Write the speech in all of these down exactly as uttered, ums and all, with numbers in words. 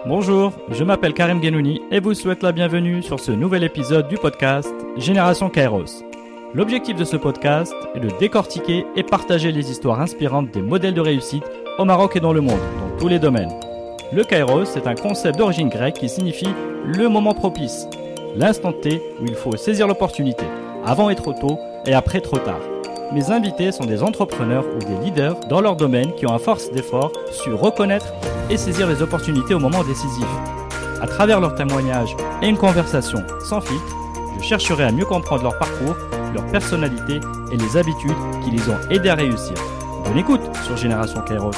Bonjour, je m'appelle Karim Genouni et vous souhaite la bienvenue sur ce nouvel épisode du podcast Génération Kairos. L'objectif de ce podcast est de décortiquer et partager les histoires inspirantes des modèles de réussite au Maroc et dans le monde, dans tous les domaines. Le Kairos est un concept d'origine grecque qui signifie le moment propice, l'instant T où il faut saisir l'opportunité, avant et trop tôt et après trop tard. Mes invités sont des entrepreneurs ou des leaders dans leur domaine qui ont à force d'effort su reconnaître et saisir les opportunités au moment décisif. À travers leurs témoignages et une conversation sans filtre, je chercherai à mieux comprendre leur parcours, leur personnalité et les habitudes qui les ont aidés à réussir. Bonne écoute sur Génération Kairos.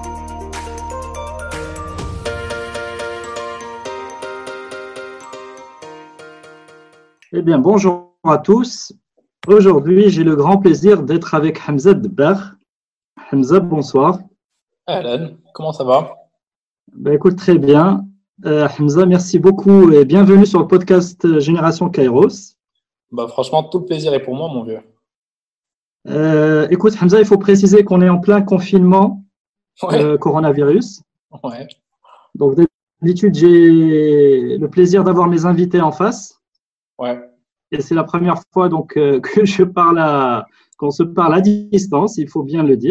Eh bien, bonjour à tous. Aujourd'hui, j'ai le grand plaisir d'être avec Hamza Debbar. Hamza, bonsoir. Alan, comment ça va? Ben, écoute, très bien. Euh, Hamza, merci beaucoup et bienvenue sur le podcast Génération Kairos. Bah, franchement, tout le plaisir est pour moi, mon vieux. Euh, écoute, Hamza, il faut préciser qu'on est en plein confinement Ouais. euh, coronavirus. Ouais. Donc, d'habitude, j'ai le plaisir d'avoir mes invités en face. Ouais. Et c'est la première fois donc euh, que je parle à, qu'on se parle à distance, il faut bien le dire.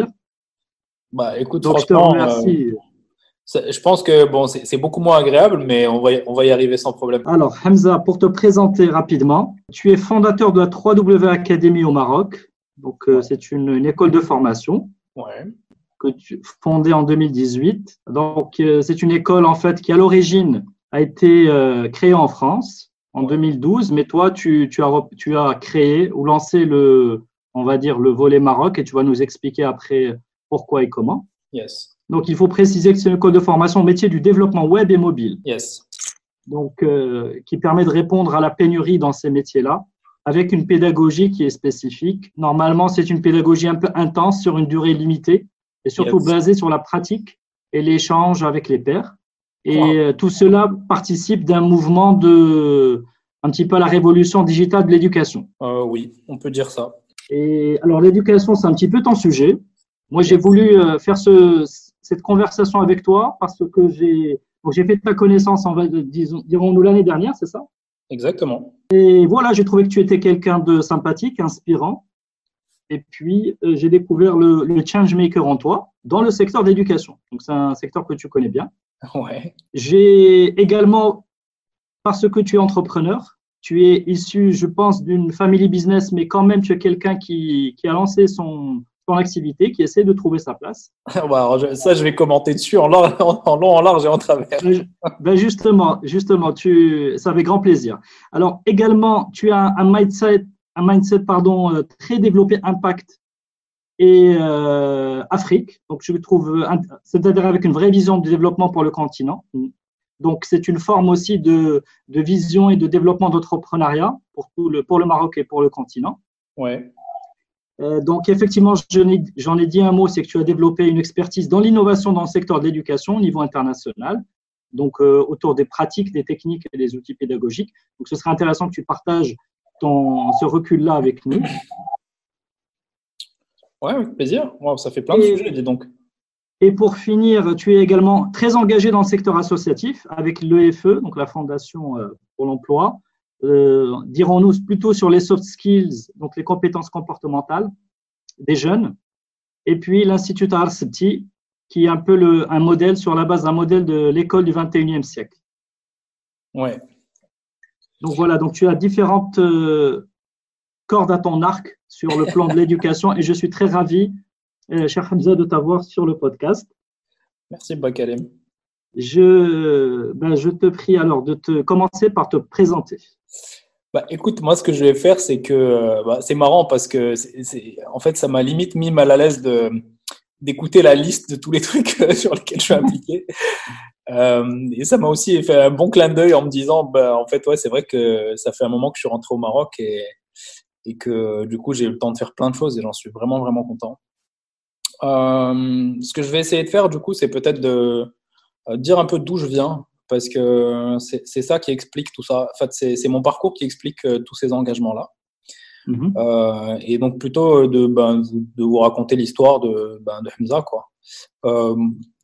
Bah, écoute, Donc, je te franchement, remercie. euh, c'est- je pense que bon, c'est c'est beaucoup moins agréable, mais on va y, on va y arriver sans problème. Alors, Hamza, pour te présenter rapidement, tu es fondateur de la trois W Academy au Maroc. Donc, euh, Ouais. c'est une, une école de formation Ouais. que tu fondée en deux mille dix-huit. Donc, euh, c'est une école en fait qui à l'origine a été euh, créée en France en Ouais. deux mille douze, mais toi, tu, tu as, rep- tu as créé ou lancé le, on va dire, le volet Maroc et tu vas nous expliquer après pourquoi et comment. Yes. Donc, il faut préciser que c'est une école de formation au métier du développement web et mobile. Yes. Donc, euh, qui permet de répondre à la pénurie dans ces métiers-là, avec une pédagogie qui est spécifique. Normalement, c'est une pédagogie un peu intense sur une durée limitée, et surtout Yes. basée sur la pratique et l'échange avec les pairs. Et Wow. euh, tout cela participe d'un mouvement de, un petit peu à la révolution digitale de l'éducation. Euh, oui, on peut dire ça. Et alors, l'éducation, c'est un petit peu ton sujet. Moi, j'ai Yes. voulu euh, faire ce, cette conversation avec toi parce que j'ai, donc j'ai fait ta connaissance, en, va- disons, dirons-nous, l'année dernière, c'est ça? Exactement. Et voilà, j'ai trouvé que tu étais quelqu'un de sympathique, inspirant. Et puis, euh, j'ai découvert le, le changemaker en toi dans le secteur de l'éducation. Donc, c'est un secteur que tu connais bien. Ouais. J'ai également, parce que tu es entrepreneur, tu es issu, je pense, d'une family business, mais quand même, tu es quelqu'un qui, qui a lancé son, son activité, qui essaie de trouver sa place. Bah, alors, je- ça, je vais commenter dessus en, lar- en, en long, en large et en travers. Ben, ju- ben justement, justement, tu, ça avec grand plaisir. Alors, également, tu as un mindset, un mindset pardon, euh, très développé impact et euh, Afrique. Donc, je le trouve, int- c'est-à-dire avec une vraie vision du développement pour le continent. Donc, c'est une forme aussi de, de vision et de développement d'entrepreneuriat pour, tout le, pour le Maroc et pour le continent. Ouais. Euh, donc, effectivement, je n'ai- j'en ai dit un mot, c'est que tu as développé une expertise dans l'innovation dans le secteur de l'éducation au niveau international, donc euh, autour des pratiques, des techniques et des outils pédagogiques. Donc, ce serait intéressant que tu partages ton, ce recul-là avec nous. Ouais, avec plaisir. Wow, ça fait plein de Et, sujets, dis donc. et pour finir, tu es également très engagé dans le secteur associatif avec l'E F E, donc la Fondation euh, pour l'emploi, euh, dirons-nous plutôt sur les soft skills, donc les compétences comportementales des jeunes, et puis l'Institut Arsepti, qui est un peu le, un modèle sur la base d'un modèle de l'école du vingt et unième siècle. Ouais. Donc voilà, donc tu as différentes euh, cordes à ton arc sur le plan de l'éducation et je suis très ravi, euh, cher Hamza, de t'avoir sur le podcast. Merci, Bakalem. Je, ben, je te prie alors de te commencer par te présenter. Bah, écoute, moi, ce que je vais faire, c'est que euh, bah, c'est marrant parce que c'est, c'est- en fait, ça m'a limite mis mal à l'aise de, d'écouter la liste de tous les trucs euh, sur lesquels je suis impliqué. Euh, et ça m'a aussi fait un bon clin d'œil en me disant, bah, en fait, ouais, c'est vrai que ça fait un moment que je suis rentré au Maroc et, et que du coup, j'ai eu le temps de faire plein de choses et j'en suis vraiment, vraiment content. Euh, ce que je vais essayer de faire, du coup, c'est peut-être de euh, dire un peu d'où je viens, parce que c'est c'est ça qui explique tout ça. En fait, c'est c'est mon parcours qui explique euh, tous ces engagements-là. Mhm. Euh, et donc, plutôt de, ben, de vous raconter l'histoire de, ben, de Hamza, quoi. Euh,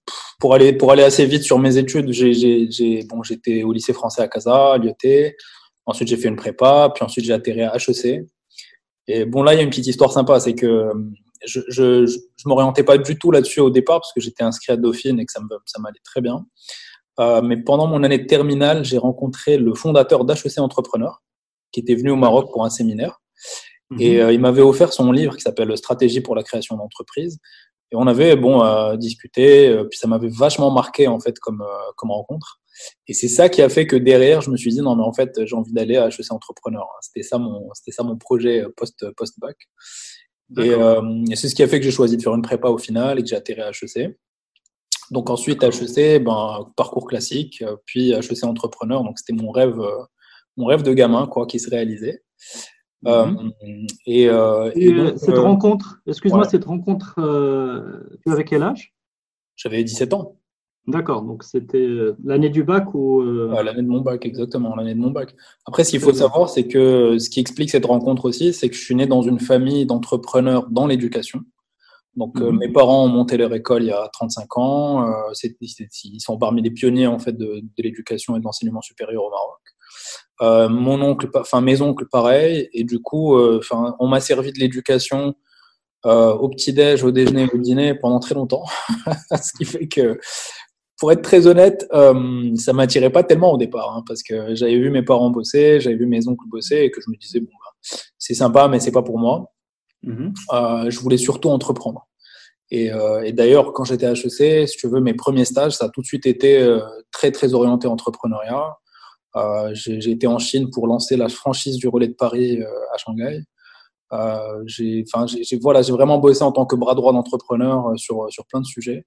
pour aller pour aller assez vite sur mes études, j'ai j'ai, j'ai bon j'étais au lycée français à Casa, à l'I E T. Ensuite j'ai fait une prépa, puis ensuite j'ai atterri à H E C. Et bon là il y a une petite histoire sympa, c'est que je je je, je m'orientais pas du tout là-dessus au départ parce que j'étais inscrit à Dauphine et que ça me ça m'allait très bien. Euh, mais pendant mon année de terminale, j'ai rencontré le fondateur d'H E C Entrepreneur qui était venu au Maroc pour un séminaire. Et euh, il m'avait offert son livre qui s'appelle Stratégie pour la création d'entreprise. Et on avait bon euh, discuté, euh, puis ça m'avait vachement marqué en fait comme euh, comme rencontre. Et c'est ça qui a fait que derrière, je me suis dit non mais en fait j'ai envie d'aller à H E C Entrepreneur. C'était ça mon c'était ça mon projet post post bac. Et, euh, et c'est ce qui a fait que j'ai choisi de faire une prépa au final et que j'ai atterri à H E C. Donc ensuite H E C, ben parcours classique, puis H E C Entrepreneur. Donc c'était mon rêve euh, mon rêve de gamin quoi qui se réalisait. Euh, Mm-hmm. et, euh, et, et donc, cette euh, rencontre, excuse-moi, ouais. cette rencontre, euh, tu avais quel âge? J'avais dix-sept ans. D'accord, donc c'était l'année du bac ou euh... ouais, l'année de mon bac, exactement, l'année de mon bac. Après, ce qu'il faut savoir, c'est que ce qui explique cette rencontre aussi, c'est que je suis né dans une famille d'entrepreneurs dans l'éducation. Donc, mm-hmm. euh, mes parents ont monté leur école il y a trente-cinq ans. Euh, c'est, c'est, ils sont parmi les pionniers en fait de, de l'éducation et de l'enseignement supérieur au Maroc. Euh, mon oncle, enfin mes oncles, pareil. Et du coup, enfin, euh, on m'a servi de l'éducation euh, au petit-déj, au déjeuner, au dîner pendant très longtemps. Ce qui fait que, pour être très honnête, euh, ça m'attirait pas tellement au départ, hein, parce que j'avais vu mes parents bosser, j'avais vu mes oncles bosser, et que je me disais bon, bah, c'est sympa, mais c'est pas pour moi. Mm-hmm. Euh, je voulais surtout entreprendre. Et, euh, et d'ailleurs, quand j'étais à H E C, si tu veux, mes premiers stages, ça a tout de suite été euh, très très orienté entrepreneuriat. Euh, j'ai, j'ai été en Chine pour lancer la franchise du Relais de Paris euh, à Shanghai. Euh, j'ai, enfin, j'ai, j'ai, voilà, j'ai vraiment bossé en tant que bras droit d'entrepreneur euh, sur sur plein de sujets.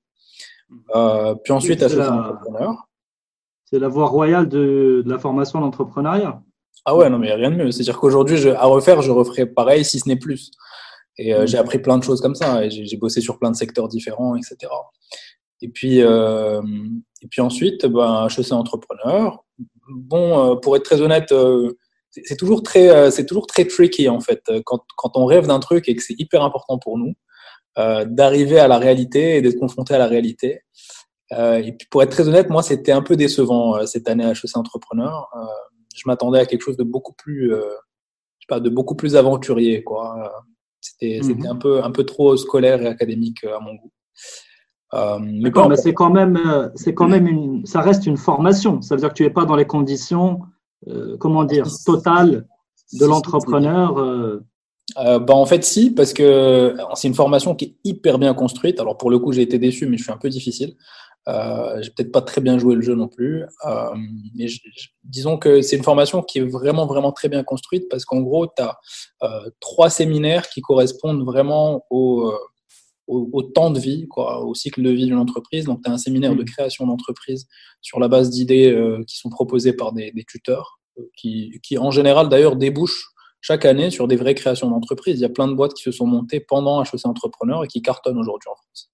Euh, puis ensuite, oui, c'est, la, entrepreneur. c'est la voie royale de, de la formation d'entrepreneuriat. Ah ouais, non mais rien de mieux. C'est-à-dire qu'aujourd'hui, je, à refaire, je referais pareil, si ce n'est plus. Et euh, mmh. j'ai appris plein de choses comme ça. Et j'ai, j'ai bossé sur plein de secteurs différents, et cetera. Et puis, euh, et puis ensuite, ben, H E C Entrepreneur. Bon, euh, pour être très honnête, euh, c'est, c'est toujours très, euh, c'est toujours très tricky en fait. Quand, quand on rêve d'un truc et que c'est hyper important pour nous, euh, d'arriver à la réalité et d'être confronté à la réalité. Euh, et puis, pour être très honnête, moi, c'était un peu décevant euh, cette année à H E C Entrepreneur. Euh, je m'attendais à quelque chose de beaucoup plus, euh, je sais pas, de beaucoup plus aventurier, quoi. C'était, mm-hmm. c'était un peu, un peu trop scolaire et académique à mon goût. Euh, mais D'accord, mais c'est quand même, c'est quand même une, ça reste une formation. Ça veut dire que tu n'es pas dans les conditions, euh, comment dire, totales de l'entrepreneur. Euh... Euh, bah en fait, si, parce que c'est une formation qui est hyper bien construite. Alors pour le coup, j'ai été déçu, mais je suis un peu difficile. Euh, j'ai peut-être pas très bien joué le jeu non plus. Euh, mais je, je, disons que c'est une formation qui est vraiment, vraiment très bien construite parce qu'en gros, tu as euh, trois séminaires qui correspondent vraiment au, euh, au, au temps de vie, quoi, au cycle de vie d'une entreprise. Donc, tu as un séminaire mmh. de création d'entreprise sur la base d'idées euh, qui sont proposées par des, des tuteurs euh, qui, qui, en général, d'ailleurs, débouchent chaque année sur des vraies créations d'entreprise. Il y a plein de boîtes qui se sont montées pendant H E C Entrepreneur et qui cartonnent aujourd'hui en France.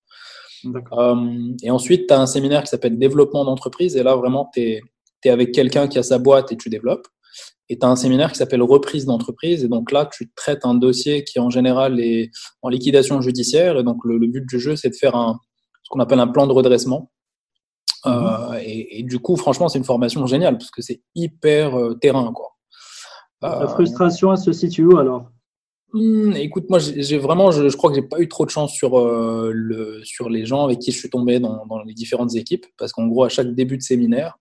Euh, et ensuite, tu as un séminaire qui s'appelle Développement d'entreprise. Et là, vraiment, tu es avec quelqu'un qui a sa boîte et tu développes. Et tu as un séminaire qui s'appelle Reprise d'entreprise. Et donc là, tu traites un dossier qui, en général, est en liquidation judiciaire. Et donc, le, le but du jeu, c'est de faire un, ce qu'on appelle un plan de redressement. Mmh. Euh, et, et du coup, franchement, c'est une formation géniale parce que c'est hyper euh, terrain, quoi. La frustration, elle se situe où alors? Hum, écoute, moi, j'ai, j'ai vraiment, je, je crois que j'ai pas eu trop de chance sur euh, le, sur les gens avec qui je suis tombé dans, dans les différentes équipes, parce qu'en gros, à chaque début de séminaire,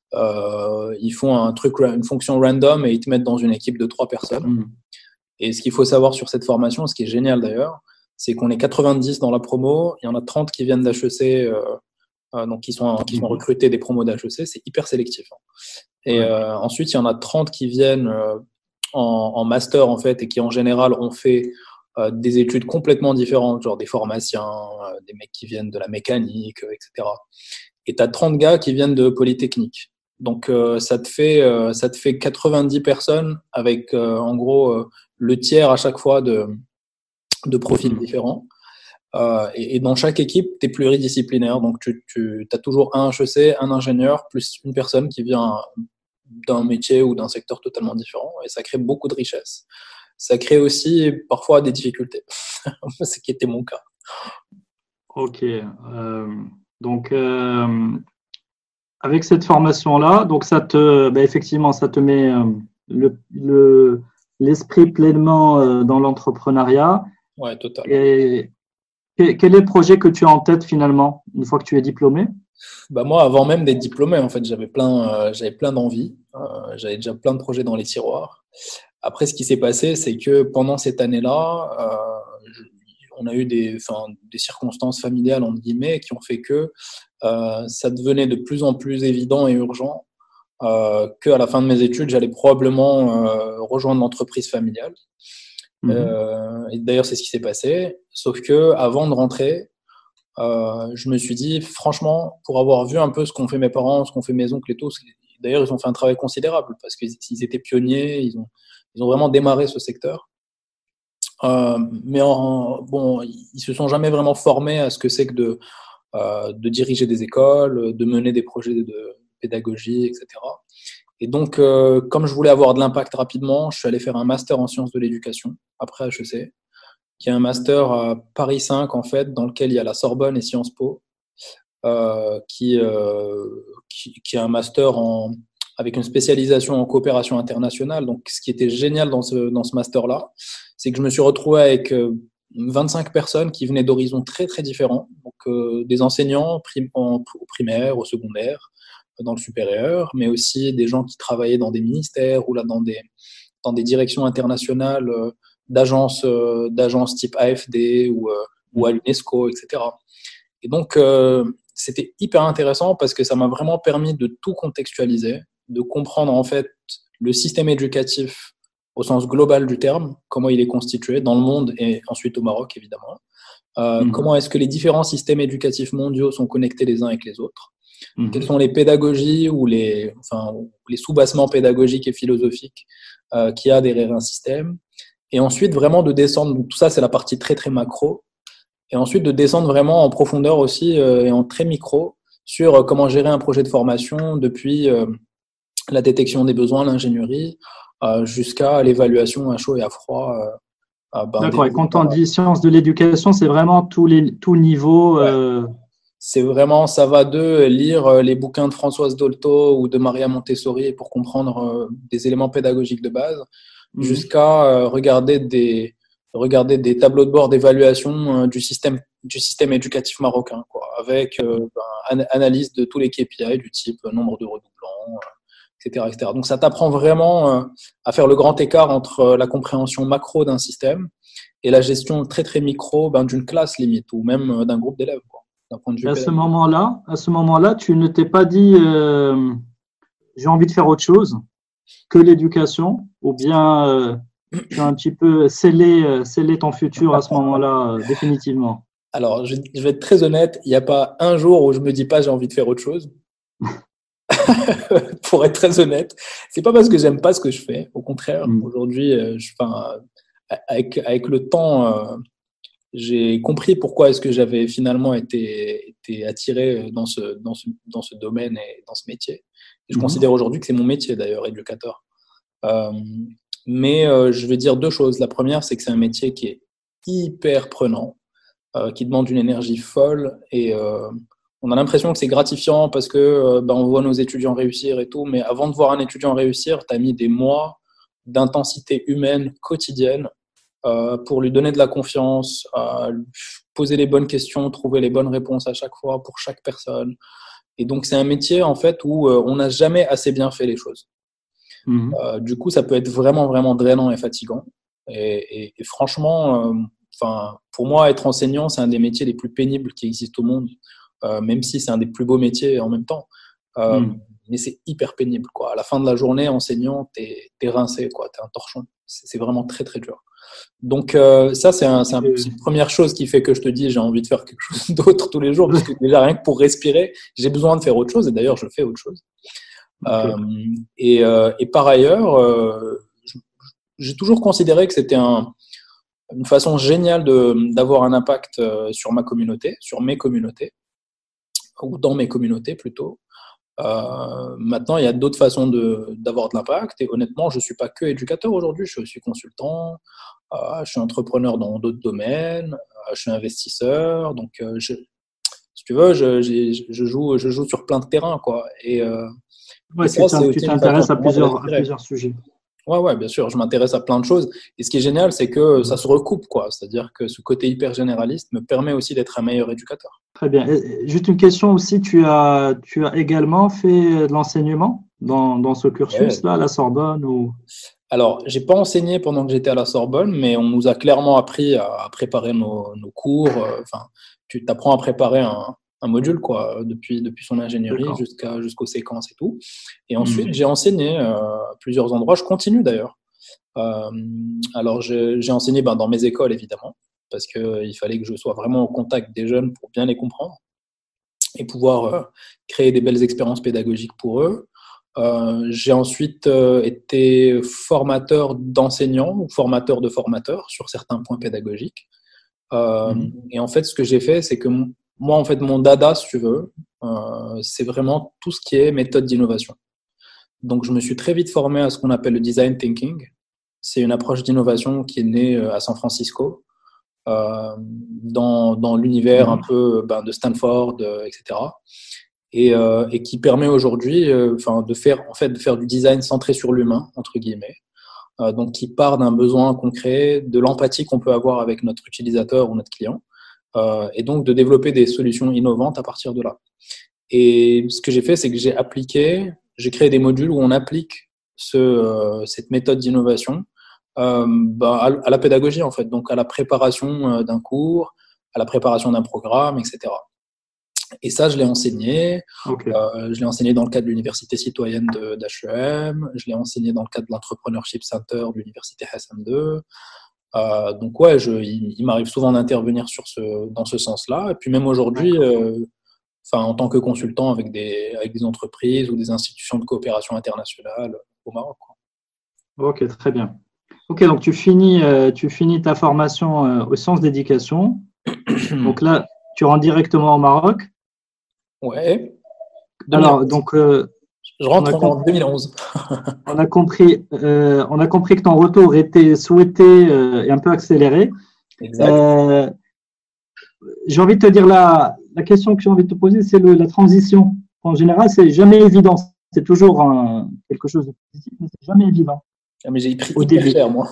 euh, ils font un truc, une fonction random et ils te mettent dans une équipe de trois personnes. Mmh. Et ce qu'il faut savoir sur cette formation, ce qui est génial d'ailleurs, c'est qu'on est quatre-vingt-dix dans la promo, il y en a trente qui viennent d'H E C, euh, euh, donc qui sont, qui sont recrutés des promos d'H E C, c'est hyper sélectif. Hein. Et ouais. euh, ensuite, il y en a trente qui viennent euh, En, en master en fait et qui en général ont fait euh, des études complètement différentes, genre des pharmaciens, euh, des mecs qui viennent de la mécanique, euh, et cetera. Et tu as trente gars qui viennent de Polytechnique. Donc euh, ça te fait euh, ça te fait quatre-vingt-dix personnes avec euh, en gros euh, le tiers à chaque fois de de profils différents. Euh, et, et dans chaque équipe, tu es pluridisciplinaire. Donc tu tu as toujours un H E C, un ingénieur plus une personne qui vient d'un métier ou d'un secteur totalement différent, et ça crée beaucoup de richesse. Ça crée aussi parfois des difficultés, ce qui était mon cas. Ok. Euh, Donc, euh, avec cette formation-là, donc ça te, ben effectivement, ça te met euh, le, le, l'esprit pleinement euh, dans l'entrepreneuriat. Ouais, total. Et quel est le projet que tu as en tête finalement, une fois que tu es diplômé? Bah moi, avant même d'être diplômé, en fait, j'avais plein, euh, j'avais plein d'envies. Euh, j'avais déjà plein de projets dans les tiroirs. Après, ce qui s'est passé, c'est que pendant cette année-là, euh, je- on a eu des, enfin, des circonstances familiales, entre guillemets, qui ont fait que euh, ça devenait de plus en plus évident et urgent euh, qu'à la fin de mes études, j'allais probablement euh, rejoindre l'entreprise familiale. Mhm. Euh, et d'ailleurs, c'est ce qui s'est passé. Sauf que avant de rentrer, euh, je me suis dit, franchement, pour avoir vu un peu ce qu'ont fait mes parents, ce qu'ont fait mes oncles et tout, d'ailleurs, ils ont fait un travail considérable parce qu'ils étaient pionniers, ils ont, ils ont vraiment démarré ce secteur. Euh, mais en, bon, ils se sont jamais vraiment formés à ce que c'est que de, euh, de diriger des écoles, de mener des projets de pédagogie, et cetera. Et donc, euh, comme je voulais avoir de l'impact rapidement, je suis allé faire un master en sciences de l'éducation après H E C, qui est un master à Paris cinq en fait, dans lequel il y a la Sorbonne et Sciences Po, euh, qui, euh, qui, qui est un master en, avec une spécialisation en coopération internationale. Donc, ce qui était génial dans ce, dans ce master-là, c'est que je me suis retrouvé avec euh, vingt-cinq personnes qui venaient d'horizons très, très différents. Donc, euh, des enseignants prim en, au primaire, au secondaire, dans le supérieur, mais aussi des gens qui travaillaient dans des ministères ou là dans des, dans des directions internationales euh, d'agences euh, d'agences type A F D ou, euh, ou à l'UNESCO, et cetera. Et donc, euh, c'était hyper intéressant parce que ça m'a vraiment permis de tout contextualiser, de comprendre en fait le système éducatif au sens global du terme, comment il est constitué dans le monde et ensuite au Maroc, évidemment. Euh, Mhm. comment est-ce que les différents systèmes éducatifs mondiaux sont connectés les uns avec les autres? Quelles Mhm. sont les pédagogies ou les, enfin, les sous-bassements pédagogiques et philosophiques euh, qu'il y a derrière un système? Et ensuite, vraiment de descendre, donc tout ça, c'est la partie très, très macro. Et ensuite, de descendre vraiment en profondeur aussi euh, et en très micro sur euh, comment gérer un projet de formation depuis euh, la détection des besoins, l'ingénierie, euh, jusqu'à l'évaluation à chaud et à froid euh, ben, des D'accord. Et quand on résultats. dit sciences de l'éducation, c'est vraiment tous les tout niveau. Ouais. Euh, C'est vraiment, ça va de lire euh, les bouquins de Françoise Dolto ou de Maria Montessori pour comprendre euh, des éléments pédagogiques de base, mhm. jusqu'à euh, regarder des, regarder des tableaux de bord d'évaluation euh, du système, du système éducatif marocain, quoi, avec euh, ben, analyse de tous les K P I du type euh, nombre de redoublants, euh, et cetera, et cetera. Donc ça t'apprend vraiment euh, à faire le grand écart entre euh, la compréhension macro d'un système et la gestion très très micro ben, d'une classe limite ou même euh, d'un groupe d'élèves, quoi, d'un point de vue À ce pédagogique. moment-là, à ce moment-là, tu ne t'es pas dit euh, j'ai envie de faire autre chose que l'éducation, ou bien euh, tu as un petit peu scellé, euh, scellé ton futur à ce moment-là, euh, définitivement. Alors, je, je vais être très honnête, il n'y a pas un jour où je me dis pas j'ai envie de faire autre chose. Pour être très honnête, c'est pas parce que j'aime pas ce que je fais. Au contraire, Mhm. aujourd'hui, euh, je, enfin, avec avec le temps, euh, j'ai compris pourquoi est-ce que j'avais finalement été été attiré dans ce dans ce dans ce domaine et dans ce métier. Et je Mhm. considère aujourd'hui que c'est mon métier d'ailleurs, éducateur. Euh, mais euh, je vais dire deux choses. La première, c'est que c'est un métier qui est hyper prenant, euh, qui demande une énergie folle et euh, on a l'impression que c'est gratifiant parce que euh, ben, on voit nos étudiants réussir et tout, mais avant de voir un étudiant réussir, tu as mis des mois d'intensité humaine quotidienne euh, pour lui donner de la confiance, euh, poser les bonnes questions, trouver les bonnes réponses à chaque fois pour chaque personne. Et donc c'est un métier en fait où euh, on n'a jamais assez bien fait les choses. Mhm. Euh, du coup, ça peut être vraiment vraiment drainant et fatigant. Et, et, et franchement, euh, enfin, pour moi, être enseignant, c'est un des métiers les plus pénibles qui existent au monde, euh, même si c'est un des plus beaux métiers en même temps. Euh, Mhm. mais c'est hyper pénible, quoi. À la fin de la journée, enseignant, t'es, t'es rincé, quoi. T'es un torchon. C'est, c'est vraiment très, très dur. Donc, euh, ça, c'est, un, c'est, un, c'est Euh, une première chose qui fait que je te dis, j'ai envie de faire quelque chose d'autre tous les jours, parce que déjà, rien que pour respirer, j'ai besoin de faire autre chose. Et d'ailleurs, je fais autre chose. Ok. Euh, et, euh, et par ailleurs, euh, j'ai toujours considéré que c'était un, une façon géniale de, d'avoir un impact euh, sur ma communauté, sur mes communautés, ou dans mes communautés plutôt. Euh, maintenant, il y a d'autres façons de, d'avoir de l'impact. Et honnêtement, je ne suis pas que éducateur aujourd'hui, je suis aussi consultant, euh, je suis entrepreneur dans d'autres domaines, euh, je suis investisseur. Donc, euh, je, si tu veux, je, j'ai, je, joue, je joue sur plein de terrains, quoi. Et, euh, ouais, et ça, tu, c'est tu aussi une t'intéresses façon à pour moi de plusieurs, à respirer. plusieurs sujets. Ouais, ouais, bien sûr, je m'intéresse à plein de choses. Et ce qui est génial, c'est que ça se recoupe, quoi. C'est-à-dire que ce côté hyper généraliste me permet aussi d'être un meilleur éducateur. Très bien. Et juste une question aussi, tu as, tu as également fait de l'enseignement dans, dans ce Ouais. cursus-là, à la Sorbonne ou... Alors, j'ai pas enseigné pendant que j'étais à la Sorbonne, mais on nous a clairement appris à, à préparer nos, nos cours. euh, Enfin, tu t'apprends à préparer un, un module, quoi, depuis, depuis son ingénierie D'accord. jusqu'à, jusqu'aux séquences et tout. Et Hmm. ensuite, j'ai enseigné euh, à plusieurs endroits. Je continue d'ailleurs. Euh, alors, j'ai j'ai enseigné ben, dans mes écoles, évidemment, parce qu'il euh, fallait que je sois vraiment au contact des jeunes pour bien les comprendre et pouvoir euh, créer des belles expériences pédagogiques pour eux. Euh, j'ai ensuite euh, été formateur d'enseignants ou formateur de formateurs sur certains points pédagogiques. Euh, Mhm. et en fait, ce que j'ai fait, c'est que m- moi, en fait, mon dada, si tu veux, euh, c'est vraiment tout ce qui est méthode d'innovation. Donc, je me suis très vite formé à ce qu'on appelle le design thinking. C'est une approche d'innovation qui est née euh, à San Francisco, euh, dans, dans l'univers un Mhm. peu ben, de Stanford, euh, et cetera. Et, euh, et qui permet aujourd'hui, euh, enfin, de faire en fait de faire du design centré sur l'humain entre guillemets. Euh, donc, qui part d'un besoin concret, de l'empathie qu'on peut avoir avec notre utilisateur ou notre client, euh, et donc de développer des solutions innovantes à partir de là. Et ce que j'ai fait, c'est que j'ai appliqué, j'ai créé des modules où on applique ce, euh, cette méthode d'innovation euh, bah, à, à la pédagogie en fait, donc à la préparation euh, d'un cours, à la préparation d'un programme, et cetera. Et ça, je l'ai enseigné. Ok. Euh, je l'ai enseigné dans le cadre de l'université citoyenne d'H E M. Je l'ai enseigné dans le cadre de l'entrepreneurship center de l'université Hassan deux. Euh, donc ouais, je, il, il m'arrive souvent d'intervenir sur ce, dans ce sens-là. Et puis même aujourd'hui, D'accord. euh, enfin en tant que consultant avec des, avec des entreprises ou des institutions de coopération internationale au Maroc, quoi. Ok, très bien. Ok, donc tu finis, euh, tu finis ta formation euh, aux sciences d'éducation. Donc là, tu rentres directement au Maroc. Ouais, Alors, deux mille onze. donc, euh, Je on a, rentre com- en deux mille onze. on a compris, euh, on a compris que ton retour était souhaité euh, et un peu accéléré. Exact. Euh, j'ai envie de te dire la, la question que j'ai envie de te poser, c'est le- la transition. En général, c'est jamais évident. C'est toujours un- quelque chose de positif, mais c'est jamais évident Ah, mais j'ai pris au hyper début. cher, moi.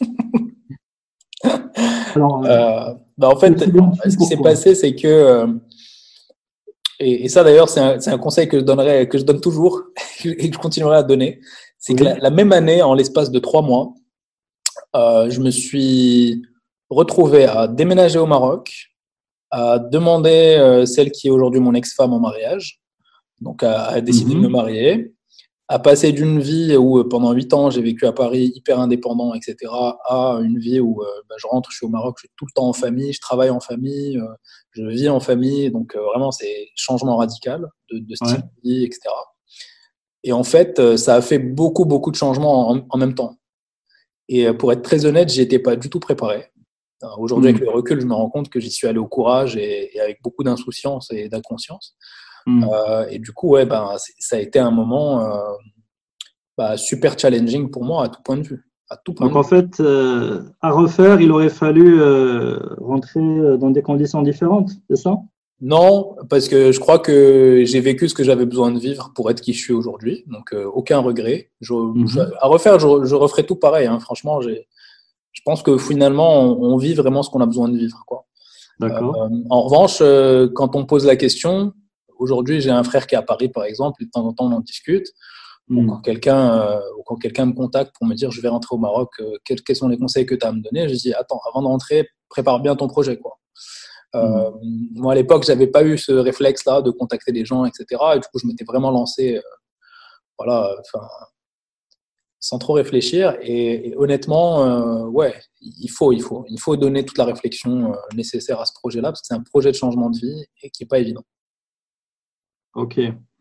Alors, euh, Euh, bah, en tu fait, tu lui expliques ce qui s'est pourquoi. passé, c'est que, euh, et, et ça d'ailleurs, c'est un, c'est un conseil que je donnerai, que je donne toujours et que je continuerai à donner, c'est que Oui. la, la même année, en l'espace de trois mois, euh, je me suis retrouvé à déménager au Maroc, à demander euh, celle qui est aujourd'hui mon ex-femme en mariage, donc à, à décider de me Mhm. marier, à passer d'une vie où euh, pendant huit ans j'ai vécu à Paris hyper indépendant, et cetera, à une vie où euh, bah, je rentre, je suis au Maroc, je suis tout le temps en famille, je travaille en famille, euh, je vis en famille, donc euh, vraiment c'est changement radical de, de Ouais. style de vie, et cetera. Et en fait, euh, ça a fait beaucoup, beaucoup de changements en, en même temps. Et euh, pour être très honnête, j'y étais pas du tout préparé. Alors, aujourd'hui, avec Mhm. le recul, je me rends compte que j'y suis allé au courage et, et avec beaucoup d'insouciance et d'inconscience. Mhm. Euh, et du coup, ouais, ben, ça a été un moment euh, bah, super challenging pour moi à tout point de vue. À tout point Donc de en vue. fait, euh, à refaire, il aurait fallu euh, rentrer dans des conditions différentes, c'est ça? Non, parce que je crois que j'ai vécu ce que j'avais besoin de vivre pour être qui je suis aujourd'hui. Donc, euh, aucun regret. Je, je, Mhm. à refaire, je, je referai tout pareil. Hein. Franchement, j'ai, je pense que finalement, on, on vit vraiment ce qu'on a besoin de vivre, quoi. Euh, D'accord. en revanche, euh, quand on pose la question, aujourd'hui, j'ai un frère qui est à Paris, par exemple, et de temps en temps, on en discute. Ou quand Mhm. quelqu'un euh, ou quand quelqu'un me contacte pour me dire je vais rentrer au Maroc, euh, quels, quels sont les conseils que tu as à me donner, je dis attends, avant de rentrer, prépare bien ton projet, quoi. Euh, Mhm. moi à l'époque, j'avais pas eu ce réflexe là de contacter des gens, et cetera. Et du coup, je m'étais vraiment lancé, euh, voilà, enfin, sans trop réfléchir. Et, et honnêtement, euh, ouais, il faut, il faut, il faut donner toute la réflexion euh, nécessaire à ce projet-là parce que c'est un projet de changement de vie et qui est pas évident. Ok.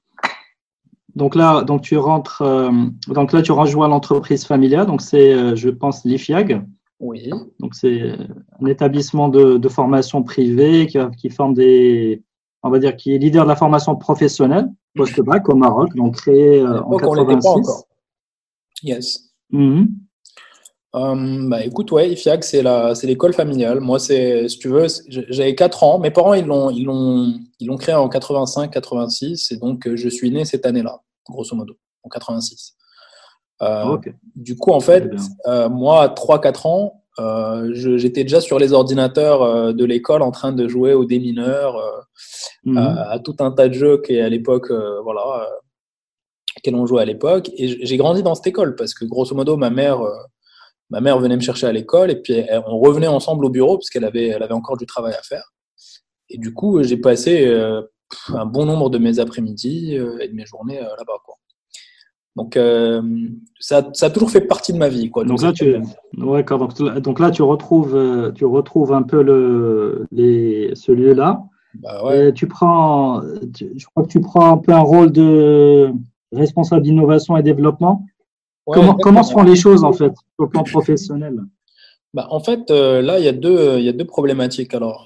Donc là, donc tu rentres, euh, donc là tu rejoins l'entreprise familiale. Donc c'est, euh, je pense, l'I F I A G. Oui, Donc c'est un établissement de, de formation privée qui, qui forme des, on va dire, qui est leader de la formation professionnelle post-bac au Maroc, donc créé à euh, en l'époque, on l'était pas quatre-vingt-six. encore. Yes. Mhm. Euh, bah écoute, ouais, I F I A C, c'est la, c'est l'école familiale. Moi, c'est, si tu veux, c'est- j'avais quatre ans. Mes parents, ils l'ont, ils l'ont, ils l'ont créé en quatre-vingt-cinq, quatre-vingt-six, et donc euh, je suis né cette année-là, grosso modo, en quatre-vingt-six. Euh, Ok, du coup, en très fait, bien. euh, moi, à trois quatre ans, euh, je- j'étais déjà sur les ordinateurs euh, de l'école en train de jouer aux démineurs, euh, Mhm. à, à tout un tas de jeux qui, à l'époque, euh, voilà, euh, auxquels on jouait à l'époque. Et j- j'ai grandi dans cette école parce que, grosso modo, ma mère, euh, ma mère venait me chercher à l'école et puis elle- on revenait ensemble au bureau parce qu'elle avait, elle avait encore du travail à faire. Et du coup, j'ai passé euh, pff, un bon nombre de mes après-midi euh, et de mes journées euh, là-bas, quoi. Donc, euh, ça, ça a toujours fait partie de ma vie, quoi, d'une Donc là, certaine tu, manière. ouais, d'accord. Donc, donc là, tu retrouves, euh, tu retrouves un peu le, les, ce lieu-là. Bah ouais, Et tu prends, tu- je crois que tu prends un peu un rôle de responsable d'innovation et développement. ouais, Comment, comment se font exactement. les choses, en fait, sur le plan professionnel? Bah, en fait, euh, là, il y a deux, il y a deux problématiques. Alors,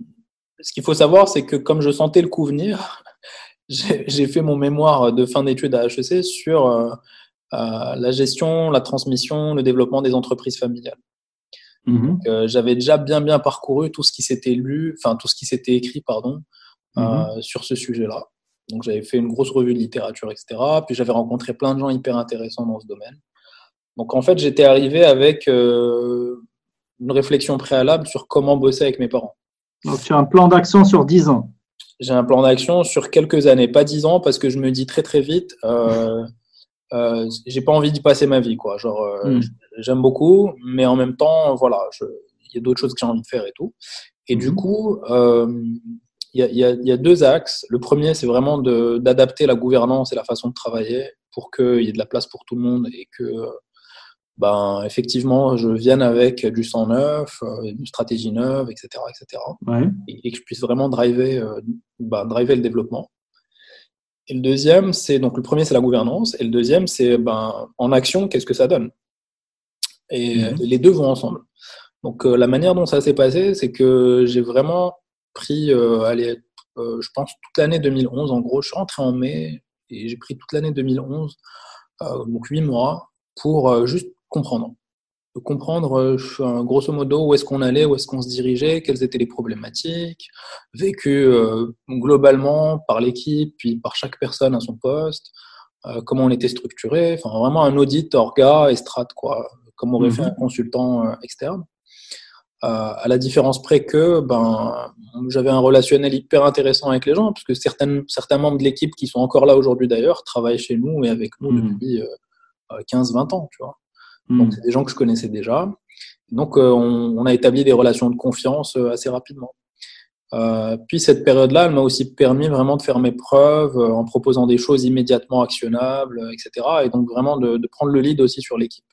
ce qu'il faut savoir, c'est que comme je sentais le coup venir, j'ai j'ai fait mon mémoire de fin d'études à H E C sur euh, euh, la gestion, la transmission, le développement des entreprises familiales. Mhm, Euh, j'avais déjà bien bien parcouru tout ce qui s'était lu, enfin tout ce qui s'était écrit, pardon, mhm. euh, sur ce sujet-là. Donc j'avais fait une grosse revue de littérature, et cetera. Puis j'avais rencontré plein de gens hyper intéressants dans ce domaine. Donc en fait, j'étais arrivé avec euh, une réflexion préalable sur comment bosser avec mes parents. Donc, tu as un plan d'action sur dix ans. J'ai un plan d'action sur quelques années, pas dix ans, parce que je me dis très très vite, euh, euh, j'ai pas envie d'y passer ma vie, quoi. Genre, euh, Mhm, j'aime beaucoup, mais en même temps, voilà, je, il y a d'autres choses que j'ai envie de faire et tout. Et du mhm, coup, euh, il y, a, il y, a, il y a deux axes. Le premier, c'est vraiment de, d'adapter la gouvernance et la façon de travailler pour qu'il y ait de la place pour tout le monde et que, ben, effectivement, je vienne avec du sang neuf, euh, une stratégie neuve, et cetera, et cetera. ouais. Et, et que je puisse vraiment driver, euh, ben, driver le développement. Et le deuxième, c'est donc le premier, c'est la gouvernance, et le deuxième, c'est ben, en action, qu'est-ce que ça donne? Et Mhm, les deux vont ensemble. Donc euh, la manière dont ça s'est passé, c'est que j'ai vraiment pris, euh, allez, euh, je pense toute l'année deux mille onze. En gros, je suis rentré en mai et j'ai pris toute l'année deux mille onze, euh, donc huit mois, pour euh, juste comprendre. Comprendre, euh, je- grosso modo, où est-ce qu'on allait, où est-ce qu'on se dirigeait, quelles étaient les problématiques, vécues euh, globalement par l'équipe, puis par chaque personne à son poste, euh, comment on était structuré, enfin vraiment un audit orga et strat, quoi, comme aurait fait un mhm. consultant euh, externe. Euh, à la différence près que ben, j'avais un relationnel hyper intéressant avec les gens, puisque certaines, certains membres de l'équipe qui sont encore là aujourd'hui d'ailleurs travaillent chez nous et avec nous Mhm, depuis euh, quinze vingt ans, tu vois. Donc c'est mhm. des gens que je connaissais déjà. Donc euh, on, on a établi des relations de confiance euh, assez rapidement. Euh, puis cette période-là, elle m'a aussi permis vraiment de faire mes preuves euh, en proposant des choses immédiatement actionnables, euh, et cetera. Et donc vraiment de, de prendre le lead aussi sur l'équipe.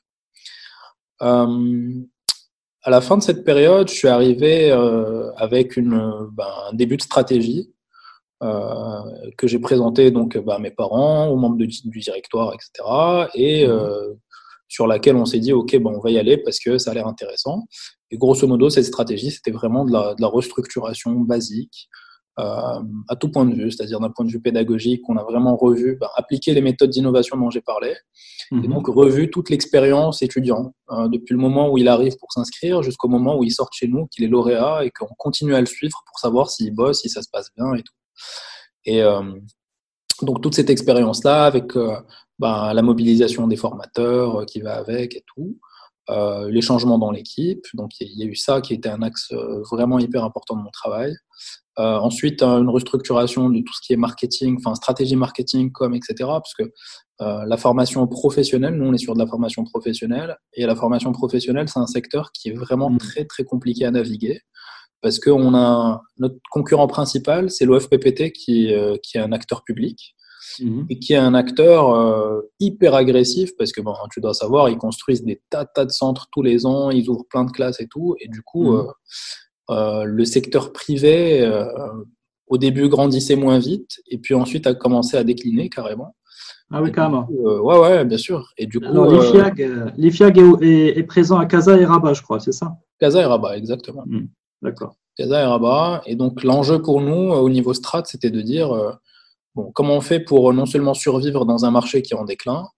Euh, À la fin de cette période, je suis arrivé euh, avec une, ben, un début de stratégie euh, que j'ai présenté donc ben, à mes parents, aux membres de, du directoire, et cetera. Et Mhm. euh, sur laquelle on s'est dit ok, ben, on va y aller parce que ça a l'air intéressant. Et grosso modo, cette stratégie, c'était vraiment de la, de la restructuration basique euh, à tout point de vue, c'est-à-dire d'un point de vue pédagogique, on a vraiment revu, ben, appliqué les méthodes d'innovation dont j'ai parlé, et donc Mhm. revu toute l'expérience étudiant, euh, depuis le moment où il arrive pour s'inscrire jusqu'au moment où il sort de chez nous, qu'il est lauréat et qu'on continue à le suivre pour savoir s'il bosse, si ça se passe bien et tout. Et euh, donc toute cette expérience-là avec euh, ben, la mobilisation des formateurs euh, qui va avec et tout, euh, les changements dans l'équipe, donc il y, y a eu ça qui était un axe euh, vraiment hyper important de mon travail. Euh, ensuite, une restructuration de tout ce qui est marketing, enfin stratégie marketing, com, et cetera. Parce que euh, la formation professionnelle, nous on est sur de la formation professionnelle, et la formation professionnelle, c'est un secteur qui est vraiment Mhm. très très compliqué à naviguer, parce que on a notre concurrent principal, c'est l'O F P P T qui, euh, qui est un acteur public Mhm. et qui est un acteur euh, hyper agressif, parce que bon, tu dois savoir, ils construisent des tas tas de centres tous les ans, ils ouvrent plein de classes et tout, et du coup euh, Mhm. euh, le secteur privé, euh, au début, grandissait moins vite, et puis ensuite a commencé à décliner carrément. Ah oui, Et du carrément. coup, euh, ouais, ouais, bien sûr. Et du Alors, coup, euh, l'IFIAG, euh, l'IFIAG est, est- est présent à Casa et Rabat, je crois, c'est ça? Casa et Rabat, exactement. Mhm. D'accord. Casa et Rabat. Et donc, l'enjeu pour nous, euh, au niveau strat, c'était de dire, euh, bon, comment on fait pour non seulement survivre dans un marché qui est en déclin,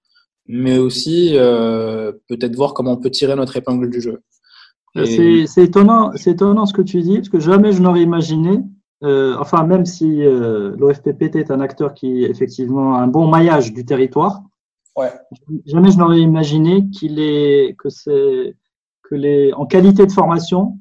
mais aussi euh, peut-être voir comment on peut tirer notre épingle du jeu. Et... C'est, c'est étonnant, c'est étonnant ce que tu dis, parce que jamais je n'aurais imaginé, euh, enfin même si euh, l'O F P P T est un acteur qui effectivement a un bon maillage du territoire, ouais. jamais je n'aurais imaginé qu'il est que c'est que les en qualité de formation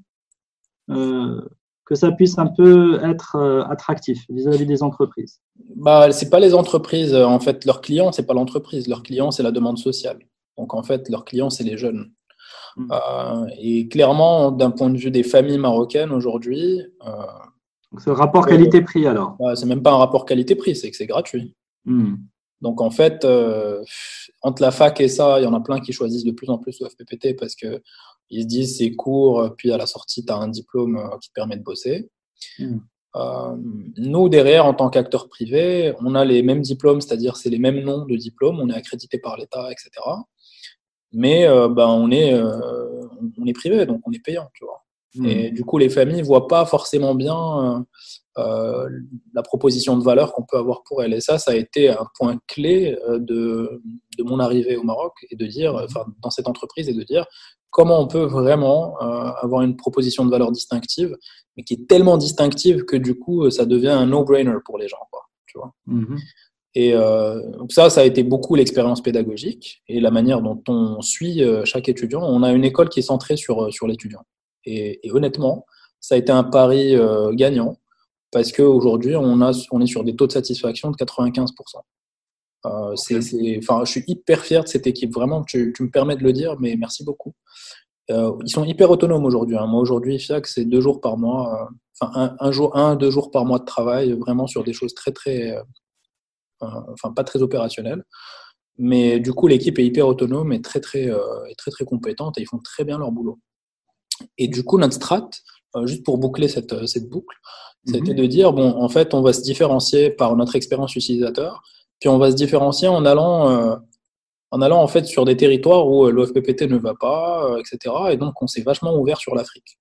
euh, que ça puisse un peu être euh, attractif vis-à-vis des entreprises. Bah, c'est pas les entreprises, en fait, leurs clients, c'est pas l'entreprise, leurs clients, c'est la demande sociale. Donc en fait, leurs clients, c'est les jeunes. Mmh. Euh, et clairement, d'un point de vue des familles marocaines aujourd'hui, euh, c'est le rapport qualité-prix alors. Bah, c'est même pas un rapport qualité-prix, c'est que c'est gratuit. Mmh. Donc en fait, euh, entre la fac et ça, il y en a plein qui choisissent de plus en plus le F P P T parce que ils se disent c'est court, puis à la sortie, tu as un diplôme qui te permet de bosser. Mmh. Euh, nous, derrière, en tant qu'acteurs privés, on a les mêmes diplômes, c'est-à-dire c'est les mêmes noms de diplômes, on est accrédité par l'État, et cetera. Mais euh, ben, on, est, euh, on est privé, donc on est payant, tu vois. Mmh. Et du coup, les familles ne voient pas forcément bien euh, la proposition de valeur qu'on peut avoir pour elles. Et ça, ça a été un point clé de, de mon arrivée au Maroc, et de dire, enfin, dans cette entreprise, et de dire comment on peut vraiment euh, avoir une proposition de valeur distinctive, mais qui est tellement distinctive que du coup, ça devient un no-brainer pour les gens, quoi, tu vois. Mmh. Et euh, donc ça, ça a été beaucoup l'expérience pédagogique et la manière dont on suit euh, chaque étudiant. On a une école qui est centrée sur, sur l'étudiant. Et, et honnêtement, ça a été un pari euh, gagnant parce qu'aujourd'hui, on, a, on est sur des taux de satisfaction de quatre-vingt-quinze pour cent. Euh, c'est, okay. c'est, enfin, je suis hyper fier de cette équipe, vraiment, tu, tu me permets de le dire, mais merci beaucoup. Euh, ils sont hyper autonomes aujourd'hui. Hein. Moi, aujourd'hui, F I A C, c'est deux jours par mois, euh, enfin, un, un, jour, un, deux jours par mois de travail, vraiment sur des choses très, très... Euh, enfin pas très opérationnel, mais du coup l'équipe est hyper autonome et très très euh, et très très compétente et ils font très bien leur boulot. Et du coup notre strat, euh, juste pour boucler cette cette boucle, ça a été de dire bon en fait on va se différencier par notre expérience utilisateur, puis on va se différencier en allant euh, en allant en fait sur des territoires où l'O F P P T ne va pas, euh, et cetera. Et donc on s'est vachement ouvert sur l'Afrique.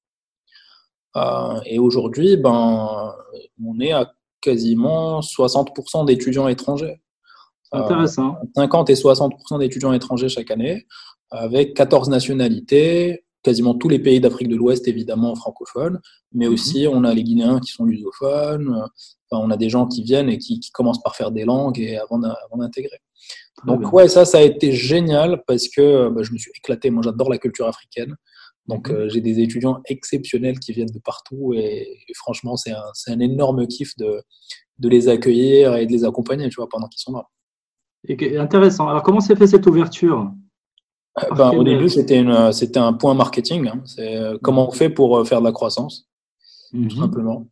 Euh, et aujourd'hui, ben on est à quasiment soixante pour cent d'étudiants étrangers. Intéressant. Euh, cinquante et soixante pour cent d'étudiants étrangers chaque année, avec quatorze nationalités, quasiment tous les pays d'Afrique de l'Ouest, évidemment, francophones, mais aussi mm-hmm. on a les Guinéens qui sont lusophones, enfin, on a des gens qui viennent et qui, qui commencent par faire des langues et avant, avant d'intégrer. Très Donc bien. ouais, ça, ça a été génial parce que bah, je me suis éclaté. Moi, j'adore la culture africaine. Donc, mmh. euh, j'ai des étudiants exceptionnels qui viennent de partout et, et franchement, c'est un, c'est un énorme kiff de, de les accueillir et de les accompagner, tu vois, pendant qu'ils sont là. Et, intéressant. Alors, comment s'est fait cette ouverture ? euh, ben, Au début, c'était, une, c'était un point marketing. Hein. C'est euh, comment on fait pour euh, faire de la croissance, mmh. tout simplement.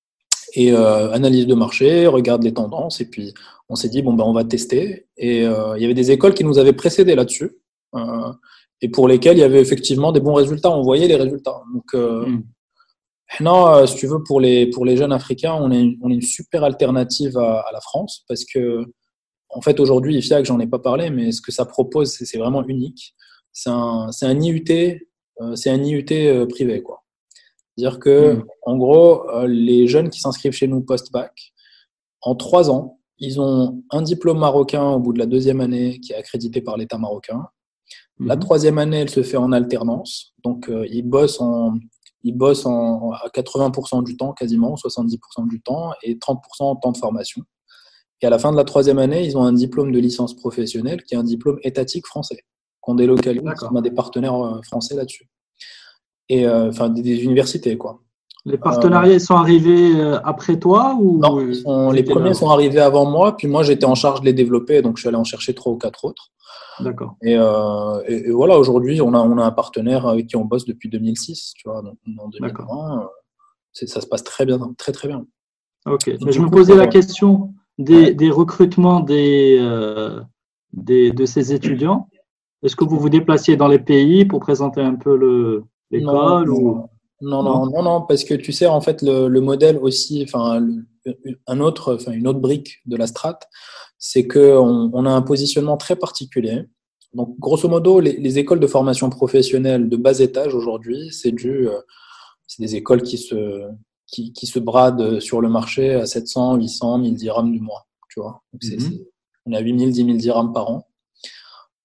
Et euh, analyse de marché, regarde les tendances, et puis on s'est dit, bon, ben, on va tester. Et euh, il y avait des écoles qui nous avaient précédés là-dessus. Euh, et pour lesquels il y avait effectivement des bons résultats, on voyait les résultats. Donc, euh, mm. non, euh, si tu veux, pour les, pour les jeunes Africains, on est, on est une super alternative à, à la France parce que, en fait, aujourd'hui, F I A C, j'en ai pas parlé, mais ce que ça propose, c'est, c'est vraiment unique. C'est un, c'est un I U T, euh, c'est un I U T euh, privé, quoi. C'est-à-dire que, mm. en gros, euh, les jeunes qui s'inscrivent chez nous post-bac, en trois ans, ils ont un diplôme marocain au bout de la deuxième année qui est accrédité par l'État marocain. La troisième année, elle se fait en alternance. Donc, euh, ils bossent, en, ils bossent en, à quatre-vingts pour cent du temps, quasiment, soixante-dix pour cent du temps, et trente pour cent en temps de formation. Et à la fin de la troisième année, ils ont un diplôme de licence professionnelle qui est un diplôme étatique français, qu'on délocalise. On a des partenaires français là-dessus. Et euh, enfin, des, des universités, quoi. Les partenariats euh, sont arrivés après toi ou Non, ils sont, les premiers là sont arrivés avant moi, puis moi, j'étais en charge de les développer, donc je suis allé en chercher trois ou quatre autres. D'accord. Et, euh, et, et voilà, aujourd'hui, on a, on a un partenaire avec qui on bosse depuis deux mille six, tu vois, donc en deux mille vingt, c'est, ça se passe très bien, très très bien. Ok, donc, mais je me posais la question des, ouais. des recrutements des, euh, des, de ces étudiants. Est-ce que vous vous déplaciez dans les pays pour présenter un peu le, l'école non, ou... non, non, non, non, parce que tu sais, en fait, le, le modèle aussi, enfin, un autre, enfin, une autre brique de la strate, c'est qu'on on a un positionnement très particulier. Donc, grosso modo, les, les écoles de formation professionnelle de bas étage aujourd'hui, c'est du, euh, c'est des écoles qui se, qui, qui se bradent sur le marché à sept cents, huit cents, mille dirhams du mois, tu vois. Donc, c'est, mm-hmm. c'est, on est à huit mille, dix mille dirhams par an.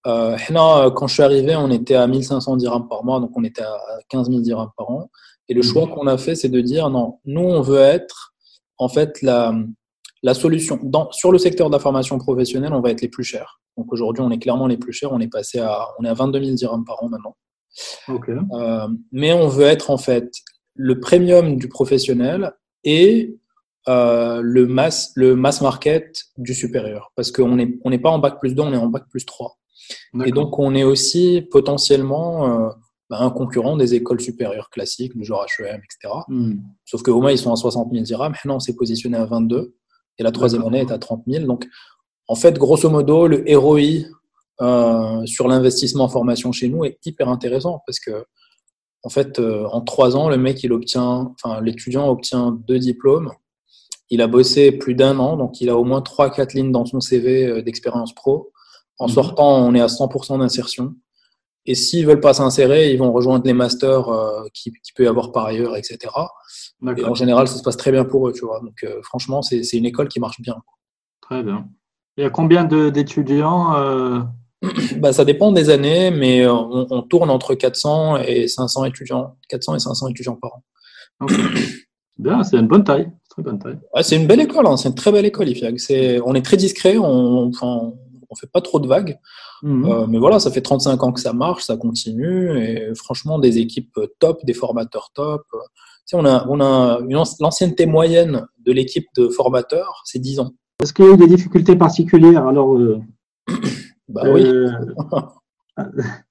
Euh, Hna, quand je suis arrivé, on était à mille cinq cents dirhams par mois, donc on était à quinze mille dirhams par an. Et le choix qu'on a fait, c'est de dire non, nous, on veut être en fait la, la solution. Dans, sur le secteur de la formation professionnelle, on va être les plus chers. Donc aujourd'hui, on est clairement les plus chers. On est passé à, on est à vingt-deux mille dirhams par an maintenant. Ok. Euh, mais on veut être en fait le premium du professionnel et euh, le mass, le mass market du supérieur. Parce qu'on n'est on n'est pas en bac plus deux, on est en bac plus trois. D'accord. Et donc, on est aussi potentiellement euh, bah, un concurrent des écoles supérieures classiques, du genre H E M, et cetera. Hmm. Sauf qu'au moins, ils sont à soixante mille dirhams. Maintenant, on s'est positionné à vingt-deux. Et la troisième D'accord. année est à trente mille. Donc, en fait, grosso modo, le R O I euh, sur l'investissement en formation chez nous est hyper intéressant parce que, en fait, euh, en trois ans, le mec, il obtient, enfin, l'étudiant obtient deux diplômes. Il a bossé plus d'un an, donc il a au moins trois quatre lignes dans son C V d'expérience pro. En Mhm. sortant, on est à cent pour cent d'insertion. Et s'ils veulent pas s'insérer, ils vont rejoindre les masters euh, qui, qui peut y avoir par ailleurs, et cetera. Et en général, ça se passe très bien pour eux, tu vois. Donc, euh, franchement, c'est, c'est une école qui marche bien. Très bien. Il y a combien de, d'étudiants euh... bah, ça dépend des années, mais on, on tourne entre quatre cents et cinq cents étudiants, quatre cents et cinq cents étudiants par an. Okay. Bien, c'est une bonne taille. Très bonne taille. Ouais, c'est une belle école, hein. C'est une très belle école, I F I A C. C'est, on est très discret, on, enfin, on fait pas trop de vagues. Mmh. Euh, mais voilà, ça fait trente-cinq ans que ça marche, ça continue. Et franchement, des équipes top, des formateurs top. Tu sais, on a, on a une, l'ancienneté moyenne de l'équipe de formateurs, c'est dix ans. Est-ce qu'il y a eu des difficultés particulières? Alors, euh, bah euh... oui.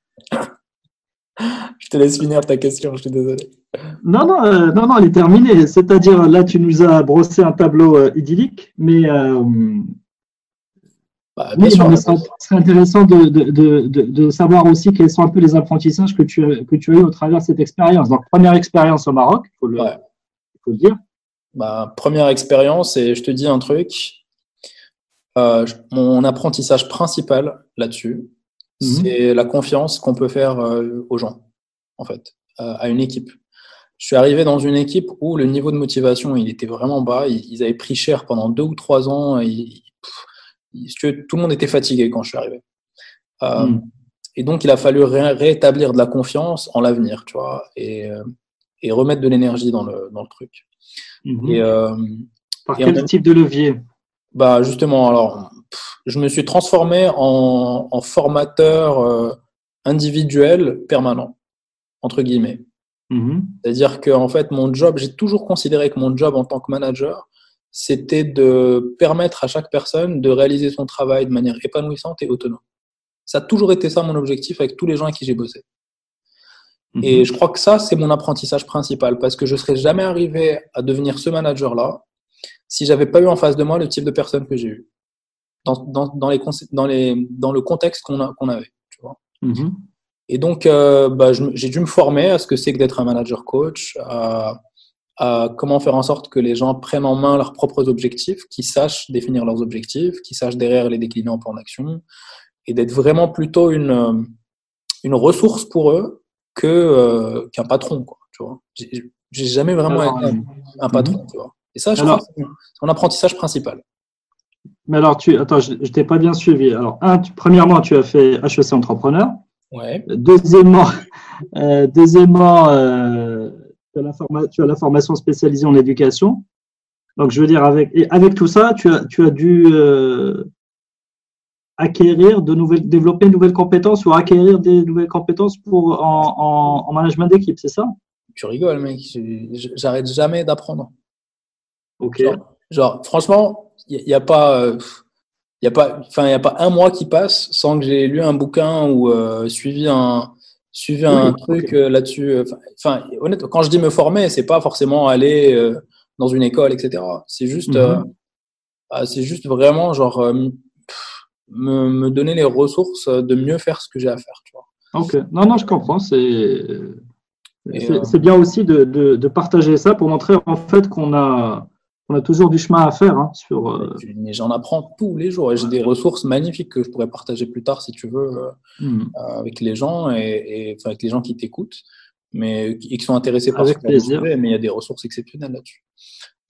Je te laisse finir ta question, je suis désolé. Non, non, euh, non, non, elle est terminée. C'est-à-dire, là, tu nous as brossé un tableau euh, idyllique, mais euh, Bah, bien oui, sûr, mais ce serait intéressant de, de, de, de, de savoir aussi quels sont un peu les apprentissages que tu as, que tu as eu au travers de cette expérience. Donc, première expérience au Maroc, il faut le, ouais. faut le dire. Bah, première expérience, et je te dis un truc, euh, mon apprentissage principal là-dessus, mm-hmm. c'est la confiance qu'on peut faire euh, aux gens, en fait, euh, à une équipe. Je suis arrivé dans une équipe où le niveau de motivation, il était vraiment bas. Ils, ils avaient pris cher pendant deux ou trois ans. Et, tout le monde était fatigué quand je suis arrivé. Euh, mmh. Et donc, il a fallu ré- rétablir de la confiance en l'avenir, tu vois, et, euh, et remettre de l'énergie dans le, dans le truc. Mmh. Et, euh, Par et quel même, type de levier? Bah, justement, alors, pff, je me suis transformé en, en formateur euh, individuel permanent, entre guillemets. Mmh. C'est-à-dire que, en fait, mon job, j'ai toujours considéré que mon job en tant que manager, c'était de permettre à chaque personne de réaliser son travail de manière épanouissante et autonome. Ça a toujours été ça mon objectif avec tous les gens avec qui j'ai bossé. Mmh. Et je crois que ça, c'est mon apprentissage principal parce que je ne serais jamais arrivé à devenir ce manager-là si je n'avais pas eu en face de moi le type de personne que j'ai eu dans, dans, dans, les, dans, les, dans le contexte qu'on, a, qu'on avait. Tu vois. Mmh. Et donc, euh, bah, je, j'ai dû me former à ce que c'est que d'être un manager coach, à à comment faire en sorte que les gens prennent en main leurs propres objectifs, qu'ils sachent définir leurs objectifs, qu'ils sachent derrière les décliner en plan d'action, et d'être vraiment plutôt une, une ressource pour eux que, euh, qu'un patron, quoi, tu vois. J'ai, j'ai jamais vraiment alors, été un, un patron, mmh. tu vois. Et ça, je alors, crois que c'est mon apprentissage principal. Mais alors, tu, attends, je ne t'ai pas bien suivi. Alors, un, tu, premièrement, tu as fait H E C entrepreneur. Ouais. Deuxièmement, euh, deuxièmement euh, Tu as, la forma- tu as la formation spécialisée en éducation. Donc, je veux dire, avec, et avec tout ça, tu as, tu as dû euh, acquérir de nouvelles, développer de nouvelles compétences ou acquérir des nouvelles compétences pour, en, en, en management d'équipe, c'est ça? Tu rigoles, mec. J'arrête jamais d'apprendre. Ok. Genre, genre franchement, il n'y a, a pas. Euh, il n'y a pas, enfin, il y a pas un mois qui passe sans que j'ai lu un bouquin ou euh, suivi un, suivi un oui, truc okay. euh, là-dessus. Enfin, honnêtement, quand je dis me former, c'est pas forcément aller euh, dans une école, et cetera. C'est juste, mm-hmm. euh, c'est juste vraiment genre euh, me, me donner les ressources de mieux faire ce que j'ai à faire, tu vois. Ok. Non, non, je comprends. C'est, c'est, euh... c'est bien aussi de, de, de partager ça pour montrer en fait qu'on a On a toujours du chemin à faire. Hein, sur, euh... Mais j'en apprends tous les jours et j'ai des ressources magnifiques que je pourrais partager plus tard si tu veux euh, mmh. euh, avec les gens et, et enfin, avec les gens qui t'écoutes, mais et qui sont intéressés par avec ce que plaisir. tu fais, mais il y a des ressources exceptionnelles là-dessus.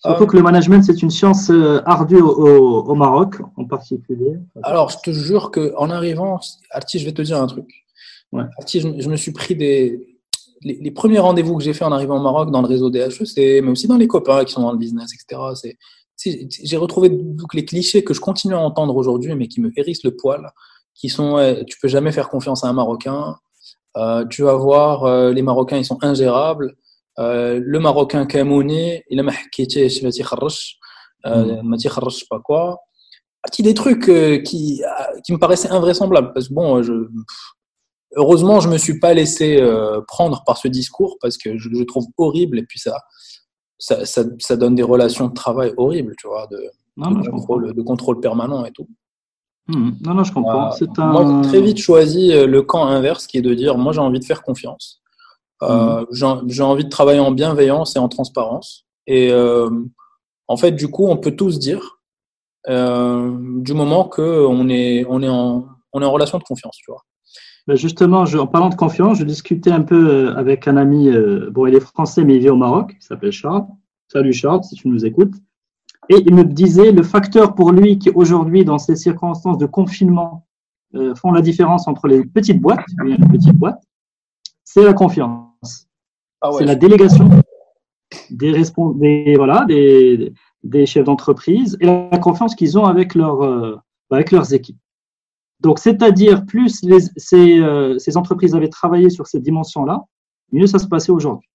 Surtout que le management, c'est une science euh, ardue au, au, au Maroc, en particulier. Alors, je te jure qu'en arrivant, Arti, je vais te dire un truc. Ouais. Arti, je, je me suis pris des. Les, les premiers rendez-vous que j'ai fait en arrivant au Maroc dans le réseau D H E C, mais aussi dans les copains qui sont dans le business, et cetera. C'est, c'est, j'ai retrouvé donc les clichés que je continue à entendre aujourd'hui, mais qui me hérissent le poil, qui sont ouais, tu peux jamais faire confiance à un Marocain, euh, tu vas voir, euh, les Marocains, ils sont ingérables. Euh, le Marocain Kamouni, il a mahkité, je vais kharrash, euh, ma ti kharrash, je sais pas quoi. Il y a des trucs euh, qui, qui me paraissaient invraisemblables. Parce que bon, je, heureusement, je me suis pas laissé euh, prendre par ce discours parce que je, je trouve horrible et puis ça, ça, ça, ça donne des relations de travail horribles, tu vois, de, non, de, non, contrôle, de contrôle permanent et tout. Mmh. Non, non, je comprends. Euh, c'est un... Moi, j'ai très vite choisi le camp inverse qui est de dire, moi, j'ai envie de faire confiance. Euh, mmh. j'ai, j'ai envie de travailler en bienveillance et en transparence. Et euh, en fait, du coup, on peut tous dire, euh, du moment qu'on est, on est, en, on est en relation de confiance, tu vois. Ben justement, je, en parlant de confiance, je discutais un peu avec un ami, euh, bon, il est français, mais il vit au Maroc, il s'appelle Charles. Salut Charles, si tu nous écoutes. Et il me disait, le facteur pour lui qui aujourd'hui, dans ces circonstances de confinement, euh, font la différence entre les petites boîtes, les petites boîtes, c'est la confiance. Ah ouais, c'est la délégation des responsables, des, voilà, des, des chefs d'entreprise et la confiance qu'ils ont avec, leur, euh, avec leurs équipes. Donc, c'est-à-dire, plus les, ces, euh, ces entreprises avaient travaillé sur cette dimension-là, mieux ça se passait aujourd'hui.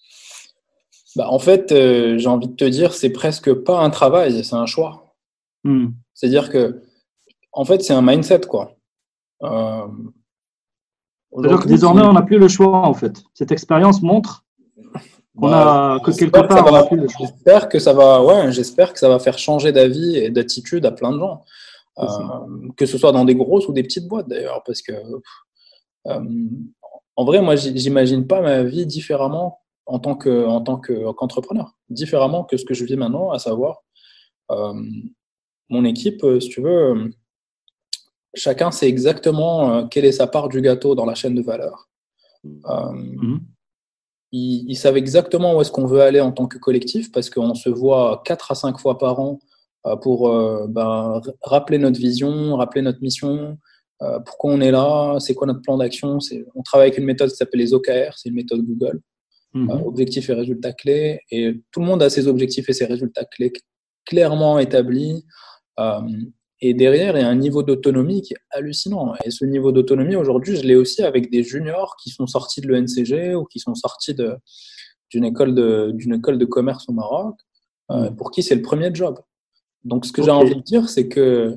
Bah, en fait, euh, j'ai envie de te dire, c'est presque pas un travail, c'est un choix. Hmm. C'est-à-dire que, en fait, c'est un mindset, quoi. Euh, C'est-à-dire que désormais, on n'a plus le choix, en fait. Cette expérience montre qu'on bah, a, que quelque part, que on n'a plus le choix. J'espère que ça va, ouais, j'espère que ça va faire changer d'avis et d'attitude à plein de gens. Euh, que ce soit dans des grosses ou des petites boîtes, d'ailleurs, parce que, euh, en vrai, moi, j'imagine pas ma vie différemment en tant que, en tant que, qu'entrepreneur, différemment que ce que je vis maintenant, à savoir, euh, mon équipe, si tu veux, chacun sait exactement quelle est sa part du gâteau dans la chaîne de valeur. Euh, mm-hmm. ils, ils savent exactement où est-ce qu'on veut aller en tant que collectif parce qu'on se voit quatre à cinq fois par an euh, pour euh, ben, rappeler notre vision, rappeler notre mission, euh, pourquoi on est là, c'est quoi notre plan d'action. C'est, on travaille avec une méthode qui s'appelle les O K R, c'est une méthode Google, mm-hmm. euh, objectifs et résultats clés, et tout le monde a ses objectifs et ses résultats clés clairement établis. Euh, Et derrière, il y a un niveau d'autonomie qui est hallucinant. Et ce niveau d'autonomie, aujourd'hui, je l'ai aussi avec des juniors qui sont sortis de l'E N C G ou qui sont sortis de, d'une, école de, d'une école de commerce au Maroc, euh, pour qui c'est le premier job. Donc, ce que okay. j'ai envie de dire, c'est que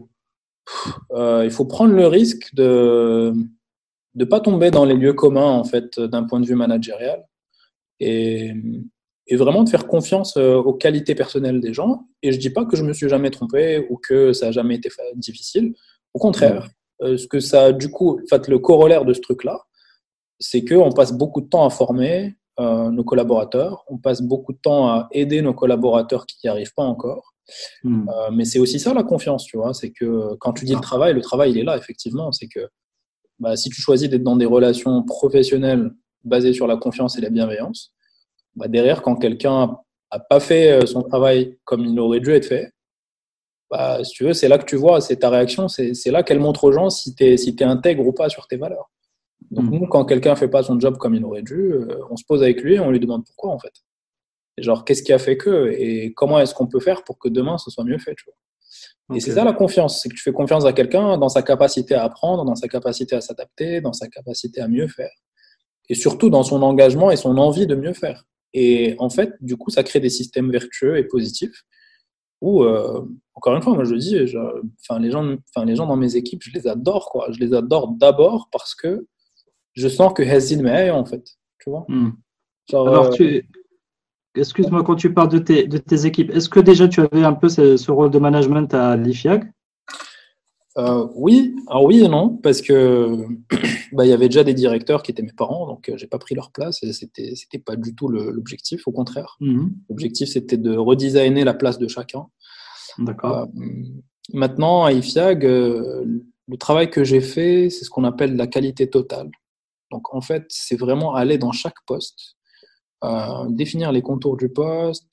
euh, il faut prendre le risque de ne pas tomber dans les lieux communs, en fait, d'un point de vue managérial. Et... et vraiment de faire confiance aux qualités personnelles des gens. Et je ne dis pas que je ne me suis jamais trompé ou que ça n'a jamais été difficile. Au contraire, euh, ce que ça, du coup, en fait, le corollaire de ce truc-là, c'est qu'on passe beaucoup de temps à former euh, nos collaborateurs, on passe beaucoup de temps à aider nos collaborateurs qui n'y arrivent pas encore. Mm. Euh, mais c'est aussi ça la confiance, tu vois. C'est que quand tu dis le travail, le travail, il est là, effectivement. C'est que bah, si tu choisis d'être dans des relations professionnelles basées sur la confiance et la bienveillance, bah derrière, quand quelqu'un n'a pas fait son travail comme il aurait dû être fait, bah, si tu veux, c'est là que tu vois, c'est ta réaction, c'est, c'est là qu'elle montre aux gens si tu es si t'es intègre ou pas sur tes valeurs. Donc, mmh. nous, quand quelqu'un ne fait pas son job comme il aurait dû, euh, on se pose avec lui et on lui demande pourquoi, en fait. Et genre, qu'est-ce qui a fait que et comment est-ce qu'on peut faire pour que demain, ce soit mieux fait, tu vois. Okay. Et c'est ça la confiance, c'est que tu fais confiance à quelqu'un dans sa capacité à apprendre, dans sa capacité à s'adapter, dans sa capacité à mieux faire. Et surtout dans son engagement et son envie de mieux faire. Et en fait, du coup, ça crée des systèmes vertueux et positifs où, euh, encore une fois, moi je le dis, je, enfin, les gens, enfin, les gens dans mes équipes, je les adore, quoi. Je les adore d'abord parce que je sens que Hazil m'aille, en fait. Tu vois hmm. Genre, Alors, euh... tu... excuse-moi, quand tu parles de tes, de tes équipes, est-ce que déjà tu avais un peu ce, ce rôle de management à l'I F I A G ? Euh, oui, alors oui et non, parce que bah, y avait déjà des directeurs qui étaient mes parents, donc euh, j'ai pas pris leur place et c'était, c'était pas du tout le, l'objectif, au contraire. Mm-hmm. L'objectif, c'était de redesigner la place de chacun. D'accord. Euh, maintenant, à I F I A G, euh, le travail que j'ai fait, c'est ce qu'on appelle la qualité totale. Donc, en fait, c'est vraiment aller dans chaque poste, euh, définir les contours du poste,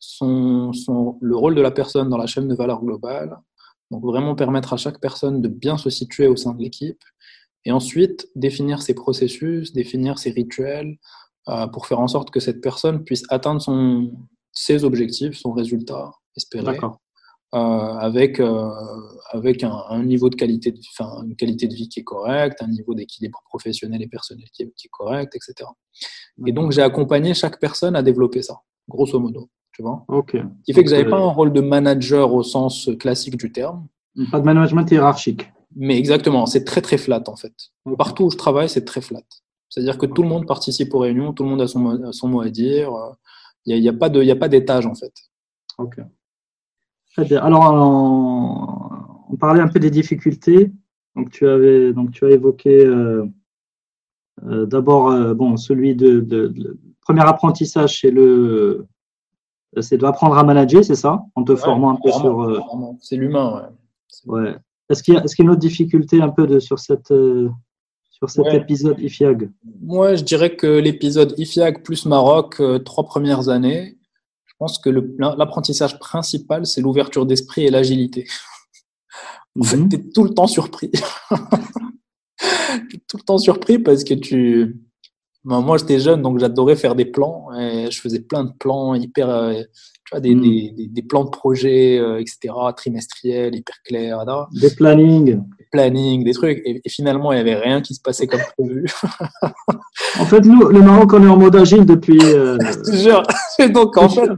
son, son, le rôle de la personne dans la chaîne de valeur globale. Donc, vraiment permettre à chaque personne de bien se situer au sein de l'équipe. Et ensuite, définir ses processus, définir ses rituels euh, pour faire en sorte que cette personne puisse atteindre son, ses objectifs, son résultat espéré. D'accord. Euh, avec, euh, avec un, un niveau de qualité de, enfin, une qualité de vie qui est correcte, un niveau d'équilibre professionnel et personnel qui est, qui est correct, et cetera. D'accord. Et donc, j'ai accompagné chaque personne à développer ça, grosso modo. Tu vois, ok. Ce qui fait donc, que je n'avais euh... pas un rôle de manager au sens classique du terme. Pas de management hiérarchique. Mais exactement, c'est très très flat en fait. Okay. Partout où je travaille, c'est très flat. C'est-à-dire que okay. tout le monde participe aux réunions, tout le monde a son mot, son mot à dire. Il n'y a, a pas de, il y a pas d'étage en fait. Ok. Très bien. Alors, on, on parlait un peu des difficultés. Donc, tu avais, donc tu as évoqué euh, euh, d'abord, euh, bon, celui de, de, de premier apprentissage, c'est le, c'est d'apprendre à manager, c'est ça, en te ouais, formant un peu sur. Euh... C'est l'humain, ouais. Ouais. Est-ce qu'il y a, est-ce qu'il y a une autre difficulté un peu de, sur, cette, euh, sur cet ouais. épisode I F I A G? Moi, je dirais que l'épisode I F I A G plus Maroc, euh, trois premières années, je pense que le, l'apprentissage principal, c'est l'ouverture d'esprit et l'agilité. En mm-hmm. fait, tu es tout le temps surpris. Tu es tout le temps surpris parce que tu… Ben, moi, j'étais jeune, donc j'adorais faire des plans. Et je faisais plein de plans hyper… Euh, tu vois, des, mm. des, des, des plans de projet, euh, et cetera, trimestriels, hyper clairs. Là. Des plannings. Des plannings, des trucs. Et, et finalement, il n'y avait rien qui se passait comme prévu. En fait, nous, le Maroc, on est en mode agile depuis… Euh... Je te jure. Donc, en fait…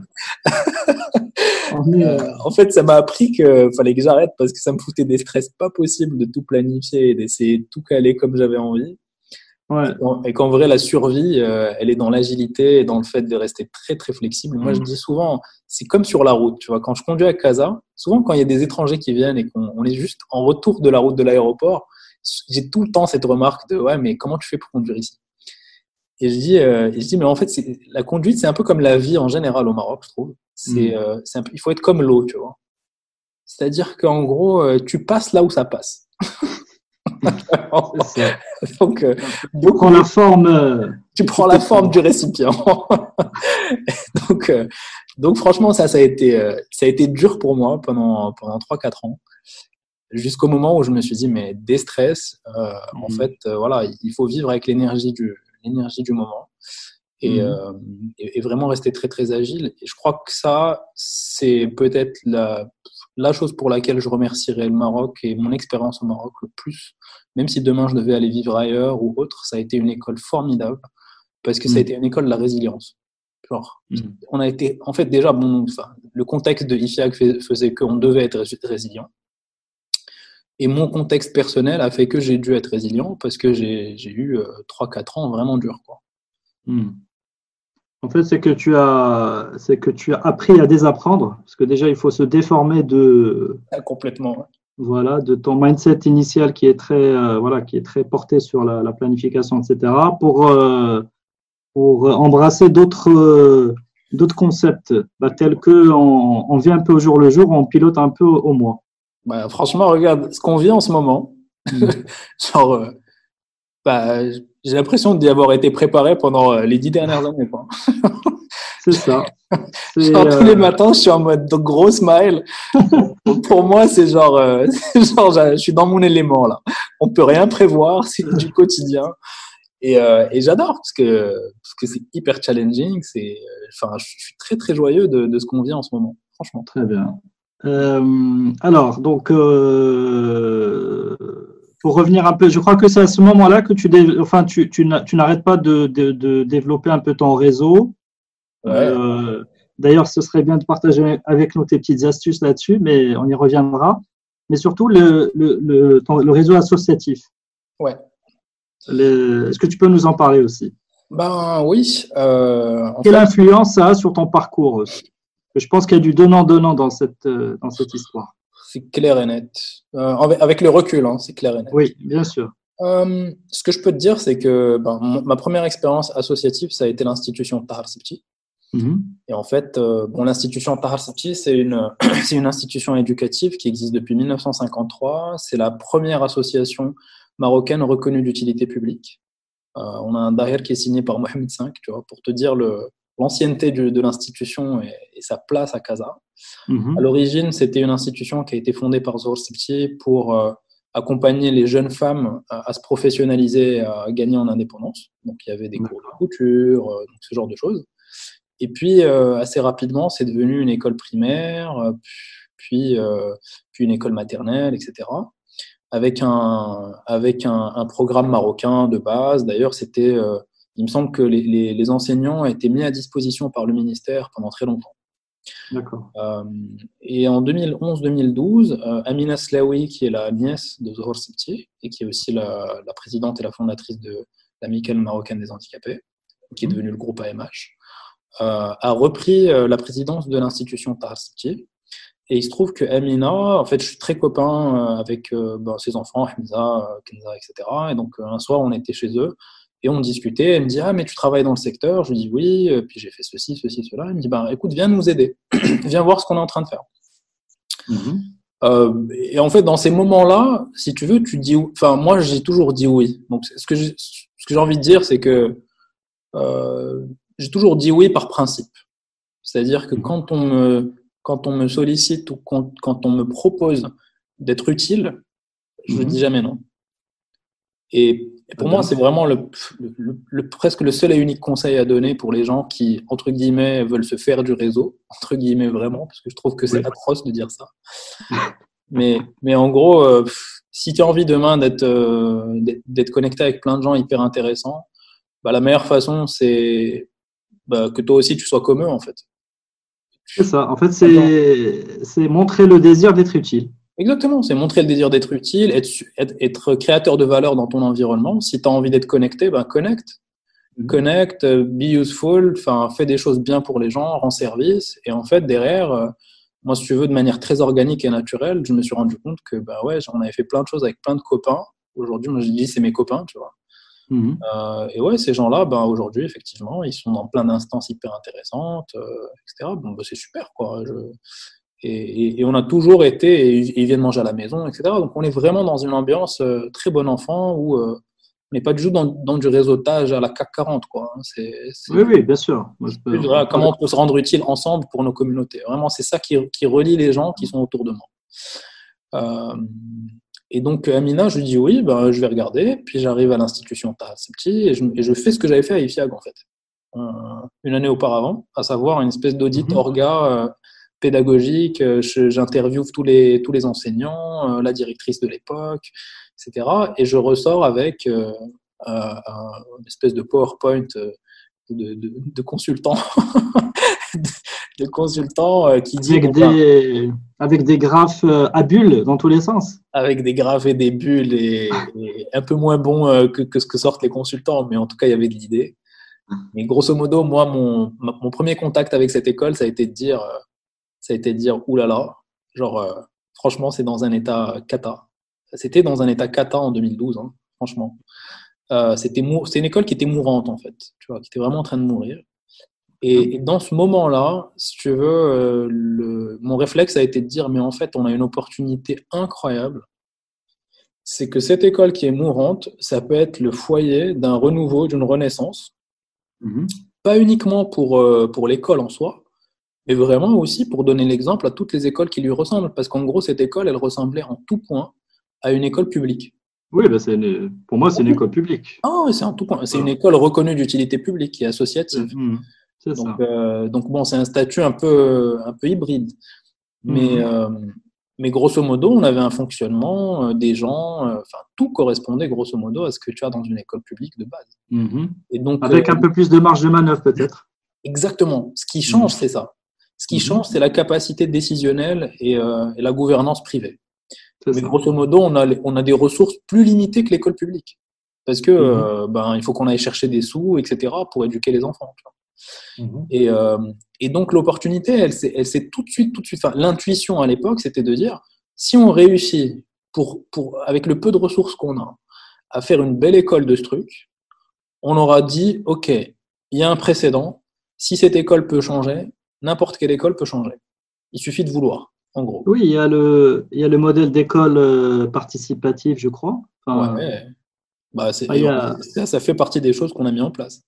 euh, en fait, ça m'a appris qu'il fallait que j'arrête parce que ça me foutait des stress pas possibles de tout planifier et d'essayer de tout caler comme j'avais envie. Ouais. Et qu'en vrai, la survie, euh, elle est dans l'agilité et dans le fait de rester très, très flexible. Moi, je dis souvent, c'est comme sur la route. Tu vois, quand je conduis à Casa, souvent, quand il y a des étrangers qui viennent et qu'on on est juste en retour de la route de l'aéroport, j'ai tout le temps cette remarque de « Ouais, mais comment tu fais pour conduire ici ?» Et je dis, euh, et je dis, mais en fait, c'est, la conduite, c'est un peu comme la vie en général au Maroc, je trouve. C'est, mmh. euh, c'est un peu, il faut être comme l'eau, tu vois. C'est-à-dire qu'en gros, euh, tu passes là où ça passe. C'est ça. Donc, euh, tu prends la forme. Euh, tu prends la forme du récipient. donc, euh, donc, franchement, ça, ça a été, euh, ça a été dur pour moi pendant pendant trois quatre ans, jusqu'au moment où je me suis dit, mais déstress. Euh, mmh. En fait, euh, voilà, il faut vivre avec l'énergie du l'énergie du moment et, mmh. euh, et, et vraiment rester très très agile. Et je crois que ça, c'est peut-être la la chose pour laquelle je remercierais le Maroc et mon expérience au Maroc le plus, même si demain je devais aller vivre ailleurs ou autre, ça a été une école formidable parce que mmh. ça a été une école de la résilience. Genre, mmh. on a été, en fait, déjà, bon, enfin, le contexte de I F I A G faisait qu'on devait être résilient. Et mon contexte personnel a fait que j'ai dû être résilient parce que j'ai, j'ai eu euh, trois quatre ans vraiment durs, quoi. Mmh. En fait, c'est que tu as, c'est que tu as appris à désapprendre, parce que déjà, il faut se déformer de, ah, complètement, ouais. Voilà, de ton mindset initial qui est très, euh, voilà, qui est très porté sur la, la planification, et cetera, pour, euh, pour embrasser d'autres, euh, d'autres concepts, bah, tels que on, on vit un peu au jour le jour, on pilote un peu au, au mois. Bah, franchement, regarde ce qu'on vit en ce moment. Mmh. Genre, euh, bah, j'ai l'impression d'y avoir été préparé pendant les dix dernières années, quoi. C'est ça. C'est, genre, euh... tous les matins, je suis en mode gros smile. Pour moi, c'est genre, euh, c'est genre, je suis dans mon élément, là. On peut rien prévoir, c'est du quotidien. Et, euh, et j'adore parce que, parce que c'est hyper challenging. C'est, enfin, je suis très, très joyeux de, de ce qu'on vit en ce moment, franchement. Très bien. Euh, alors, donc, euh, pour revenir un peu, je crois que c'est à ce moment-là que tu, dé, enfin, tu, tu, tu n'arrêtes pas de, de, de développer un peu ton réseau. Ouais. Euh, d'ailleurs, ce serait bien de partager avec nous tes petites astuces là-dessus, mais on y reviendra. Mais surtout, le, le, le, ton, le réseau associatif. Ouais. Le, est-ce que tu peux nous en parler aussi? Ben oui. Euh, Quelle fait, influence ça a sur ton parcours aussi? Je pense qu'il y a du donnant-donnant dans cette, dans cette histoire. C'est clair et net. Euh, avec le recul, hein, c'est clair et net. Oui, bien sûr. Euh, ce que je peux te dire, c'est que ben, ma première expérience associative, ça a été l'institution Tahar Sibti. Mm-hmm. Et en fait, euh, bon, l'institution Tahar Sibti, c'est une, c'est une institution éducative qui existe depuis mille neuf cent cinquante-trois. C'est la première association marocaine reconnue d'utilité publique. Euh, on a un Daher qui est signé par Mohamed cinq, tu vois, pour te dire le, l'ancienneté de, de l'institution et, et sa place à Casa. Mhm. À l'origine, c'était une institution qui a été fondée par Zohar Sebti pour euh, accompagner les jeunes femmes à, à se professionnaliser, à gagner en indépendance. Donc, il y avait des cours de couture, euh, donc ce genre de choses. Et puis, euh, assez rapidement, c'est devenu une école primaire, euh, puis, euh, puis une école maternelle, et cetera. Avec un, avec un, un programme marocain de base. D'ailleurs, c'était, euh, il me semble que les, les, les enseignants étaient mis à disposition par le ministère pendant très longtemps. D'accord. Euh, et en deux mille onze deux mille douze, euh, Amina Slaoui, qui est la nièce de Zohar Sebti et qui est aussi la, la présidente et la fondatrice de l'Amicale marocaine des handicapés, qui est devenue le groupe A M H, euh, a repris euh, la présidence de l'institution Tahar Sebti. Et il se trouve que Amina, en fait, je suis très copain avec euh, ben, ses enfants, Hamza, Kenza, et cetera. Et donc, euh, un soir, on était chez eux et on discutait. Elle me dit « Ah, mais tu travailles dans le secteur ?» Je lui dis « Oui. » Puis j'ai fait ceci, ceci, cela. Elle me dit ben, « Écoute, viens nous aider. Viens voir ce qu'on est en train de faire. Mhm. » euh, Et en fait, dans ces moments-là, si tu veux, tu dis « Enfin, moi, j'ai toujours dit oui. » Donc, ce que j'ai, ce que j'ai envie de dire, c'est que euh, j'ai toujours dit oui par principe. C'est-à-dire que Mhm. quand on me... Quand on me sollicite ou quand, quand on me propose d'être utile, je ne Mhm. dis jamais non. Et, et pour moi, c'est vraiment le, le, le, presque le seul et unique conseil à donner pour les gens qui, entre guillemets, veulent se faire du réseau, entre guillemets vraiment, parce que je trouve que c'est Oui. atroce de dire ça. mais, mais en gros, euh, si tu as envie demain d'être, euh, d'être connecté avec plein de gens hyper intéressants, bah, la meilleure façon, c'est bah, que toi aussi, tu sois comme eux, en fait. C'est ça. En fait, c'est, c'est montrer le désir d'être utile. Exactement, c'est montrer le désir d'être utile, être, être, être créateur de valeur dans ton environnement. Si tu as envie d'être connecté, ben connecte. Mm-hmm. Connecte, be useful, enfin, fais des choses bien pour les gens, rends service. Et en fait, derrière, euh, moi, si tu veux, de manière très organique et naturelle, je me suis rendu compte que, bah ouais, j'en avais fait plein de choses avec plein de copains. Aujourd'hui, moi, je dis, c'est mes copains, tu vois. Mm-hmm. Euh, et ouais, ces gens-là, ben, aujourd'hui, effectivement, ils sont dans plein d'instances hyper intéressantes, euh, et cetera. Donc, ben, c'est super, quoi. Je... Et, et, et on a toujours été, et ils viennent manger à la maison, et cetera. Donc, on est vraiment dans une ambiance euh, très bon enfant où euh, on n'est pas du tout dans, dans du réseautage à la C A C quarante, quoi. C'est, c'est... Oui, oui, bien sûr. Moi, je peux... Voilà, comment on peut se rendre utile ensemble pour nos communautés. Vraiment, c'est ça qui, qui relie les gens qui sont autour de moi. Euh, et donc, Amina, je lui dis oui, ben, je vais regarder. Puis j'arrive à l'institution Tahar Sebti et je, et je fais ce que j'avais fait à I F I A G, en fait, euh, une année auparavant, à savoir une espèce d'audit mm-hmm. orga euh, pédagogique. Je, j'interviewe tous les, tous les enseignants, euh, la directrice de l'époque, et cetera. Et je ressors avec euh, euh, une espèce de PowerPoint de, de, de, de consultant. de consultant euh, qui dit avec, bon, des, ben, avec des graphes euh, à bulles dans tous les sens. Avec des graphes et des bulles et, et un peu moins bon euh, que, que ce que sortent les consultants, mais en tout cas il y avait de l'idée. Mais grosso modo, moi mon, mon premier contact avec cette école, ça a été de dire, euh, ça a été de dire oulala, genre euh, franchement c'est dans un état cata. C'était dans un état cata en deux mille douze, hein, franchement. Euh, c'était mou- c'était une école qui était mourante en fait, tu vois, qui était vraiment en train de mourir. Et, et dans ce moment-là, si tu veux, euh, le, mon réflexe a été de dire, mais en fait, on a une opportunité incroyable. C'est que cette école qui est mourante, ça peut être le foyer d'un renouveau, d'une renaissance. Mm-hmm. Pas uniquement pour, euh, pour l'école en soi, mais vraiment aussi pour donner l'exemple à toutes les écoles qui lui ressemblent. Parce qu'en gros, cette école, elle ressemblait en tout point à une école publique. Oui, ben c'est une, pour moi, c'est une école publique. Ah oui, c'est en tout point. C'est voilà. Une école reconnue d'utilité publique qui est associative. Mm-hmm. C'est donc, ça. Euh, donc bon, c'est un statut un peu, un peu hybride. Mais, mmh. euh, mais grosso modo, on avait un fonctionnement, euh, des gens, enfin, euh, tout correspondait grosso modo à ce que tu as dans une école publique de base. Mmh. Et donc, avec euh, un peu plus de marge de manœuvre, peut-être. Exactement. Ce qui change, mmh. c'est ça. Ce qui mmh. change, c'est la capacité décisionnelle et, euh, et la gouvernance privée. C'est mais ça. Grosso modo, on a, on a des ressources plus limitées que l'école publique. Parce que, mmh. euh, ben, il faut qu'on aille chercher des sous, et cetera, pour éduquer les enfants. Tu vois. Mmh. Et, euh, et donc l'opportunité, elle s'est, elle s'est tout de suite, tout de suite. Enfin, l'intuition à l'époque, c'était de dire si on réussit pour, pour, avec le peu de ressources qu'on a, à faire une belle école de ce truc, on aura dit ok, il y a un précédent. Si cette école peut changer, n'importe quelle école peut changer. Il suffit de vouloir, en gros. Oui, il y a le, il y a le modèle d'école euh, participative, je crois. Enfin, ouais. Bah, c'est, ah, a... ça, ça fait partie des choses qu'on a mis en place.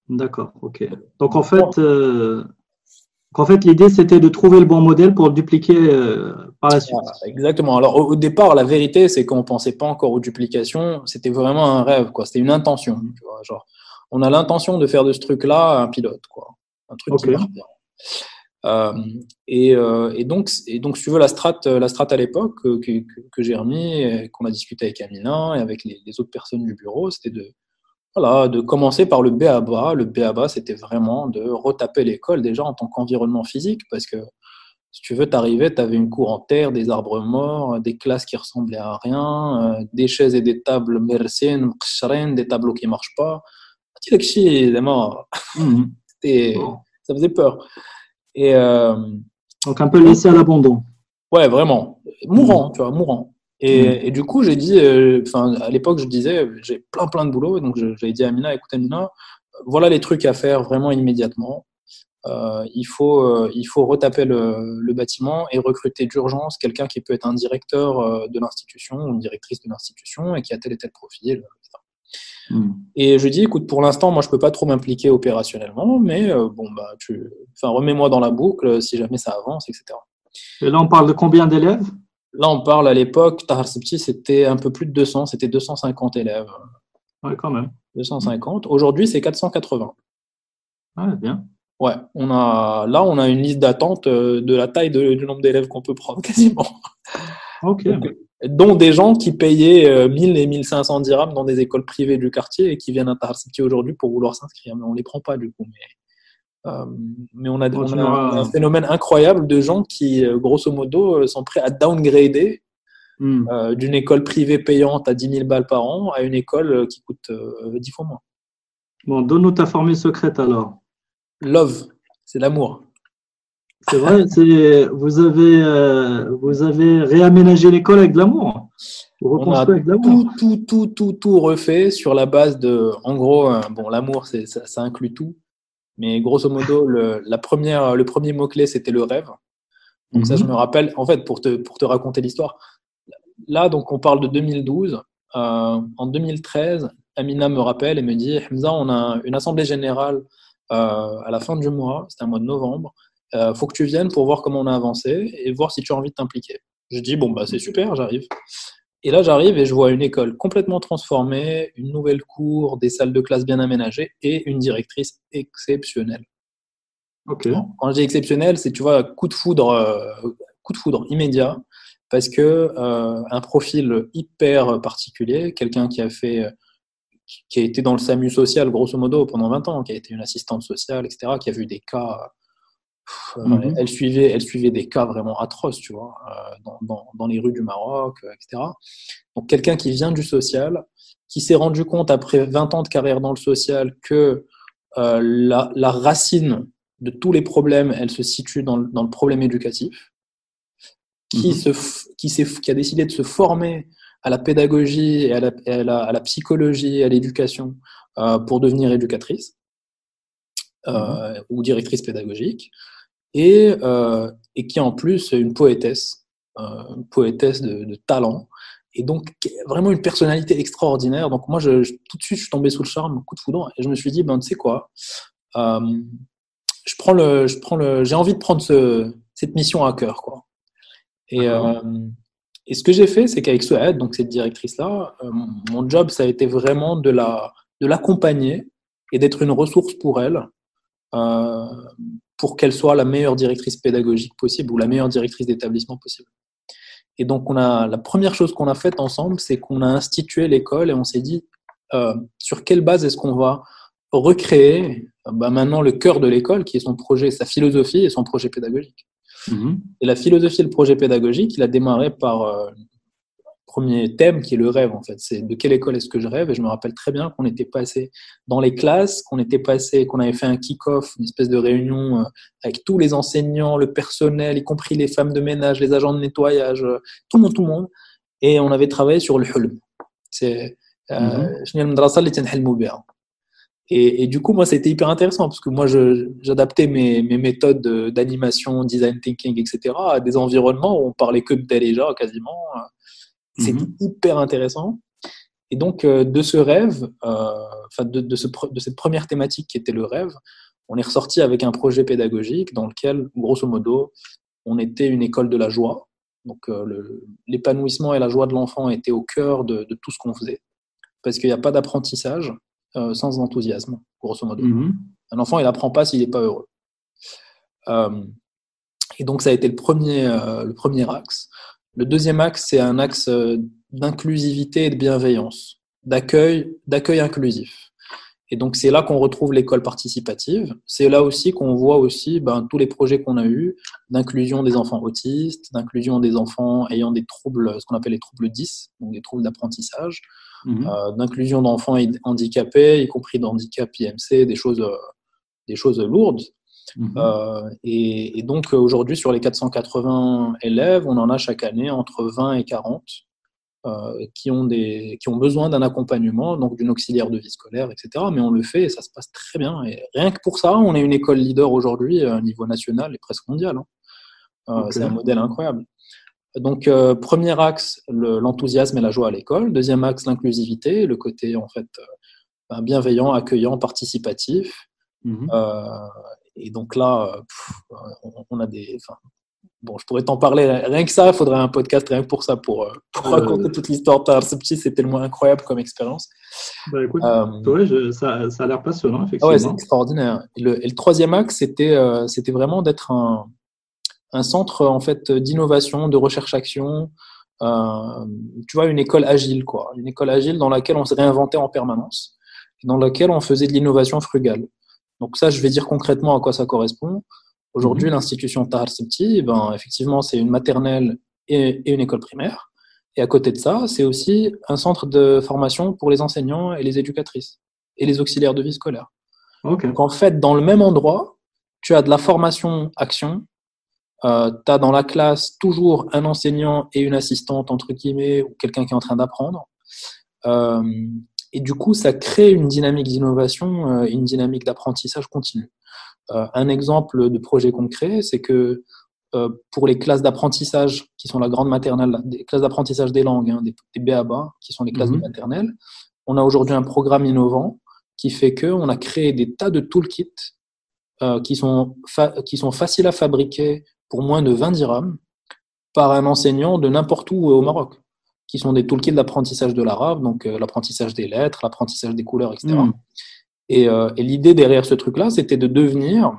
D'accord, ok. Donc en fait, euh, en fait l'idée c'était de trouver le bon modèle pour le dupliquer euh, par la suite. Ah, exactement. Alors, au, au départ, la vérité, c'est qu'on ne pensait pas encore aux duplications. C'était vraiment un rêve, quoi. C'était une intention. Tu vois, genre, on a l'intention de faire de ce truc-là un pilote, quoi. Un truc qui Ok. marche bien. Euh, et, euh, et, donc, et donc, si tu veux, la strat, la strat à l'époque euh, que, que, que j'ai remis, et qu'on a discuté avec Amina et avec les, les autres personnes du bureau, c'était de, voilà, de commencer par le B A B A. Le B A B A, c'était vraiment de retaper l'école déjà en tant qu'environnement physique, parce que si tu veux, t'arrivais, tu avais une cour en terre, des arbres morts, des classes qui ressemblaient à rien, euh, des chaises et des tables merciennes, mqchrin, des tableaux qui marchent pas. Vraiment, Mhm. c'était- Bon. ça faisait peur. Et euh, Donc un peu laissé à l'abandon. ouais, vraiment, mourant, Mhm. tu vois, mourant. Mhm. Et, et du coup, j'ai dit, euh, enfin, à l'époque, je disais, j'ai plein, plein de boulot. Donc, je- j'avais dit à Amina, écoute, Amina, voilà les trucs à faire vraiment immédiatement. Euh, il faut, euh, il faut retaper le, le bâtiment et recruter d'urgence quelqu'un qui peut être un directeur euh, de l'institution ou une directrice de l'institution et qui a tel et tel profil, et cetera. Mhm. Et je dis, écoute, pour l'instant, moi, je peux pas trop m'impliquer opérationnellement, mais euh, bon, bah, tu, enfin, remets-moi dans la boucle si jamais ça avance, et cetera. Et là on parle de combien d'élèves? Là, on parle à l'époque, Tahar Septi, c'était un peu plus de deux cents, c'était deux cent cinquante élèves. Ouais, quand même. Mhm. deux cent cinquante. Aujourd'hui, c'est quatre cent quatre-vingts. Ouais, bien. Ouais, on a, là, on a une liste d'attente euh, de la taille de- du nombre d'élèves qu'on peut prendre quasiment. Ok. Donc, dont des gens qui payaient euh, mille et mille cinq cents dirhams dans des écoles privées du quartier et qui viennent à Tahar City aujourd'hui pour vouloir s'inscrire. Mais on les prend pas du coup. Mais, euh, mais on, a, Bon, on, tu a, on a un m'auras. phénomène incroyable de gens qui, euh, grosso modo, euh, sont prêts à downgrader Mhm. euh, d'une école privée payante à dix mille balles par an à une école euh, qui coûte euh, dix fois moins. Bon, donne-nous ta formule secrète alors. Love, c'est l'amour. C'est vrai, c'est vous avez euh, vous avez réaménagé l'école avec de l'amour. Vous On reconstruit a avec de l'amour. tout, tout, tout, tout, tout refait sur la base de, en gros, euh, bon, l'amour, c'est, ça, ça inclut tout. Mais grosso modo, le, la première, le premier mot-clé, c'était le rêve. Donc ça, je me Mhm. rappelle, en fait, pour te, pour te raconter l'histoire, là, donc on parle de deux mille douze. Euh, en deux mille treize, Amina me rappelle et me dit, Hamza, on a une assemblée générale euh, à la fin du mois, c'était un mois de novembre. Il euh, faut que tu viennes pour voir comment on a avancé et voir si tu as envie de t'impliquer. Je dis, bon, bah c'est super, j'arrive. Et là, j'arrive et je vois une école complètement transformée, une nouvelle cour, des salles de classe bien aménagées et une directrice exceptionnelle. Ok. Alors, quand je dis exceptionnelle, c'est, tu vois, coup de foudre, euh, coup de foudre immédiat, parce que euh, un profil hyper particulier, quelqu'un qui a fait, qui a été dans le SAMU social grosso modo pendant vingt ans, qui a été une assistante sociale, et cetera, qui a vu des cas, euh, Mhm. elle suivait, elle suivait des cas vraiment atroces, tu vois, euh, dans, dans, dans les rues du Maroc, euh, et cetera. Donc quelqu'un qui vient du social, qui s'est rendu compte après vingt ans de carrière dans le social que euh, la, la racine de tous les problèmes, elle se situe dans le, dans le problème éducatif, qui, Mhm. se, qui, qui a décidé de se former à la pédagogie et à la, et à la, à la psychologie et à l'éducation euh, pour devenir éducatrice Mhm. euh, ou directrice pédagogique, et, euh, et qui est en plus une poétesse, euh, une poétesse de, de talent, et donc vraiment une personnalité extraordinaire. Donc moi, je, je, tout de suite, je suis tombé sous le charme, coup de foudre, et je me suis dit, ben tu sais quoi, euh, je prends le, je prends le, j'ai envie de prendre ce, cette mission à cœur, quoi. Et, D'accord. euh, et ce que j'ai fait, c'est qu'avec Souad, donc cette directrice-là, euh, mon job, ça a été vraiment de la, de l'accompagner et d'être une ressource pour elle, euh, pour qu'elle soit la meilleure directrice pédagogique possible ou la meilleure directrice d'établissement possible. Et donc, on a, la première chose qu'on a faite ensemble, c'est qu'on a institué l'école et on s'est dit, euh, sur quelle base est-ce qu'on va recréer bah, maintenant le cœur de l'école, qui est son projet, sa philosophie et son projet pédagogique. Mhm. Et la philosophie et le projet pédagogique, il a démarré par euh, premier thème qui est le rêve en fait. C'est de quelle école est-ce que je rêve? Et je me rappelle très bien qu'on était passé dans les classes, qu'on était passé, qu'on avait fait un kick-off, une espèce de réunion euh, avec tous les enseignants, le personnel, y compris les femmes de ménage, les agents de nettoyage, euh, tout le monde, tout le monde. Et on avait travaillé sur le hulm. C'est euh, Mhm. et, et du coup, moi, c'était hyper intéressant parce que moi, je, j'adaptais mes, mes méthodes d'animation, design thinking, et cetera à des environnements où on parlait que de déjà quasiment. C'était Mhm. hyper intéressant. Et donc, euh, de ce rêve, euh, enfin de, de, ce, de cette première thématique qui était le rêve, on est ressorti avec un projet pédagogique dans lequel, grosso modo, on était une école de la joie. Donc, euh, le, l'épanouissement et la joie de l'enfant étaient au cœur de, de tout ce qu'on faisait. Parce qu'il n'y a pas d'apprentissage euh, sans enthousiasme, grosso modo. Mm-hmm. Un enfant, il n'apprend pas s'il n'est pas heureux. Euh, et donc, ça a été le premier, euh, le premier axe. Le deuxième axe, c'est un axe euh, d'inclusivité et de bienveillance, d'accueil, d'accueil inclusif. Et donc, c'est là qu'on retrouve l'école participative. C'est là aussi qu'on voit aussi ben, tous les projets qu'on a eus d'inclusion des enfants autistes, d'inclusion des enfants ayant des troubles, ce qu'on appelle les troubles dix, donc des troubles d'apprentissage, mmh. euh, d'inclusion d'enfants handicapés, y compris de handicap I M C, des choses, euh, des choses lourdes. Mmh. Euh, et, et donc, aujourd'hui, sur les quatre cent quatre-vingts élèves, on en a chaque année entre vingt et quarante. Euh, qui, ont des, qui ont besoin d'un accompagnement, donc d'une auxiliaire de vie scolaire, et cetera. Mais on le fait et ça se passe très bien. Et rien que pour ça, on est une école leader aujourd'hui à niveau national et presque mondial. Hein. Euh, okay. C'est un modèle incroyable. Donc, euh, premier axe, le, l'enthousiasme et la joie à l'école. Deuxième axe, l'inclusivité, le côté en fait euh, bienveillant, accueillant, participatif. Mm-hmm. Euh, et donc là, pff, on, on a des... Bon, je pourrais t'en parler, rien que ça, il faudrait un podcast rien que pour ça, pour, pour euh, raconter toute l'histoire de Tahar Sebti. C'était le moins incroyable comme expérience. Bah écoute, euh, ouais, je, ça, ça a l'air passionnant, effectivement. Ouais, c'est extraordinaire. Et le, et le troisième axe, c'était, euh, c'était vraiment d'être un, un centre en fait, d'innovation, de recherche-action. Euh, tu vois, une école agile, quoi. Une école agile dans laquelle on se réinventait en permanence, dans laquelle on faisait de l'innovation frugale. Donc ça, je vais dire concrètement à quoi ça correspond. Aujourd'hui, mmh. l'institution Tahar Sebti, ben, effectivement, c'est une maternelle et, et une école primaire. Et à côté de ça, c'est aussi un centre de formation pour les enseignants et les éducatrices et les auxiliaires de vie scolaire. Okay. Donc, en fait, dans le même endroit, tu as de la formation action. Euh, tu as dans la classe toujours un enseignant et une assistante, entre guillemets, ou quelqu'un qui est en train d'apprendre. Euh, et du coup, ça crée une dynamique d'innovation, euh, une dynamique d'apprentissage continu. Euh, un exemple de projet concret, c'est que euh, pour les classes d'apprentissage, qui sont la grande maternelle, des classes d'apprentissage des langues, hein, des, des B A B A, qui sont les classes mmh. de maternelle, on a aujourd'hui un programme innovant qui fait qu'on a créé des tas de toolkits euh, qui, sont fa- qui sont faciles à fabriquer pour moins de vingt dirhams par un enseignant de n'importe où au Maroc, qui sont des toolkits d'apprentissage de l'arabe, donc euh, l'apprentissage des lettres, l'apprentissage des couleurs, et cetera. Mmh. Et, euh, et l'idée derrière ce truc-là, c'était de devenir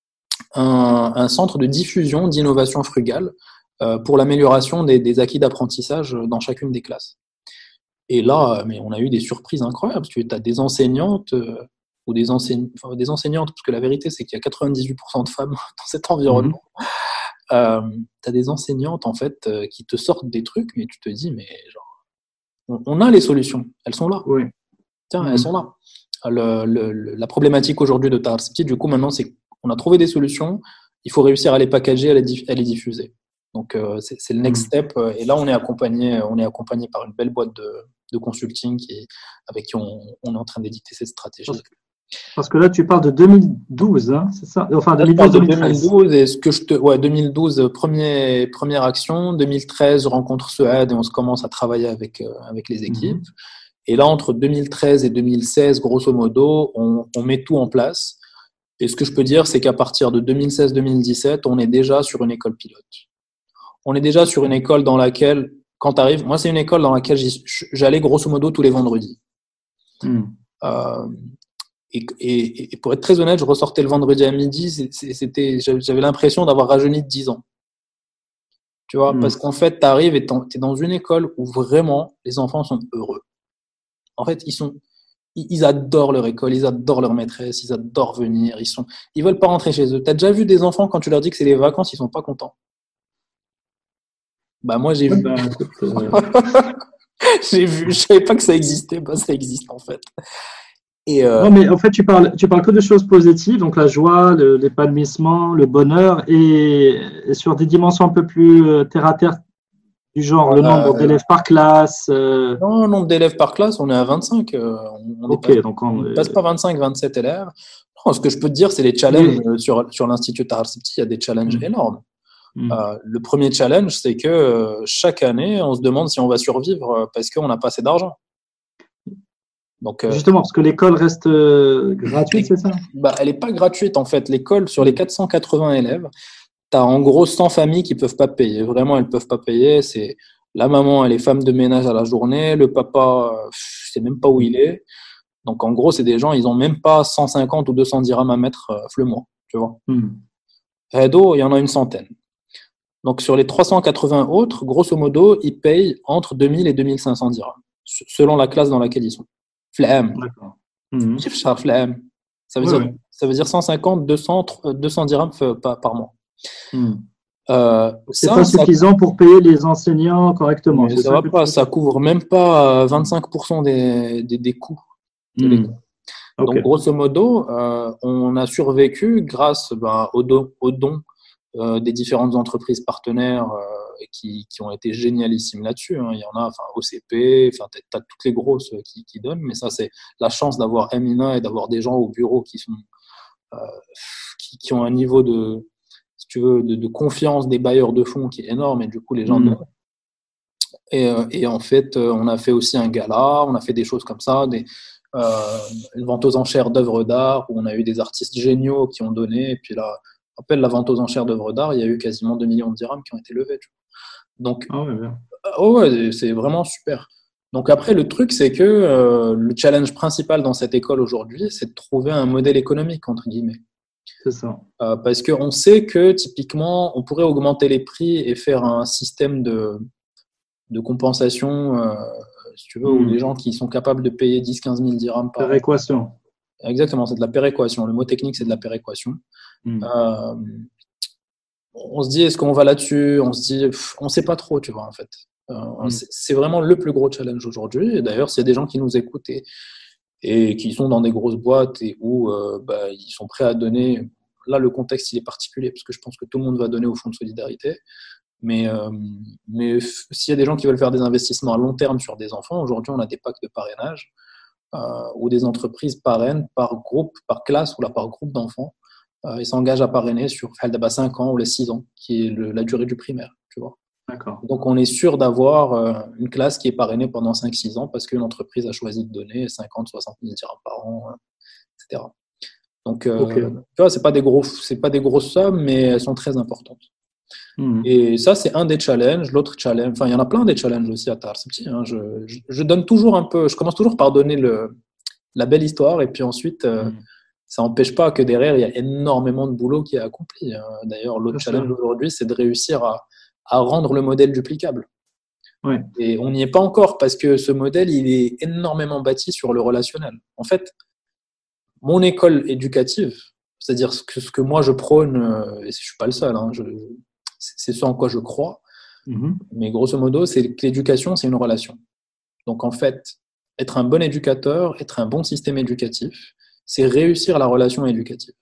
un, un centre de diffusion d'innovation frugale euh, pour l'amélioration des, des acquis d'apprentissage dans chacune des classes. Et là, mais on a eu des surprises incroyables. Tu as des enseignantes euh, ou des, enseigne, enfin, des enseignantes, parce que la vérité, c'est qu'il y a quatre-vingt-dix-huit pour cent de femmes dans cet environnement. Mmh. Euh, tu as des enseignantes en fait euh, qui te sortent des trucs, mais tu te dis, mais genre, on, on a les solutions, elles sont là. Oui. Tiens, mmh. elles sont là. Le, le, la problématique aujourd'hui de Tahar Sebti, du coup, maintenant, c'est qu'on a trouvé des solutions, il faut réussir à les packager, à les, diff- à les diffuser. Donc, euh, c'est, c'est le next step. Et là, on est accompagné, on est accompagné par une belle boîte de, de consulting qui, avec qui on, on est en train d'éditer cette stratégie. Parce que, parce que là, tu parles de deux mille douze, hein, c'est ça? Enfin, deux mille douze, deux mille treize. deux mille douze, et ce que je te, ouais, deux mille douze, premier, première action. deux mille treize, je rencontre Suad et on se commence à travailler avec, euh, avec les équipes. Mmh. Et là, entre deux mille treize et deux mille seize, grosso modo, on, on met tout en place. Et ce que je peux dire, c'est qu'à partir de deux mille seize deux mille dix-sept, on est déjà sur une école pilote. On est déjà sur une école dans laquelle, quand tu arrives, moi, c'est une école dans laquelle j'allais grosso modo tous les vendredis. Mm. Euh, et, et, et pour être très honnête, je ressortais le vendredi à midi, c'était, j'avais l'impression d'avoir rajeuni de dix ans. Tu vois, mm. parce qu'en fait, tu arrives et tu es dans une école où vraiment les enfants sont heureux. En fait, ils sont, ils adorent leur école, ils adorent leur maîtresse, ils adorent venir, ils sont, ils veulent pas rentrer chez eux. T'as déjà vu des enfants quand tu leur dis que c'est les vacances, ils sont pas contents. Bah moi j'ai vu. Bah, écoute, euh... j'ai vu, je savais pas que ça existait, bah ça existe en fait. Et euh... Non mais en fait tu parles, tu parles que de choses positives, donc la joie, le, l'épanouissement, le bonheur, et, et sur des dimensions un peu plus euh, terre à terre. Du genre, le nombre euh, d'élèves par classe euh... Non, le nombre d'élèves par classe, on est à vingt-cinq. Euh, on ne okay, passe, passe pas vingt-cinq, vingt-sept élèves. Non, ce que je peux te dire, c'est les challenges oui. sur, sur l'Institut Tahar Sebti. Il y a des challenges mmh. énormes. Mmh. Euh, le premier challenge, c'est que euh, chaque année, on se demande si on va survivre parce qu'on n'a pas assez d'argent. Donc, euh, Justement, parce que l'école reste euh, gratuite, c'est ça? bah, elle n'est pas gratuite en fait. L'école, sur les quatre cent quatre-vingts élèves, tu as en gros cent familles qui ne peuvent pas payer. Vraiment, elles ne peuvent pas payer. C'est la maman, elle est femme de ménage à la journée. Le papa, euh, je ne sais même pas où il est. Donc, en gros, c'est des gens, ils n'ont même pas cent cinquante ou deux cents dirhams à mettre euh, le mois. Tu vois. Mm. Redo, il y en a une centaine. Donc, sur les trois cent quatre-vingts autres, grosso modo, ils payent entre deux mille et deux mille cinq cents dirhams, selon la classe dans laquelle ils sont. Flam. D'accord. Mm. Ça veut Ouais, dire, ouais. ça veut dire cent cinquante, deux cents, deux cents dirhams par, par mois. Mm. Euh, C'est ça, pas ça, suffisant pour payer les enseignants correctement, mais c'est ça ça va que tu pas, veux ça dire? couvre même pas vingt-cinq pour cent des, des, des coûts de Mm. l'école. Ok. Donc, grosso modo, euh, on a survécu grâce ben, aux dons, aux dons euh, des différentes entreprises partenaires euh, qui, qui ont été génialissimes là-dessus. Hein. Il y en a, enfin, O C P, enfin, tu as toutes les grosses qui, qui donnent, mais ça, c'est la chance d'avoir Emina et d'avoir des gens au bureau qui, sont, euh, qui, qui ont un niveau de, si tu veux, de, de confiance des bailleurs de fonds qui est énorme, et du coup, les gens Mm. donnent. Et, euh, et en fait, euh, on a fait aussi un gala, on a fait des choses comme ça, des, euh, une vente aux enchères d'œuvres d'art où on a eu des artistes géniaux qui ont donné. Et puis là, je rappelle, la vente aux enchères d'œuvres d'art, il y a eu quasiment deux millions de dirhams qui ont été levés. Tu vois. Donc, Ah ouais, bien. oh ouais, c'est vraiment super. Donc après, le truc, c'est que euh, le challenge principal dans cette école aujourd'hui, c'est de trouver un modèle économique, entre guillemets. C'est ça. Euh, parce qu'on sait que typiquement, on pourrait augmenter les prix et faire un système de, de compensation, euh, si tu veux, où les Mm. gens qui sont capables de payer dix à quinze mille dirhams par an. Péréquation. Exactement, c'est de la péréquation. Le mot technique, c'est de la péréquation. Mm. Euh, on se dit, est-ce qu'on va là-dessus? On se dit, pff, on ne sait pas trop, tu vois, en fait. Euh, Mm. c'est, c'est vraiment le plus gros challenge aujourd'hui. Et d'ailleurs, s'il y a des gens qui nous écoutent et, et qui sont dans des grosses boîtes et où euh, bah, ils sont prêts à donner, là, le contexte, il est particulier, parce que je pense que tout le monde va donner au fonds de solidarité. Mais, euh, mais f- s'il y a des gens qui veulent faire des investissements à long terme sur des enfants, aujourd'hui, on a des packs de parrainage euh, où des entreprises parrainent par groupe, par classe ou là, par groupe d'enfants. Euh, ils s'engagent à parrainer sur cinq ans ou les six ans, qui est le, la durée du primaire. Tu vois. D'accord. Donc, on est sûr d'avoir euh, une classe qui est parrainée pendant cinq six ans parce qu'une entreprise a choisi de donner cinquante soixante mille dirhams par an, euh, et cetera. Donc, euh, Ok. tu vois, c'est pas des gros, c'est pas des grosses sommes, mais elles sont très importantes. Mm. Et ça, c'est un des challenges. L'autre challenge, enfin, il y en a plein des challenges aussi à Tahar Sebti, hein. Je, je, je donne toujours un peu, je commence toujours par donner le, la belle histoire, et puis ensuite, euh, Mm. ça n'empêche pas que derrière, il y a énormément de boulot qui est accompli. Hein. D'ailleurs, l'autre Bien challenge sûr. aujourd'hui, c'est de réussir à, à rendre le modèle duplicable. Ouais. Et on n'y est pas encore parce que ce modèle, il est énormément bâti sur le relationnel. En fait, mon école éducative, c'est-à-dire ce que, ce que moi je prône, euh, et je ne suis pas le seul, hein, je, c'est ce en quoi je crois, Mm-hmm. mais grosso modo, c'est que l'éducation, c'est une relation. Donc en fait, être un bon éducateur, être un bon système éducatif, c'est réussir la relation éducative.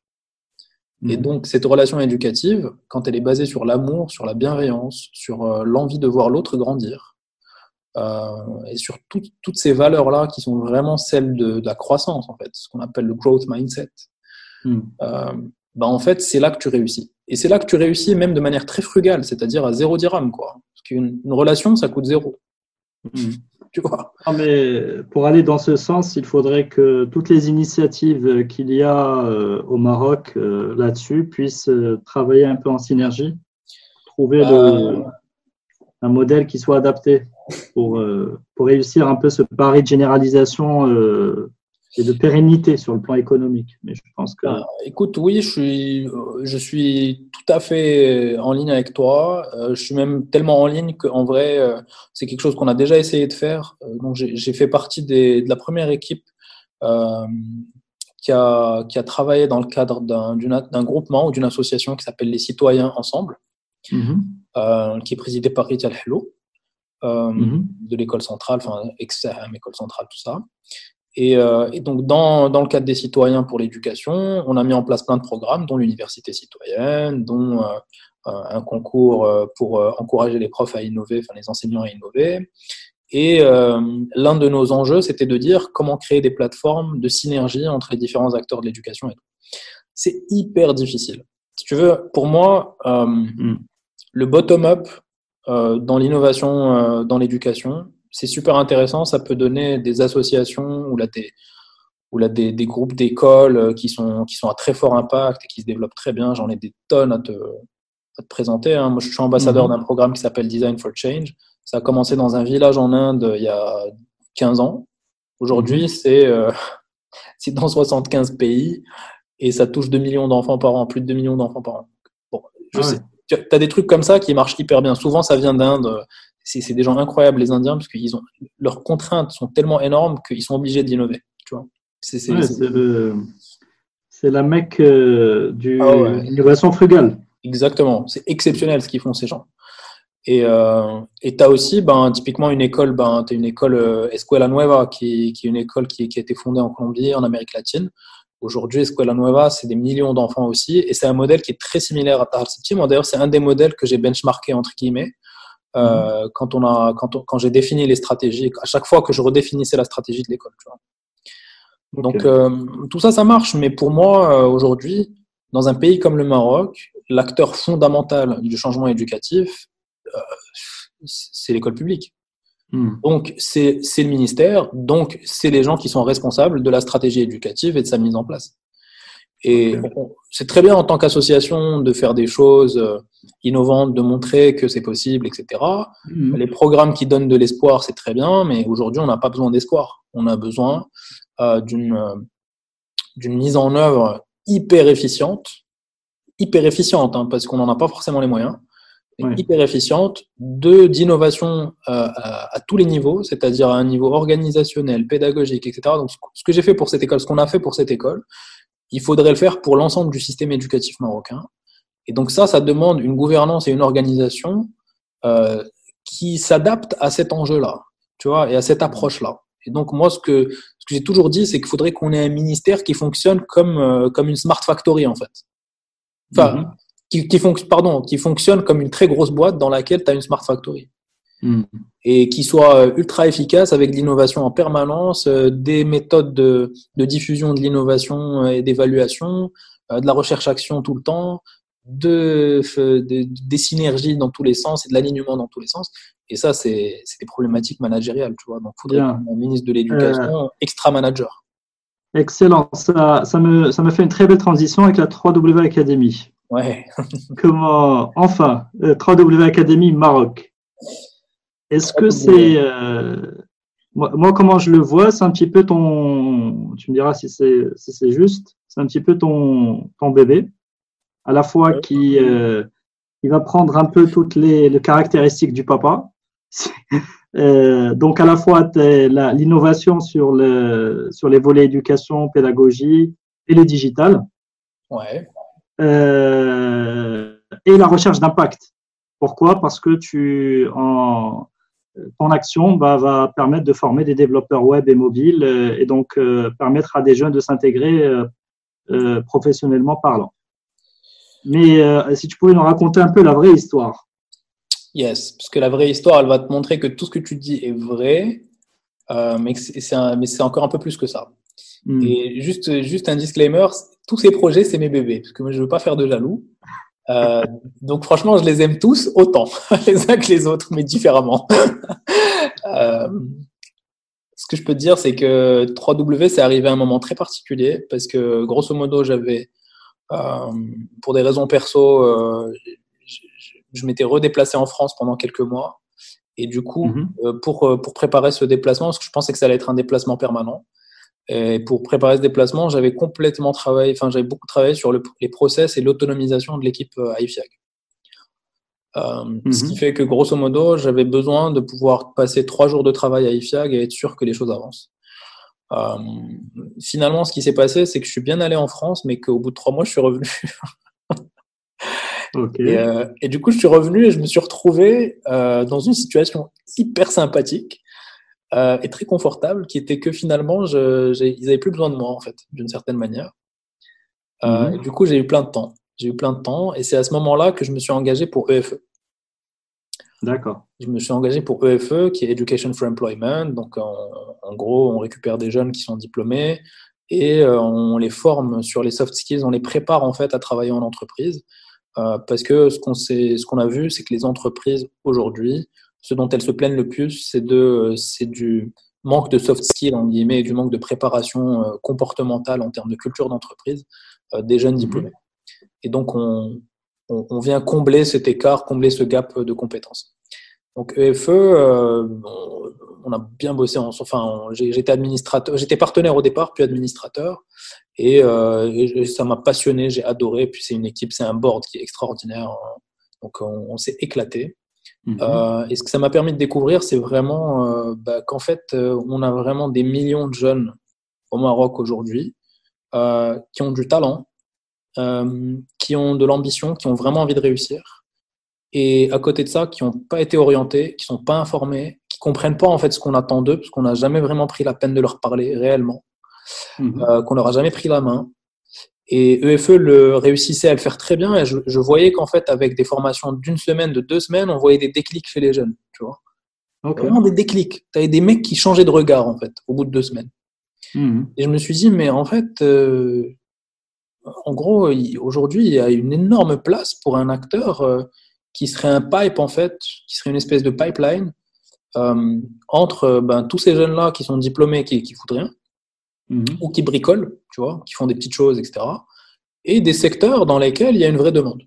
Et Mm-hmm. donc cette relation éducative, quand elle est basée sur l'amour, sur la bienveillance, sur euh, l'envie de voir l'autre grandir, euh, et sur tout, toutes ces valeurs-là qui sont vraiment celles de, de la croissance, en fait, ce qu'on appelle le growth mindset, Mm. euh, bah en fait, c'est là que tu réussis. Et c'est là que tu réussis même de manière très frugale, c'est-à-dire à zéro dirham, quoi. Parce qu'une une relation, ça coûte zéro. Mm. Tu vois. Ah, mais pour aller dans ce sens, il faudrait que toutes les initiatives qu'il y a euh, au Maroc euh, là-dessus puissent euh, travailler un peu en synergie, trouver Euh, le, un modèle qui soit adapté pour, euh, pour réussir un peu ce pari de généralisation euh, et de pérennité sur le plan économique. Mais je pense que… ben, écoute, oui, je suis, je suis tout à fait en ligne avec toi. Euh, je suis même tellement en ligne qu'en vrai, euh, c'est quelque chose qu'on a déjà essayé de faire. Euh, donc, j'ai j'ai fait partie des, de la première équipe euh, qui a, qui a travaillé dans le cadre d'un d'une- d'un groupement ou d'une association qui s'appelle les Citoyens Ensemble, Mhm. euh, qui est présidée par Rita Hello, euh, Mhm. de l'école centrale, enfin, ex-M, école centrale, tout ça. Et, euh, et donc, dans, dans le cadre des citoyens pour l'éducation, on a mis en place plein de programmes, dont l'université citoyenne, dont euh, un concours euh, pour euh, encourager les profs à innover, enfin les enseignants à innover. Et euh, l'un de nos enjeux, c'était de dire comment créer des plateformes de synergie entre les différents acteurs de l'éducation et tout. C'est hyper difficile. Si tu veux, pour moi, euh, Mhm. le bottom-up euh, dans l'innovation, euh, dans l'éducation, c'est super intéressant. Ça peut donner des associations ou là des, ou là des, des groupes d'écoles qui sont, qui sont à très fort impact et qui se développent très bien. J'en ai des tonnes à te, à te présenter. Hein. Moi, je suis ambassadeur mm-hmm. d'un programme qui s'appelle Design for Change. Ça a commencé dans un village en Inde il y a quinze ans. Aujourd'hui, mm-hmm. c'est, euh, c'est dans soixante-quinze pays et ça touche deux millions d'enfants par an, plus de deux millions d'enfants par an. Bon, je ah sais. Ouais. Tu as des trucs comme ça qui marchent hyper bien. Souvent, ça vient d'Inde. C'est, c'est des gens incroyables, les Indiens, parce qu'ils ont leurs contraintes sont tellement énormes qu'ils sont obligés d'innover. Tu vois. C'est, c'est, ouais, c'est... C'est, le... c'est la mecque euh, de ah ouais. l'innovation frugale. Exactement. C'est exceptionnel ce qu'ils font, ces gens. Et euh, et tu as aussi, ben, typiquement, une école, ben, tu as une école euh, Escuela Nueva, qui, qui est une école qui, qui a été fondée en Colombie, en Amérique latine. Aujourd'hui, Escuela Nueva, c'est des millions d'enfants aussi, et c'est un modèle qui est très similaire à Tahar Septi. Moi, d'ailleurs, c'est un des modèles que j'ai benchmarké, entre guillemets, euh, mmh. quand, on a, quand, on, quand j'ai défini les stratégies, à chaque fois que je redéfinissais la stratégie de l'école. Tu vois. Okay. Donc, euh, tout ça, ça marche, mais pour moi, euh, aujourd'hui, dans un pays comme le Maroc, l'acteur fondamental du changement éducatif, euh, c'est l'école publique. Mmh. Donc, c'est, c'est le ministère, donc c'est les gens qui sont responsables de la stratégie éducative et de sa mise en place. Et okay. on, c'est très bien en tant qu'association de faire des choses euh, innovantes, de montrer que c'est possible, et cetera. Mmh. Les programmes qui donnent de l'espoir, c'est très bien, mais aujourd'hui, on n'a pas besoin d'espoir. On a besoin euh, d'une, euh, d'une mise en œuvre hyper efficiente, hyper efficiente, hein, parce qu'on n'en a pas forcément les moyens, ouais. hyper efficiente, de, d'innovation euh, à, à tous les niveaux, c'est-à-dire à un niveau organisationnel, pédagogique, et cetera. Donc, ce que j'ai fait pour cette école, ce qu'on a fait pour cette école, il faudrait le faire pour l'ensemble du système éducatif marocain. Et donc ça, ça demande une gouvernance et une organisation euh, qui s'adaptent à cet enjeu-là, tu vois, et à cette approche-là. Et donc moi, ce que, ce que j'ai toujours dit, c'est qu'il faudrait qu'on ait un ministère qui fonctionne comme, euh, comme une smart factory, en fait. Enfin, mm-hmm. qui, qui, fonc- pardon, qui fonctionne comme une très grosse boîte dans laquelle tu as une smart factory. Mm. Et qui soit ultra efficace avec de l'innovation en permanence, euh, des méthodes de, de diffusion de l'innovation et d'évaluation, euh, de la recherche-action tout le temps, de, de, des synergies dans tous les sens et de l'alignement dans tous les sens. Et ça, c'est, c'est des problématiques managériales, tu vois. Donc, il faudrait un ministre de l'Éducation, euh, extra manager. Excellent. Ça, ça, me, ça me fait une très belle transition avec la trois W Academy. Ouais. Comment, enfin, euh, trois W Academy Maroc. Est-ce que c'est… Euh, moi, moi, comment je le vois, c'est un petit peu ton… Tu me diras si c'est, si c'est juste. C'est un petit peu ton, ton bébé, à la fois qui, euh, qui va prendre un peu toutes les, les caractéristiques du papa. euh, donc, à la fois la, l'innovation sur, le, sur les volets éducation, pédagogie et le digital. Ouais. Euh, et la recherche d'impact. Pourquoi ? Parce que tu… en ton action bah, va permettre de former des développeurs web et mobiles euh, et donc euh, permettre à des jeunes de s'intégrer euh, euh, professionnellement parlant. Mais euh, si tu pouvais nous raconter un peu la vraie histoire. Yes, parce que la vraie histoire, elle va te montrer que tout ce que tu dis est vrai, euh, mais, que c'est, c'est un, mais c'est encore un peu plus que ça. Mm. Et juste, juste un disclaimer, tous ces projets, c'est mes bébés, parce que moi, je ne veux pas faire de jaloux. Euh, donc franchement, je les aime tous autant, les uns que les autres, mais différemment. euh, ce que je peux te dire, c'est que trois W, c'est arrivé à un moment très particulier, parce que grosso modo, j'avais, euh, pour des raisons perso, euh, je, je m'étais redéplacé en France pendant quelques mois, et du coup, mm-hmm. euh, pour, pour préparer ce déplacement, parce que je pensais que ça allait être un déplacement permanent, et pour préparer ce déplacement, j'avais complètement travaillé, enfin, j'avais beaucoup travaillé sur le, les process et l'autonomisation de l'équipe à I F I A G. Euh, mm-hmm. Ce qui fait que, grosso modo, j'avais besoin de pouvoir passer trois jours de travail à I F I A G et être sûr que les choses avancent. Euh, finalement, ce qui s'est passé, c'est que je suis bien allé en France, mais qu'au bout de trois mois, je suis revenu. Okay. Et, euh, et du coup, je suis revenu et je me suis retrouvé euh, dans une situation hyper sympathique. Euh, et très confortable, qui était que finalement, je, j'ai, ils n'avaient plus besoin de moi, en fait, d'une certaine manière. Euh, mmh. Et du coup, j'ai eu plein de temps. J'ai eu plein de temps, et c'est à ce moment-là que je me suis engagé pour E F E. D'accord. Je me suis engagé pour E F E, qui est Education for Employment. Donc, en, en gros, on récupère des jeunes qui sont diplômés et euh, on les forme sur les soft skills, on les prépare, en fait, à travailler en entreprise. Euh, parce que ce qu'on, sait, ce qu'on a vu, c'est que les entreprises, aujourd'hui, ce dont elles se plaignent le plus, c'est, de, c'est du manque de soft skills, en guillemets, et du manque de préparation euh, comportementale en termes de culture d'entreprise euh, des jeunes diplômés. Et donc, on, on, on vient combler cet écart, combler ce gap de compétences. Donc, E F E, euh, on, on a bien bossé. En, enfin, on, j'ai, j'étais administrateur, j'étais partenaire au départ, puis administrateur. Et, euh, et ça m'a passionné, j'ai adoré. Puis c'est une équipe, c'est un board qui est extraordinaire. Donc, on, on s'est éclaté. Mmh. Euh, et ce que ça m'a permis de découvrir, c'est vraiment euh, bah, qu'en fait, euh, on a vraiment des millions de jeunes au Maroc aujourd'hui euh, qui ont du talent, euh, qui ont de l'ambition, qui ont vraiment envie de réussir. Et à côté de ça, qui n'ont pas été orientés, qui ne sont pas informés, qui ne comprennent pas en fait ce qu'on attend d'eux, parce qu'on n'a jamais vraiment pris la peine de leur parler réellement, mmh. euh, qu'on leur a jamais pris la main. Et E F E le réussissait à le faire très bien. Et je, je voyais qu'en fait, avec des formations d'une semaine, de deux semaines, on voyait des déclics chez les jeunes. Tu vois, okay. Vraiment des déclics. Tu avais des mecs qui changeaient de regard en fait, au bout de deux semaines. Mmh. Et je me suis dit, mais en fait, euh, en gros, il, aujourd'hui, il y a une énorme place pour un acteur euh, qui serait un pipe en fait, qui serait une espèce de pipeline euh, entre ben, tous ces jeunes-là qui sont diplômés, qui, qui foutent rien. Mmh. Ou qui bricolent, tu vois, qui font des petites choses, et cetera. Et des secteurs dans lesquels il y a une vraie demande.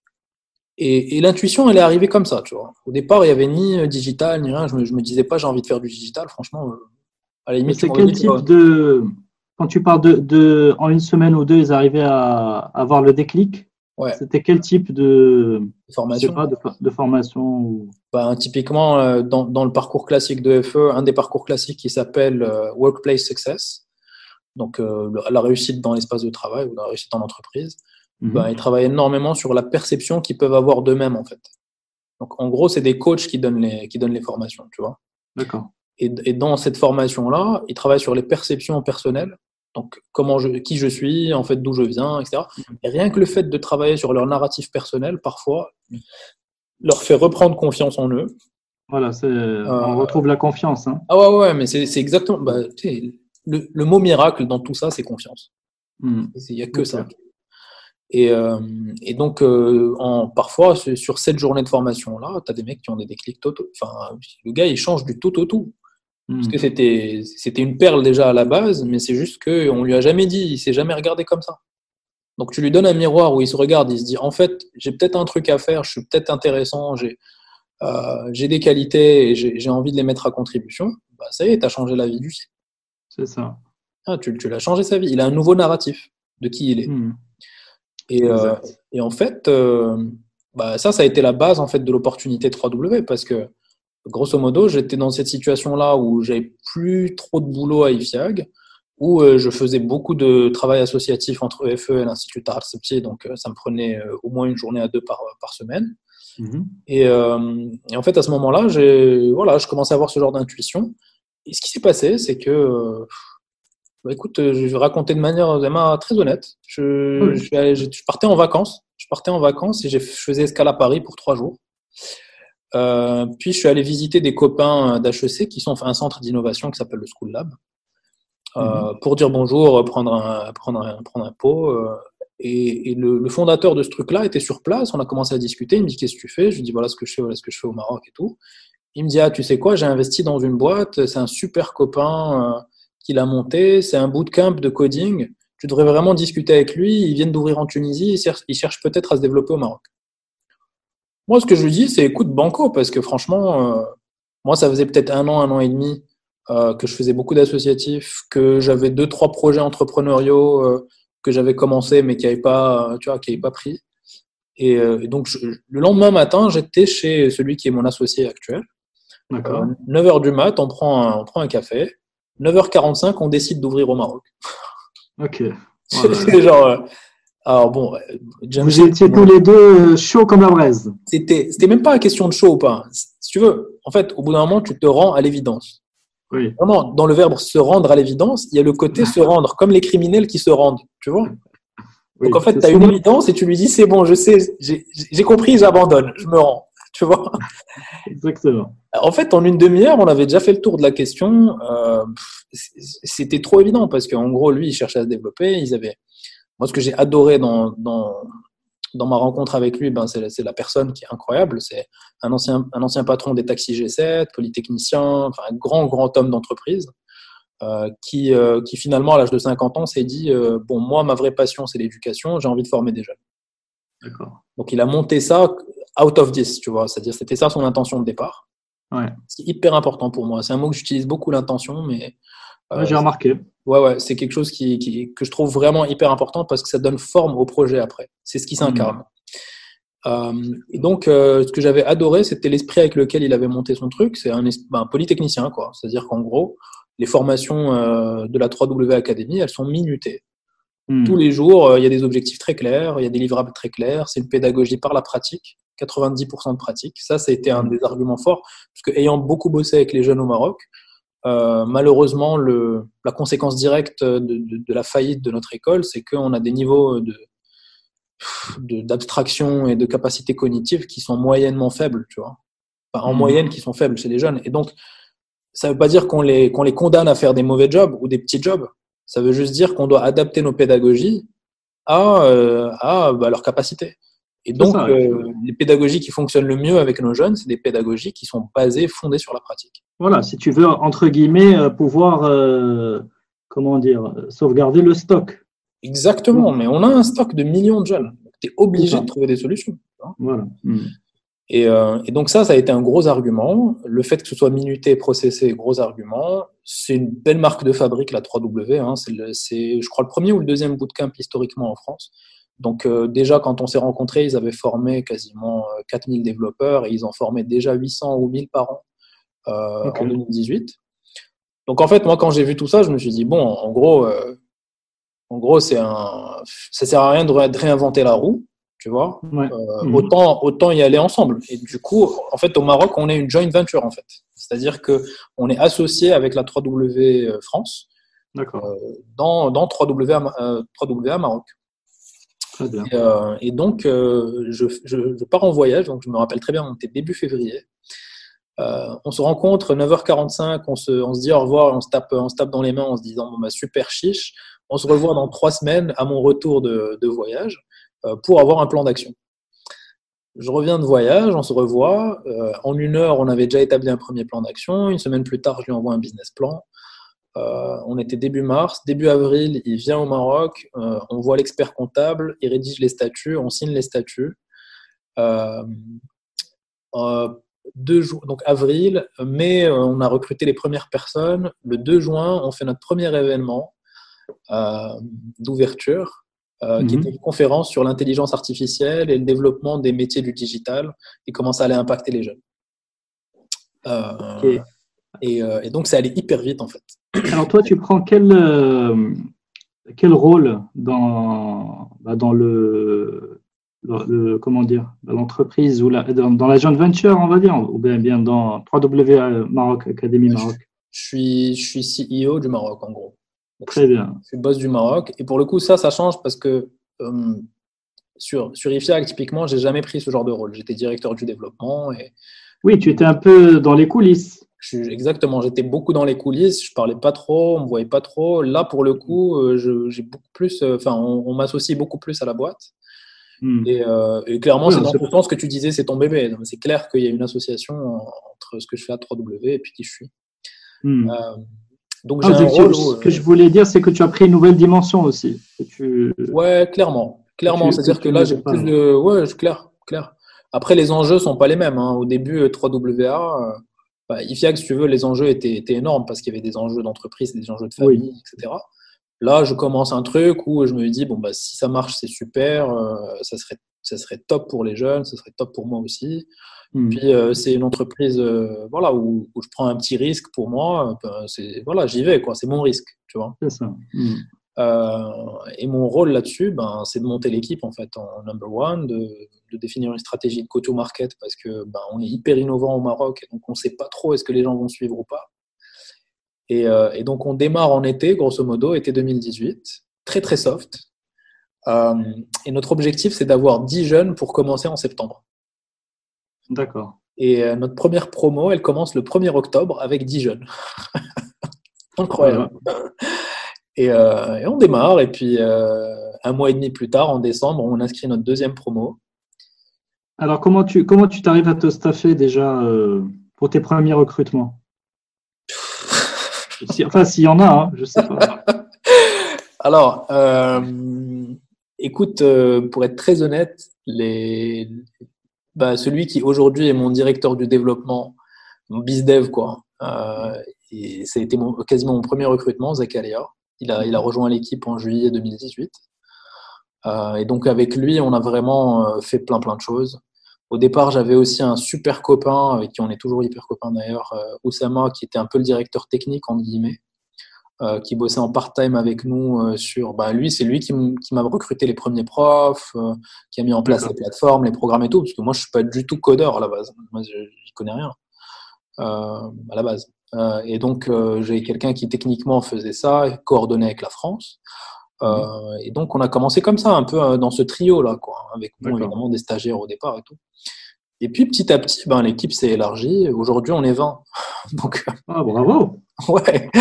Et, et l'intuition, elle est arrivée comme ça, tu vois. Au départ, il n'y avait ni digital, ni rien. Je me, je me disais pas, j'ai envie de faire du digital, franchement. Euh, à la limite, c'est quel type euh... de… Quand tu parles de, de… En une semaine ou deux, ils arrivaient à avoir le déclic. Ouais. C'était quel type de… Formation. Je sais pas, de, de formation ou… Ben, typiquement, euh, dans, dans le parcours classique de F E, un des parcours classiques qui s'appelle euh, Workplace Success. Donc, euh, la réussite dans l'espace de travail ou la réussite en entreprise, mmh. ben, ils travaillent énormément sur la perception qu'ils peuvent avoir d'eux-mêmes, en fait. Donc, en gros, c'est des coachs qui donnent les, qui donnent les formations, tu vois. D'accord. Et, et dans cette formation-là, ils travaillent sur les perceptions personnelles. Donc, comment je, qui je suis, en fait, d'où je viens, et cetera. Mmh. Et rien que le fait de travailler sur leur narratif personnel, parfois, leur fait reprendre confiance en eux. Voilà, c'est, euh, on retrouve la confiance. Hein. Ah ouais, ouais, mais c'est, c'est exactement… Bah, tu sais, Le, le mot miracle dans tout ça, c'est confiance. Il n'y mmh. a que okay. ça. Et, euh, et donc, euh, en, parfois, sur cette journée de formation-là, tu as des mecs qui ont des déclics totaux. Enfin, le gars, il change du tout au tout. Mmh. Parce que c'était, c'était une perle déjà à la base, mais c'est juste qu'on ne lui a jamais dit, il ne s'est jamais regardé comme ça. Donc, tu lui donnes un miroir où il se regarde, il se dit, en fait, j'ai peut-être un truc à faire, je suis peut-être intéressant, j'ai, euh, j'ai des qualités et j'ai, j'ai envie de les mettre à contribution. Bah, ça y est, tu as changé la vie du site. C'est ça. Ah, tu, tu l'as changé sa vie. Il a un nouveau narratif de qui il est. Mmh. Et, euh, et en fait, euh, bah, ça, ça a été la base en fait de l'opportunité trois W parce que, grosso modo, j'étais dans cette situation-là où j'avais plus trop de boulot à I F I A G, où euh, je faisais beaucoup de travail associatif entre E F E et l'Institut Tahar Sebti, donc euh, ça me prenait euh, au moins une journée à deux par, par semaine. Mmh. Et, euh, et en fait, à ce moment-là, j'ai, voilà, je commençais à avoir ce genre d'intuition. Et ce qui s'est passé, c'est que euh, Bah écoute, je vais raconter de manière vraiment très honnête. Je, oui. je, je, je partais en vacances. Je partais en vacances et je faisais escale à Paris pour trois jours. Euh, puis je suis allé visiter des copains d'H E C qui sont un centre d'innovation qui s'appelle le School Lab euh, mm-hmm. pour dire bonjour, prendre un, prendre un, prendre un pot. Euh, et et le, le fondateur de ce truc-là était sur place. On a commencé à discuter. Il me dit qu'est-ce que tu fais ? Je lui dis voilà ce que je fais, voilà ce que je fais au Maroc et tout. Il me dit ah tu sais quoi, j'ai investi dans une boîte. C'est un super copain. Euh, qu'il a monté, c'est un bootcamp de coding. Tu devrais vraiment discuter avec lui. Il vient d'ouvrir en Tunisie, il cherche, il cherche peut-être à se développer au Maroc. Moi, ce que je lui dis, c'est écoute, banco, parce que franchement, euh, moi, ça faisait peut-être un an, un an et demi euh, que je faisais beaucoup d'associatifs, que j'avais deux, trois projets entrepreneuriaux euh, que j'avais commencé, mais qui n'avaient pas, tu vois, qui n'avaient pas pris. Et, euh, et donc, je, le lendemain matin, j'étais chez celui qui est mon associé actuel. D'accord. Euh, neuf heures du mat, on prend un, on prend un café. neuf heures quarante-cinq, on décide d'ouvrir au Maroc. Ok. Voilà. C'est genre. Euh, alors bon. James Vous étiez tous les deux chauds comme la braise. C'était, c'était même pas une question de chaud ou pas. Si tu veux, en fait, au bout d'un moment, tu te rends à l'évidence. Oui. Vraiment, dans le verbe se rendre à l'évidence, il y a le côté se rendre, comme les criminels qui se rendent, tu vois. Oui, donc en fait, tu as une évidence et tu lui dis c'est bon, je sais, j'ai, j'ai compris, j'abandonne, je me rends. Tu vois. Exactement. En fait, en une demi-heure, on avait déjà fait le tour de la question. Euh, c'était trop évident parce qu'en gros, lui, il cherchait à se développer. Ils avaient... Moi, ce que j'ai adoré dans, dans, dans ma rencontre avec lui, ben, c'est, c'est la personne qui est incroyable. C'est un ancien, un ancien patron des taxis G sept, polytechnicien, enfin, un grand, grand homme d'entreprise euh, qui, euh, qui finalement, à l'âge de cinquante ans, s'est dit euh, « Bon, moi, ma vraie passion, c'est l'éducation, j'ai envie de former des jeunes. » D'accord. Donc, il a monté ça out of this, tu vois. C'est-à-dire, c'était ça son intention de départ. Ouais. C'est hyper important pour moi. C'est un mot que j'utilise beaucoup, l'intention, mais… Euh, ouais, j'ai remarqué. Ouais, ouais, c'est quelque chose qui, qui, que je trouve vraiment hyper important parce que ça donne forme au projet après. C'est ce qui s'incarne. Mmh. Euh, et donc, euh, ce que j'avais adoré, c'était l'esprit avec lequel il avait monté son truc. C'est un, ben, un polytechnicien, quoi. C'est-à-dire qu'en gros, les formations euh, de la trois W Academy, elles sont minutées. Mmh. Tous les jours, il euh, y a des objectifs très clairs, il y a des livrables très clairs. C'est une pédagogie par la pratique, quatre-vingt-dix pour cent de pratique. Ça, ça a été un des arguments forts, parce que ayant beaucoup bossé avec les jeunes au Maroc, Euh, malheureusement, le, la conséquence directe de, de, de la faillite de notre école, c'est qu'on a des niveaux de, de, d'abstraction et de capacité cognitive qui sont moyennement faibles, tu vois. Enfin, en mmh. moyenne, qui sont faibles chez les jeunes. Et donc, ça ne veut pas dire qu'on les, qu'on les condamne à faire des mauvais jobs ou des petits jobs. Ça veut juste dire qu'on doit adapter nos pédagogies à, euh, à bah, leurs capacités. Et donc, ça, ouais. euh, les pédagogies qui fonctionnent le mieux avec nos jeunes, c'est des pédagogies qui sont basées, fondées sur la pratique. Voilà, si tu veux, entre guillemets, pouvoir, euh, comment dire, sauvegarder le stock. Exactement, mais on a un stock de millions de jeunes. Tu es obligé de trouver des solutions. Hein. Voilà. Mmh. Et, euh, et donc ça, ça a été un gros argument. Le fait que ce soit minuté, processé, gros argument. C'est une belle marque de fabrique, la trois W. Hein. C'est, le, c'est, je crois, le premier ou le deuxième bootcamp historiquement en France. Donc euh, déjà, quand on s'est rencontrés, ils avaient formé quasiment quatre mille développeurs et ils en formaient déjà huit cents ou mille par an euh, okay. en deux mille dix-huit. Donc en fait, moi, quand j'ai vu tout ça, je me suis dit, bon, en gros, euh, en gros c'est un, ça sert à rien de, ré- de réinventer la roue, tu vois. Ouais. Euh, mmh. autant, autant y aller ensemble. Et du coup, en fait, au Maroc, on est une joint venture, en fait. C'est-à-dire qu'on est associé avec la trois W France D'accord. Euh, dans, dans trois W A, euh, trois W A Maroc. Très bien. Et, euh, et donc, euh, je, je, je pars en voyage, donc je me rappelle très bien, on était début février. Euh, on se rencontre, neuf heures quarante-cinq, on se, on se dit au revoir, on se, tape, on se tape dans les mains en se disant bon, bah, super chiche, on se revoit dans trois semaines à mon retour de, de voyage euh, pour avoir un plan d'action. Je reviens de voyage, on se revoit. Euh, en une heure, on avait déjà établi un premier plan d'action. Une semaine plus tard, je lui envoie un business plan. Euh, on était début mars. Début avril, il vient au Maroc. Euh, on voit l'expert comptable. Il rédige les statuts. On signe les statuts. Euh, euh, deux jours, donc avril, mai, euh, on a recruté les premières personnes. Le deux juin, on fait notre premier événement euh, d'ouverture. Euh, mmh. qui était une conférence sur l'intelligence artificielle et le développement des métiers du digital et comment ça allait impacter les jeunes. Euh, okay. et, euh, et donc, ça allait hyper vite, en fait. Alors, toi, tu prends quel, euh, quel rôle dans, bah, dans le, le, le, comment dire, dans l'entreprise ou la, dans, dans la joint venture, on va dire, ou bien, bien dans trois W Maroc, Académie Maroc? Je suis, je suis C E O du Maroc, en gros. Donc, Très bien. Je suis le boss du Maroc. Et pour le coup, ça, ça change parce que euh, sur, sur I F I A C, typiquement, je n'ai jamais pris ce genre de rôle. J'étais directeur du développement. Et, oui, tu étais un peu dans les coulisses. Je suis, exactement. J'étais beaucoup dans les coulisses. Je ne parlais pas trop, on ne me voyait pas trop. Là, pour le coup, je, j'ai beaucoup plus, enfin, on, on m'associe beaucoup plus à la boîte. Hmm. Et, euh, et clairement, oui, c'est dans ce sens que tu disais, c'est ton bébé. Donc, c'est clair qu'il y a une association entre ce que je fais à trois W et puis qui je suis. Hmm. Euh, Donc, ah, j'ai un rôle ce où, que je voulais dire, c'est que tu as pris une nouvelle dimension aussi. Que tu... Ouais, clairement. Clairement, tu, c'est-à-dire que, que là, j'ai plus de. Ouais, clair, clair. Après, les enjeux ne sont pas les mêmes. Hein. Au début, trois W A, euh, bah, I F I A C, si tu veux, les enjeux étaient, étaient énormes parce qu'il y avait des enjeux d'entreprise, des enjeux de famille, oui. et cetera. Là, je commence un truc où je me dis, bon, bah, si ça marche, c'est super. Euh, ça, serait, ça serait top pour les jeunes, ça serait top pour moi aussi. Mmh. Puis euh, c'est une entreprise euh, voilà, où, où je prends un petit risque pour moi. Ben, c'est, voilà, j'y vais, quoi. C'est mon risque, tu vois. C'est ça. Mmh. Euh, et mon rôle là-dessus, ben, c'est de monter l'équipe en fait en number one, de, de définir une stratégie de go-to-market parce que ben, on est hyper innovant au Maroc, et donc on ne sait pas trop est-ce que les gens vont suivre ou pas. Et, euh, et donc on démarre en été, grosso modo, été deux mille dix-huit, très très soft. Euh, et notre objectif, c'est d'avoir dix jeunes pour commencer en septembre. D'accord. Et euh, notre première promo, elle commence le premier octobre avec dix jeunes. Incroyable. Voilà. Et, euh, et on démarre, et puis, euh, un mois et demi plus tard, en décembre, on inscrit notre deuxième promo. Alors, comment tu comment tu t'arrives à te staffer déjà euh, pour tes premiers recrutements? Si, enfin, s'il y en a, hein, je sais pas. Alors, euh, écoute, euh, pour être très honnête, les, bah, celui qui aujourd'hui est mon directeur du développement, mon bizdev, quoi, euh, et ça a été mon, quasiment mon premier recrutement, Zakaria. Il a, il a rejoint l'équipe en juillet deux mille dix-huit. Euh, et donc, avec lui, on a vraiment euh, fait plein, plein de choses. Au départ, j'avais aussi un super copain, avec qui on est toujours hyper copains d'ailleurs, euh, Oussama, qui était un peu le directeur technique, entre guillemets. Euh, qui bossait en part-time avec nous euh, sur. Bah, lui, c'est lui qui, m- qui m'a recruté les premiers profs, euh, qui a mis en place D'accord. les plateformes, les programmes et tout, parce que moi, je suis pas du tout codeur à la base. Moi, je n'y connais rien euh, à la base. Euh, et donc, euh, j'ai quelqu'un qui techniquement faisait ça, et coordonnait avec la France. Mhm. Euh, et donc, on a commencé comme ça, un peu euh, dans ce trio-là, quoi, avec bon, D'accord. évidemment des stagiaires au départ et tout. Et puis, petit à petit, ben, l'équipe s'est élargie. Aujourd'hui, on est vingt. Donc, Ah, bravo. ouais,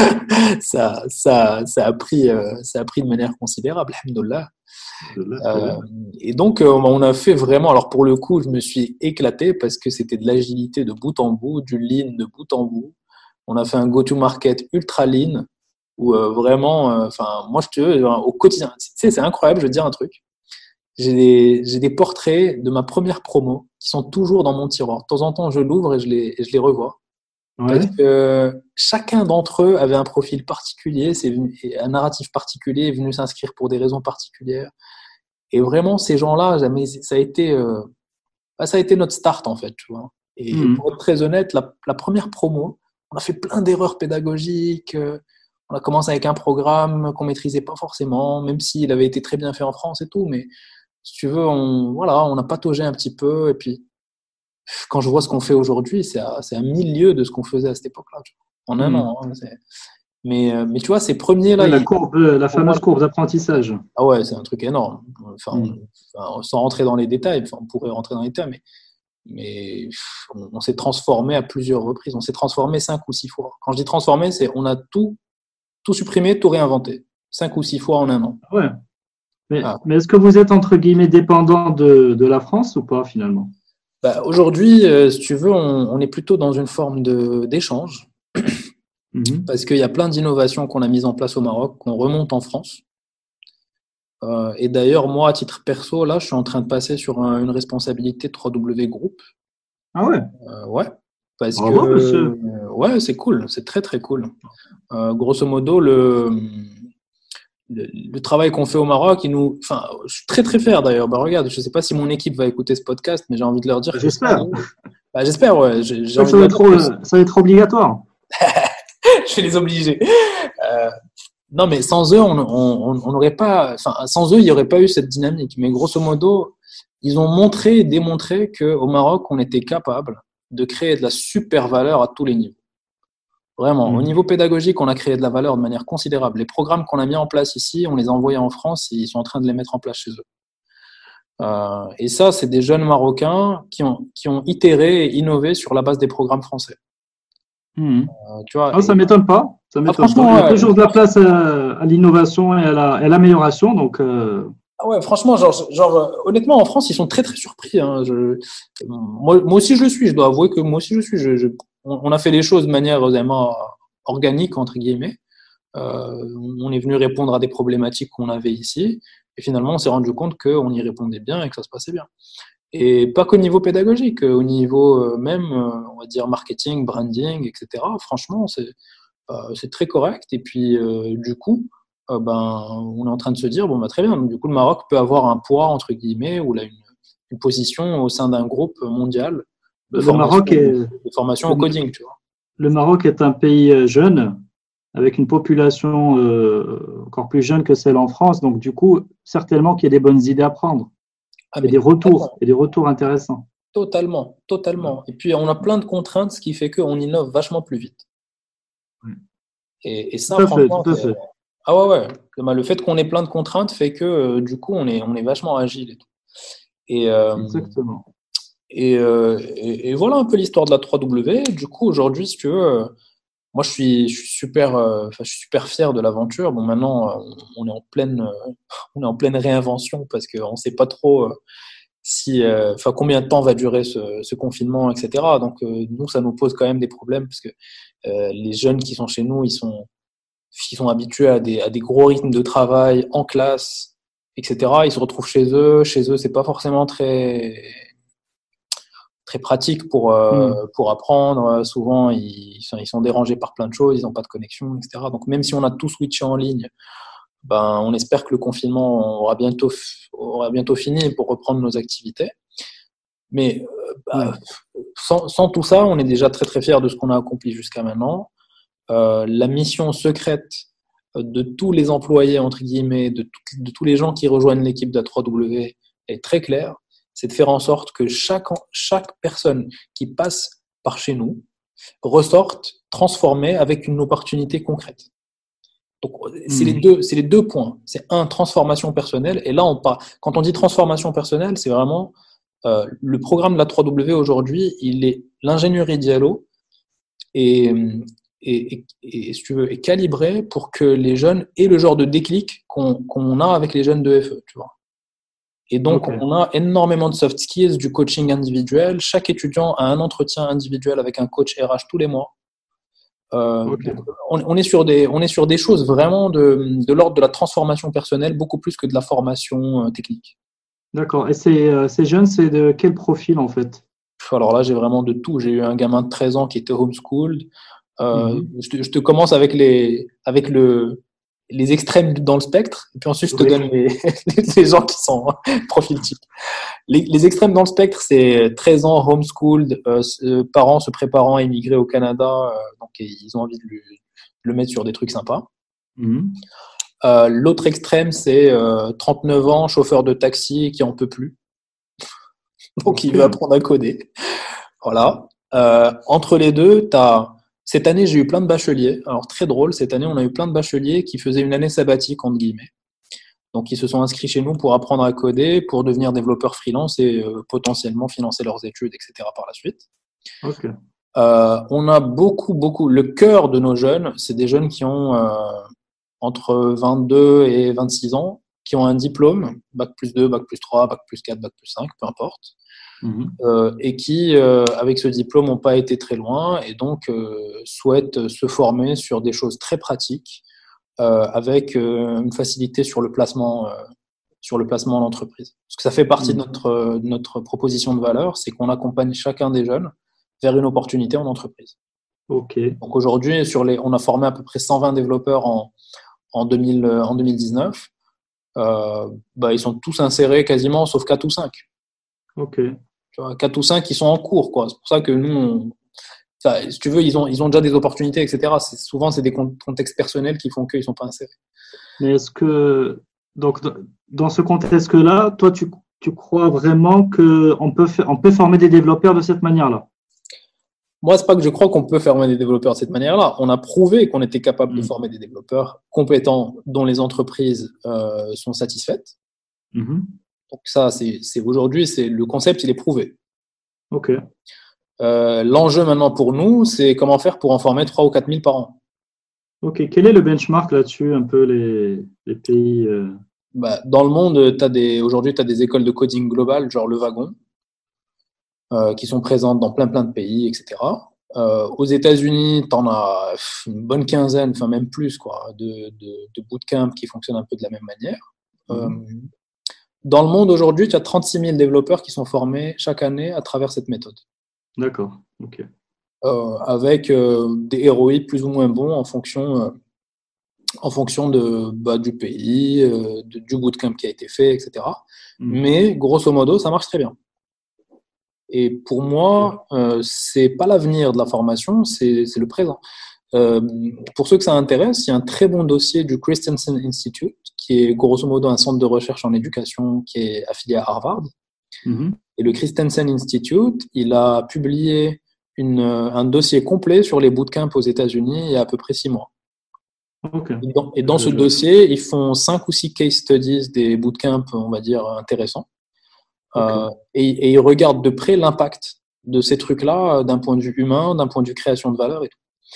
ça, ça, ça a pris, euh, ça a pris de manière considérable, alhamdoulilah. Là, très Euh, bien. et donc, euh, on a fait vraiment. Alors, pour le coup, je me suis éclaté parce que c'était de l'agilité de bout en bout, du lean de bout en bout. On a fait un go-to-market ultra lean où euh, vraiment, euh, enfin, moi, je te veux, euh, au quotidien, tu sais, c'est incroyable. Je vais te dire un truc. J'ai des, j'ai des portraits de ma première promo qui sont toujours dans mon tiroir. De temps en temps, je l'ouvre et je les, et je les revois. Parce Ouais. que chacun d'entre eux avait un profil particulier, c'est venu, un narratif particulier, est venu s'inscrire pour des raisons particulières. Et vraiment, ces gens-là, jamais, ça a été, euh, bah, ça a été notre start en fait, tu vois. Et Mhm. pour être très honnête, la, la première promo, on a fait plein d'erreurs pédagogiques. euh, On a commencé avec un programme qu'on maîtrisait pas forcément, même s'il avait été très bien fait en France et tout. Mais si tu veux, on, voilà, on a pataugé un petit peu. Et puis, quand je vois ce qu'on fait aujourd'hui, c'est à, c'est à mille lieues de ce qu'on faisait à cette époque-là, tu vois, en un Mhm. an. Hein, c'est- mais, euh, mais tu vois, ces premiers-là, Ouais, la ils- courbe, euh, la pour moi, fameuse courbe d'apprentissage. ah ouais, c'est un truc énorme. Enfin, on- Mhm. enfin, sans rentrer dans les détails, enfin, on pourrait rentrer dans les détails, mais, mais pff, on, on s'est transformé à plusieurs reprises. On s'est transformé cinq ou six fois. Quand je dis transformé, c'est on a tout, tout supprimé, tout réinventé. Cinq ou six fois en un an. Ouais. Mais, Ah. mais est-ce que vous êtes entre guillemets dépendant de, de la France ou pas finalement? Bah, aujourd'hui, euh, si tu veux, on, on est plutôt dans une forme de, d'échange Mhm. parce qu'il y a plein d'innovations qu'on a mises en place au Maroc, qu'on remonte en France. Euh, et d'ailleurs, moi, à titre perso, là, je suis en train de passer sur un- une responsabilité trois W Group. Ah ouais, Euh, ouais, parce que bravo monsieur. euh, ouais, c'est cool, c'est très très cool. Euh, grosso modo, le, le, le travail qu'on fait au Maroc, il nous, enfin, je suis très très fier d'ailleurs. Bah regarde, je sais pas si mon équipe va écouter ce podcast, mais j'ai envie de leur dire que sans J'espère. eux, bah, j'espère, ouais, j'ai j'ai Ouais, envie ça de va leur être, dire que euh, ça va être obligatoire. je vais les obliger. Euh, non, mais sans eux, on on- on n'aurait pas, enfin, sans eux, il n'y aurait pas eu cette dynamique. Mais grosso modo, ils ont montré et démontré qu'au Maroc, on était capable de créer de la super valeur à tous les niveaux. Vraiment, au Mhm. niveau pédagogique, on a créé de la valeur de manière considérable. Les programmes qu'on a mis en place ici, on les a envoyés en France et ils sont en train de les mettre en place chez eux. Euh, et ça, c'est des jeunes Marocains qui ont, qui ont itéré et innové sur la base des programmes français. Mhm. Euh, tu vois, Ah, ça et, m'étonne pas. Ça ah, m'étonne pas. Il franchement, y a ouais, toujours de la place à, à l'innovation et à la- à l'amélioration. Donc, euh, ah ouais, franchement, genre, genre, euh, honnêtement, en France, ils sont très très surpris. Hein. Je, moi, moi aussi, je le suis. Je dois avouer que moi aussi, je suis. Je, je- on, on a fait les choses de manière vraiment organique entre guillemets. Euh, on est venu répondre à des problématiques qu'on avait ici, et finalement, on s'est rendu compte qu'on y répondait bien et que ça se passait bien. Et pas qu'au niveau pédagogique, au niveau euh, même, euh, on va dire marketing, branding, et cetera. Franchement, c'est euh, c'est très correct. Et puis, euh, du coup, euh, ben, on est en train de se dire, bon, bah, très bien. Donc, du coup, le Maroc peut avoir un poids, entre guillemets, ou là, une, une position au sein d'un groupe mondial de le Maroc formation, est, de formation le, au coding, tu vois. le Maroc est un pays euh, jeune, avec une population euh, encore plus jeune que celle en France. Donc, du coup, certainement qu'il y a des bonnes idées à prendre Ah, et mais des retours, totalement, et des retours intéressants. totalement, Ouais. totalement. Et puis, on a plein de contraintes, ce qui fait qu'on innove vachement plus vite. Ouais. Et, et Tout ça, à fait, franchement, tout à c'est... fait. Ah ouais, ouais. Le le fait qu'on ait plein de contraintes fait que, euh, du coup, on est, on est vachement agile et tout. Et, euh, Exactement. et, euh, et, et voilà un peu l'histoire de la trois W. Du coup, aujourd'hui, si tu veux, moi, je suis, je suis super, euh, enfin, je suis super fier de l'aventure. Bon, maintenant, euh, on est en pleine, euh, on est en pleine réinvention parce qu'on ne sait pas trop euh, si, euh, enfin, combien de temps va durer ce, ce confinement, et cetera. Donc, euh, nous, ça nous pose quand même des problèmes parce que euh, les jeunes qui sont chez nous, ils sont, ils sont habitués à des, à des gros rythmes de travail en classe, et cetera. Ils se retrouvent chez eux. Chez eux, c'est pas forcément très très pratique pour euh, Mm. pour apprendre. Souvent, ils sont, ils sont dérangés par plein de choses, ils n'ont pas de connexion, et cetera. Donc, même si on a tout switché en ligne, ben, on espère que le confinement aura bientôt aura bientôt fini pour reprendre nos activités. Mais euh, bah, Ouais. sans, sans tout ça, on est déjà très très fiers de ce qu'on a accompli jusqu'à maintenant. Euh, la mission secrète de tous les employés, entre guillemets, de, tout, de tous les gens qui rejoignent l'équipe d'A trois W est très claire. C'est de faire en sorte que chaque, chaque personne qui passe par chez nous ressorte transformée avec une opportunité concrète. Donc, c'est, mmh. les deux, c'est les deux points. C'est un, transformation personnelle. Et là, on parle, quand on dit transformation personnelle, c'est vraiment euh, le programme de l'A trois W aujourd'hui, il est l'ingénierie Diallo et, et, et, et, si tu veux, est calibré pour que les jeunes aient le genre de déclic qu'on, qu'on a avec les jeunes de F E, tu vois. Et donc, okay. on a énormément de soft skills, du coaching individuel. Chaque étudiant a un entretien individuel avec un coach R H tous les mois. Euh, okay. donc, on, on, est sur des, on est sur des choses vraiment de, de l'ordre de la transformation personnelle, beaucoup plus que de la formation euh, technique. D'accord. Et ces, euh, ces jeunes, c'est de quel profil en fait? Alors là, j'ai vraiment de tout. J'ai eu un gamin de treize ans qui était homeschooled. Euh, mm-hmm. je, te, je te commence avec, les, avec le, les extrêmes dans le spectre, et puis ensuite je te oui. donne les, les gens qui sont profil type. Les, les extrêmes dans le spectre, c'est treize ans, homeschooled, euh, euh, parents se préparant à immigrer au Canada, euh, donc ils ont envie de, lui, de le mettre sur des trucs sympas. Mm-hmm. Euh, l'autre extrême, c'est euh, trente-neuf ans, chauffeur de taxi qui en peut plus. Donc okay. il veut apprendre à coder. Voilà. Euh, entre les deux, tu as... Cette année, j'ai eu plein de bacheliers. Alors, très drôle, cette année, on a eu plein de bacheliers qui faisaient une année sabbatique, entre guillemets. Donc, ils se sont inscrits chez nous pour apprendre à coder, pour devenir développeurs freelance et euh, potentiellement financer leurs études, et cetera par la suite. Okay. Euh, on a beaucoup, beaucoup... Le cœur de nos jeunes, c'est des jeunes qui ont euh, entre vingt-deux et vingt-six ans, qui ont un diplôme, bac plus deux, bac plus trois, bac plus quatre, bac plus cinq, peu importe. Mmh. Euh, et qui, euh, avec ce diplôme, n'ont pas été très loin et donc euh, souhaitent se former sur des choses très pratiques euh, avec euh, une facilité sur le placement, euh, sur le placement en entreprise. Parce que ça fait partie mmh. de notre, notre proposition de valeur, c'est qu'on accompagne chacun des jeunes vers une opportunité en entreprise. Okay. Donc aujourd'hui, sur les, on a formé à peu près cent vingt développeurs en, en, deux mille, en deux mille dix-neuf. Euh, bah, ils sont tous insérés quasiment, sauf quatre ou cinq. Ok. quatre ou cinq qui sont en cours, quoi. C'est pour ça que nous, on... enfin, si tu veux, ils ont, ils ont déjà des opportunités, et cetera. C'est, souvent, c'est des contextes personnels qui font qu'ils ne sont pas insérés. Mais est-ce que, donc, dans ce contexte-là, toi, tu, tu crois vraiment qu'on peut, on peut former des développeurs de cette manière-là? Moi, c'est pas que je crois qu'on peut former des développeurs de cette manière-là. On a prouvé qu'on était capable mmh. de former des développeurs compétents dont les entreprises euh, sont satisfaites. Mmh. Donc ça, c'est, c'est aujourd'hui, c'est le concept, il est prouvé. Ok. Euh, l'enjeu maintenant pour nous, c'est comment faire pour en former trois ou quatre mille par an. Ok. Quel est le benchmark là-dessus, un peu les, les pays euh... bah, dans le monde, t'as des, aujourd'hui, tu as des écoles de coding globales, genre Le Wagon, euh, qui sont présentes dans plein plein de pays, et cetera. Euh, aux États-Unis, tu en as une bonne quinzaine, enfin même plus, quoi, de, de, de bootcamps qui fonctionnent un peu de la même manière. Mmh. Euh, Dans le monde aujourd'hui, tu as trente-six mille développeurs qui sont formés chaque année à travers cette méthode. D'accord. Ok. Euh, avec euh, des R O I plus ou moins bons en fonction, euh, en fonction de, bah, du pays, euh, de, du bootcamp qui a été fait, et cetera. Mmh. Mais grosso modo, ça marche très bien. Et pour moi, euh, c'est pas l'avenir de la formation, c'est, c'est le présent. Euh, pour ceux que ça intéresse, il y a un très bon dossier du Christensen Institute, qui est grosso modo un centre de recherche en éducation qui est affilié à Harvard. Mm-hmm. Et le Christensen Institute, il a publié une, un dossier complet sur les bootcamps aux États-Unis il y a à peu près six mois. Okay. Et dans, et dans ce dossier, ils font cinq ou six case studies des bootcamps, on va dire, intéressants. Okay. Euh, et, et ils regardent de près l'impact de ces trucs-là d'un point de vue humain, d'un point de vue création de valeur et tout.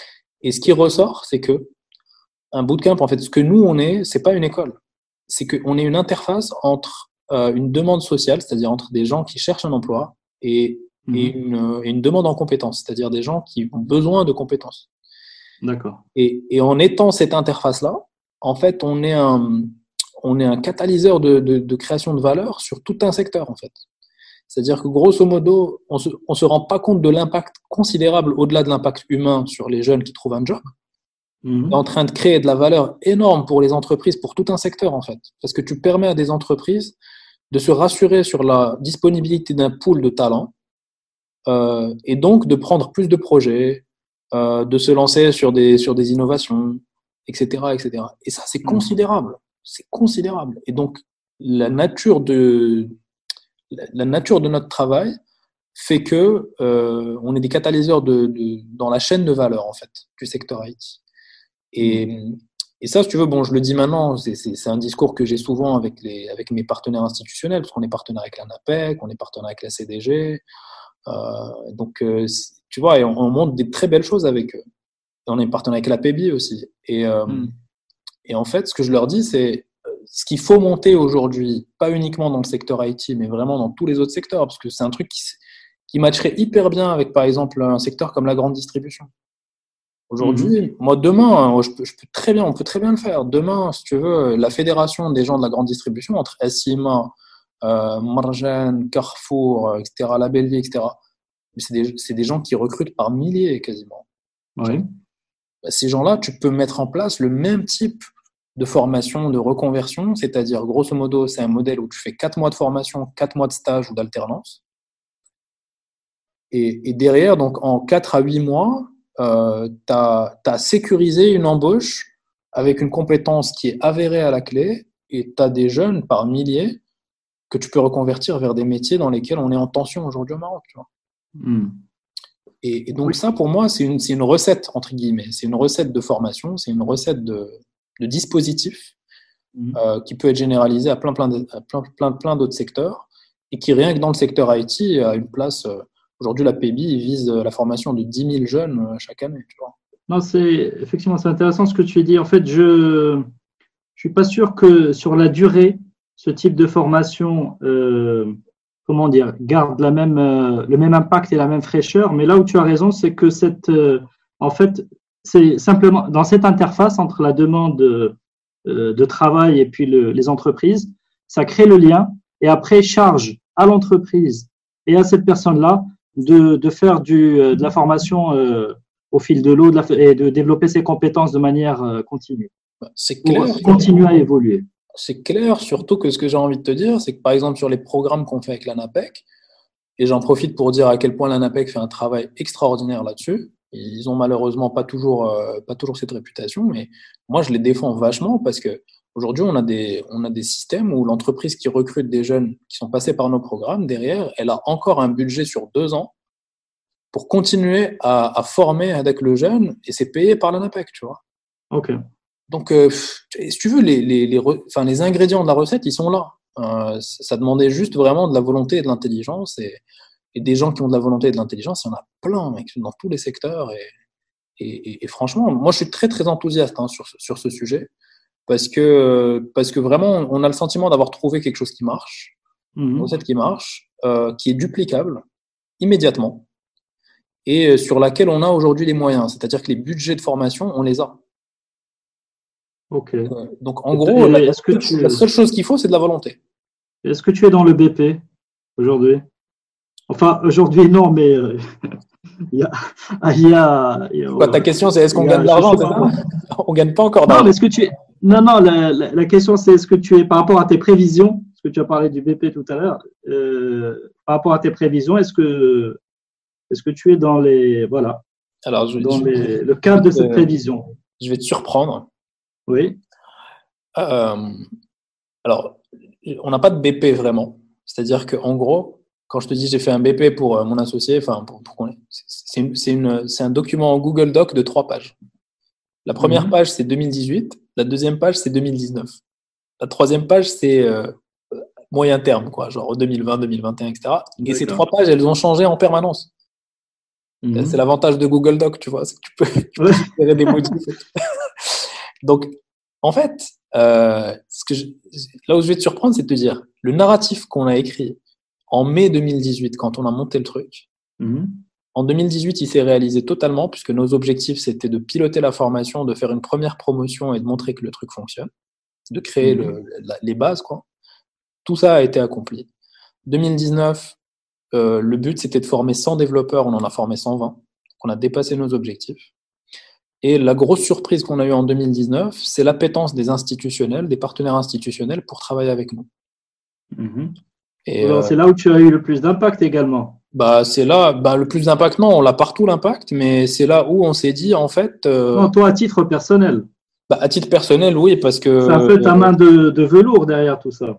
Et ce qui ressort, c'est que un bootcamp, en fait, ce que nous, on est, c'est pas une école. C'est qu'on est une interface entre euh, une demande sociale, c'est-à-dire entre des gens qui cherchent un emploi, et, mmh. et, une, et une demande en compétences, c'est-à-dire des gens qui ont besoin de compétences. D'accord. Et, et en étant cette interface-là, en fait, on est un, on est un catalyseur de, de, de création de valeur sur tout un secteur, en fait. C'est-à-dire que grosso modo, on se, on se rend pas compte de l'impact considérable au-delà de l'impact humain sur les jeunes qui trouvent un job. Mmh. est en train de créer de la valeur énorme pour les entreprises, pour tout un secteur en fait. Parce que tu permets à des entreprises de se rassurer sur la disponibilité d'un pool de talents euh, et donc de prendre plus de projets, euh, de se lancer sur des, sur des innovations, et cetera, et cetera. Et ça, c'est mmh. considérable. C'est considérable. Et donc, la nature de, la nature de notre travail fait que euh, on est des catalyseurs de, de, dans la chaîne de valeur en fait, du secteur I T. Et, et ça, si tu veux, bon, je le dis maintenant, c'est, c'est, c'est un discours que j'ai souvent avec, les, avec mes partenaires institutionnels, parce qu'on est partenaire avec la NAPEC, on est partenaire avec la C D G. Euh, donc, euh, tu vois, et on, on montre des très belles choses avec eux. Et on est partenaire avec la P B I aussi. Et, euh, mm. et en fait, ce que je leur dis, c'est ce qu'il faut monter aujourd'hui, pas uniquement dans le secteur I T, mais vraiment dans tous les autres secteurs, parce que c'est un truc qui, qui matcherait hyper bien avec, par exemple, un secteur comme la grande distribution. Aujourd'hui, mmh. moi, demain, je peux, je peux très bien, on peut très bien le faire. Demain, si tu veux, la fédération des gens de la grande distribution, entre S I M A, euh, Marjan, Carrefour, et cetera, La Belle Vie, et cetera, c'est des, c'est des gens qui recrutent par milliers quasiment. Oui. Bah, ces gens-là, tu peux mettre en place le même type de formation, de reconversion, c'est-à-dire, grosso modo, c'est un modèle où tu fais quatre mois de formation, quatre mois de stage ou d'alternance. Et, et derrière, donc, en quatre à huit mois, Euh, tu as sécurisé une embauche avec une compétence qui est avérée à la clé et tu as des jeunes par milliers que tu peux reconvertir vers des métiers dans lesquels on est en tension aujourd'hui au Maroc. Tu vois. Mm. Et, et donc oui. ça, pour moi, c'est une, c'est une recette, entre guillemets. C'est une recette de formation, c'est une recette de, de dispositif mm. euh, qui peut être généralisée à plein, plein, de, à plein, plein, plein d'autres secteurs et qui, rien que dans le secteur I T, a une place... Euh, Aujourd'hui, la P B I vise la formation de dix mille jeunes chaque année. Tu vois. Non, c'est, effectivement, c'est intéressant ce que tu dis. En fait, je ne suis pas sûr que sur la durée, ce type de formation euh, comment dire, garde la même, euh, le même impact et la même fraîcheur. Mais là où tu as raison, c'est que cette, euh, en fait, c'est simplement dans cette interface entre la demande de, euh, de travail et puis le, les entreprises, ça crée le lien et après charge à l'entreprise et à cette personne-là De, de faire du, de la formation euh, au fil de l'eau de la, et de développer ses compétences de manière euh, continue. C'est clair. Pour continuer à évoluer. C'est clair, surtout que ce que j'ai envie de te dire, c'est que par exemple sur les programmes qu'on fait avec la NAPEC, et j'en profite pour dire à quel point la NAPEC fait un travail extraordinaire là-dessus, ils ont malheureusement pas toujours, euh, pas toujours cette réputation, mais moi je les défends vachement parce que aujourd'hui, on a des, on a des systèmes où l'entreprise qui recrute des jeunes qui sont passés par nos programmes, derrière, elle a encore un budget sur deux ans pour continuer à, à former avec le jeune et c'est payé par la NAPEC, tu vois. Ok. Donc, euh, si tu veux, les, les, les, enfin, les ingrédients de la recette, ils sont là. Euh, ça demandait juste vraiment de la volonté et de l'intelligence et, et des gens qui ont de la volonté et de l'intelligence, il y en a plein, mec, dans tous les secteurs et, et, et, et franchement, moi, je suis très, très enthousiaste hein, sur, sur ce sujet. Parce que, parce que vraiment, on a le sentiment d'avoir trouvé quelque chose qui marche, mmh. une recette qui marche, euh, qui est duplicable immédiatement et sur laquelle on a aujourd'hui les moyens. C'est-à-dire que les budgets de formation, on les a. Ok. Euh, donc, en gros, la, est-ce que tu... la seule chose qu'il faut, c'est de la volonté. Est-ce que tu es dans le B P aujourd'hui? Enfin, aujourd'hui, non, mais euh, il y a... Il y a, il y a Quoi, ta question, c'est est-ce qu'on gagne de l'argent? On ne gagne pas encore d'argent. Non, mais est-ce que tu es... Non, non, la, la, la question, c'est est-ce que tu es, par rapport à tes prévisions, parce que tu as parlé du B P tout à l'heure, euh, par rapport à tes prévisions, est-ce que, est-ce que tu es dans les, voilà, alors, je, dans je, les, le cadre de cette euh, prévision? Je vais te surprendre. Oui. Euh, alors, on n'a pas de B P vraiment. C'est-à-dire qu'en gros, quand je te dis j'ai fait un B P pour mon associé, enfin, pour, pour, c'est, une, c'est, une, c'est un document Google Doc de trois pages. La première mmh. page, c'est deux mille dix-huit. La deuxième page, c'est deux mille dix-neuf. La troisième page, c'est euh, moyen terme, quoi, genre deux mille vingt, deux mille vingt et un, et cetera. D'accord. Et ces trois pages, elles ont changé en permanence. Mhm. C'est l'avantage de Google Doc, tu vois, c'est que tu peux, tu peux Ouais. générer des modifs. Donc, en fait, euh, ce que je- là où je vais te surprendre, c'est de te dire, le narratif qu'on a écrit en mai deux mille dix-huit, quand on a monté le truc, Mhm. en deux mille dix-huit, il s'est réalisé totalement, puisque nos objectifs, c'était de piloter la formation, de faire une première promotion et de montrer que le truc fonctionne, de créer Mhm. le, la- les bases, quoi. Tout ça a été accompli. deux mille dix-neuf, euh, le but, c'était de former cent développeurs, on en a formé cent vingt. Donc, on a dépassé nos objectifs. Et la grosse surprise qu'on a eue en deux mille dix-neuf, c'est l'appétence des institutionnels, des partenaires institutionnels pour travailler avec nous. Mhm. Et Alors, euh, c'est là où tu as eu le plus d'impact également. bah, c'est là, bah, le plus d'impact, non, on l'a partout l'impact, mais c'est là où on s'est dit, en fait, euh, Non, toi, à titre personnel, bah, à titre personnel, oui, parce que, c'est un peu ta euh, main de, de velours derrière tout ça.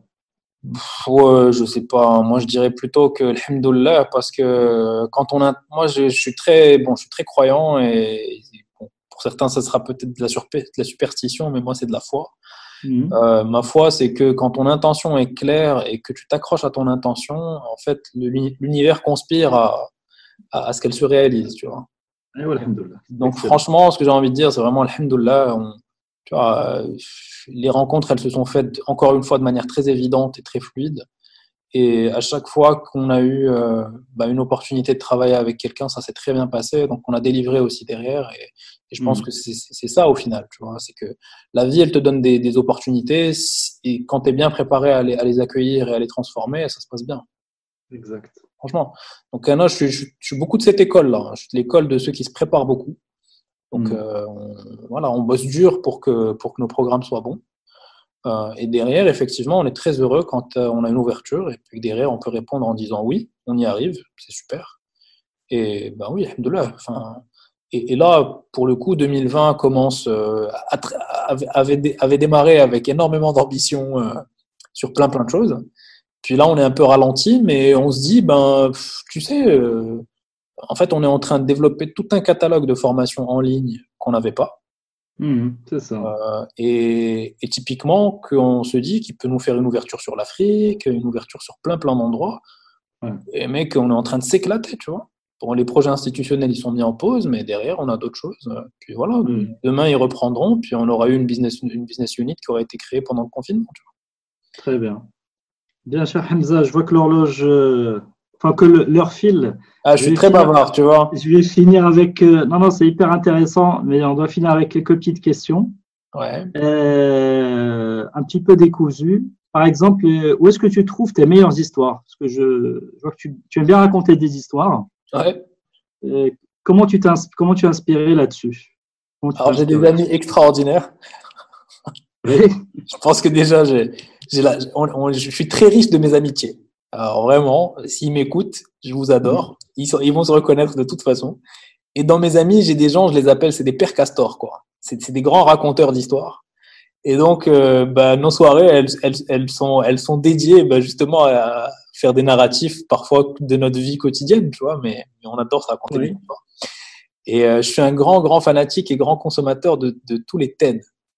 ouais, je sais pas, moi je dirais plutôt que alhamdoulilah, parce que quand on a, moi je, je suis très, bon, je suis très croyant et bon, pour certains ça sera peut-être de la, surpe- de la superstition, mais moi c'est de la foi. Mhm. Euh, ma foi, c'est que quand ton intention est claire et que tu t'accroches à ton intention, en fait, le- l'univers conspire à, à, à ce qu'elle se réalise, tu vois. Eh ouais, alhamdoulilah. Donc, Excellent. franchement, ce que j'ai envie de dire, c'est vraiment alhamdoulilah. On- Tu vois, euh, les rencontres, elles se sont faites encore une fois de manière très évidente et très fluide. Et à chaque fois qu'on a eu euh, bah, une opportunité de travailler avec quelqu'un, ça s'est très bien passé. Donc, on a délivré aussi derrière. Et, et je pense que Mhm. c'est c'est ça au final. Tu vois, c'est que la vie, elle te donne des, des opportunités. Et quand tu es bien préparé à les, à les accueillir et à les transformer, ça se passe bien. Exact. Franchement. Donc, euh, non, je, suis, je, suis- je suis beaucoup de cette école-là. Je suis de l'école de ceux qui se préparent beaucoup. Donc, Mhm. euh, on, voilà, on bosse dur pour que, pour que nos programmes soient bons. Euh, et derrière, effectivement, on est très heureux quand euh, on a une ouverture et puis derrière, on peut répondre en disant oui, on y arrive, c'est super. Et ben oui, alhamdoulilah. Enfin, et, et là, pour le coup, deux mille vingt commence, euh, à tr- avait, avait, dé- avait démarré avec énormément d'ambition euh, sur plein plein de choses. Puis là, on est un peu ralenti, mais on se dit, ben, pff, tu sais, euh, en fait, on est en train de développer tout un catalogue de formations en ligne qu'on n'avait pas. Mhm. C'est ça. Euh, et, et typiquement, qu'on se dit qu'il peut nous faire une ouverture sur l'Afrique, une ouverture sur plein plein d'endroits, Ouais. et mec, on est en train de s'éclater, tu vois. Bon, les projets institutionnels, ils sont mis en pause, mais derrière, on a d'autres choses. Puis voilà, de- Mhm. demain, ils reprendront, puis on aura eu une business, une business unit qui aurait été créée pendant le confinement, tu Très bien. Bien, cher Hamza, je vois que l'horloge, euh, enfin que le- l'heure file. vois. Ah, je Je suis vais très finir, bavard, tu vois. je vais finir avec. euh, non, non, c'est hyper intéressant, mais on doit finir avec quelques petites questions. Ouais. Euh, un petit peu décousues. Par exemple, euh, où est-ce que tu trouves tes meilleures histoires? Parce que je, je vois que tu, tu aimes bien raconter des histoires. Ouais. Euh, comment tu t'es, ins- comment tu es inspiré là-dessus? Comment tu t'es Alors, j'ai des inspiré? amis extraordinaires. Oui. Je pense que déjà, j'ai, j'ai la, on- on- je suis très riche de mes amitiés. Alors vraiment, s'ils m'écoutent, je vous adore. Ils, sont- ils vont se reconnaître de toute façon. Et dans mes amis, j'ai des gens, je les appelle, c'est des pères castors, quoi. C'est c'est des grands raconteurs d'histoires. Et donc, euh, bah, nos soirées, elles, elles, elles sont, elles sont dédiées bah, justement à faire des narratifs, parfois de notre vie quotidienne, tu vois, mais, mais on adore se raconter des Oui. histoires. Et euh, je suis un grand, grand fanatique et grand consommateur de, de tous les TED.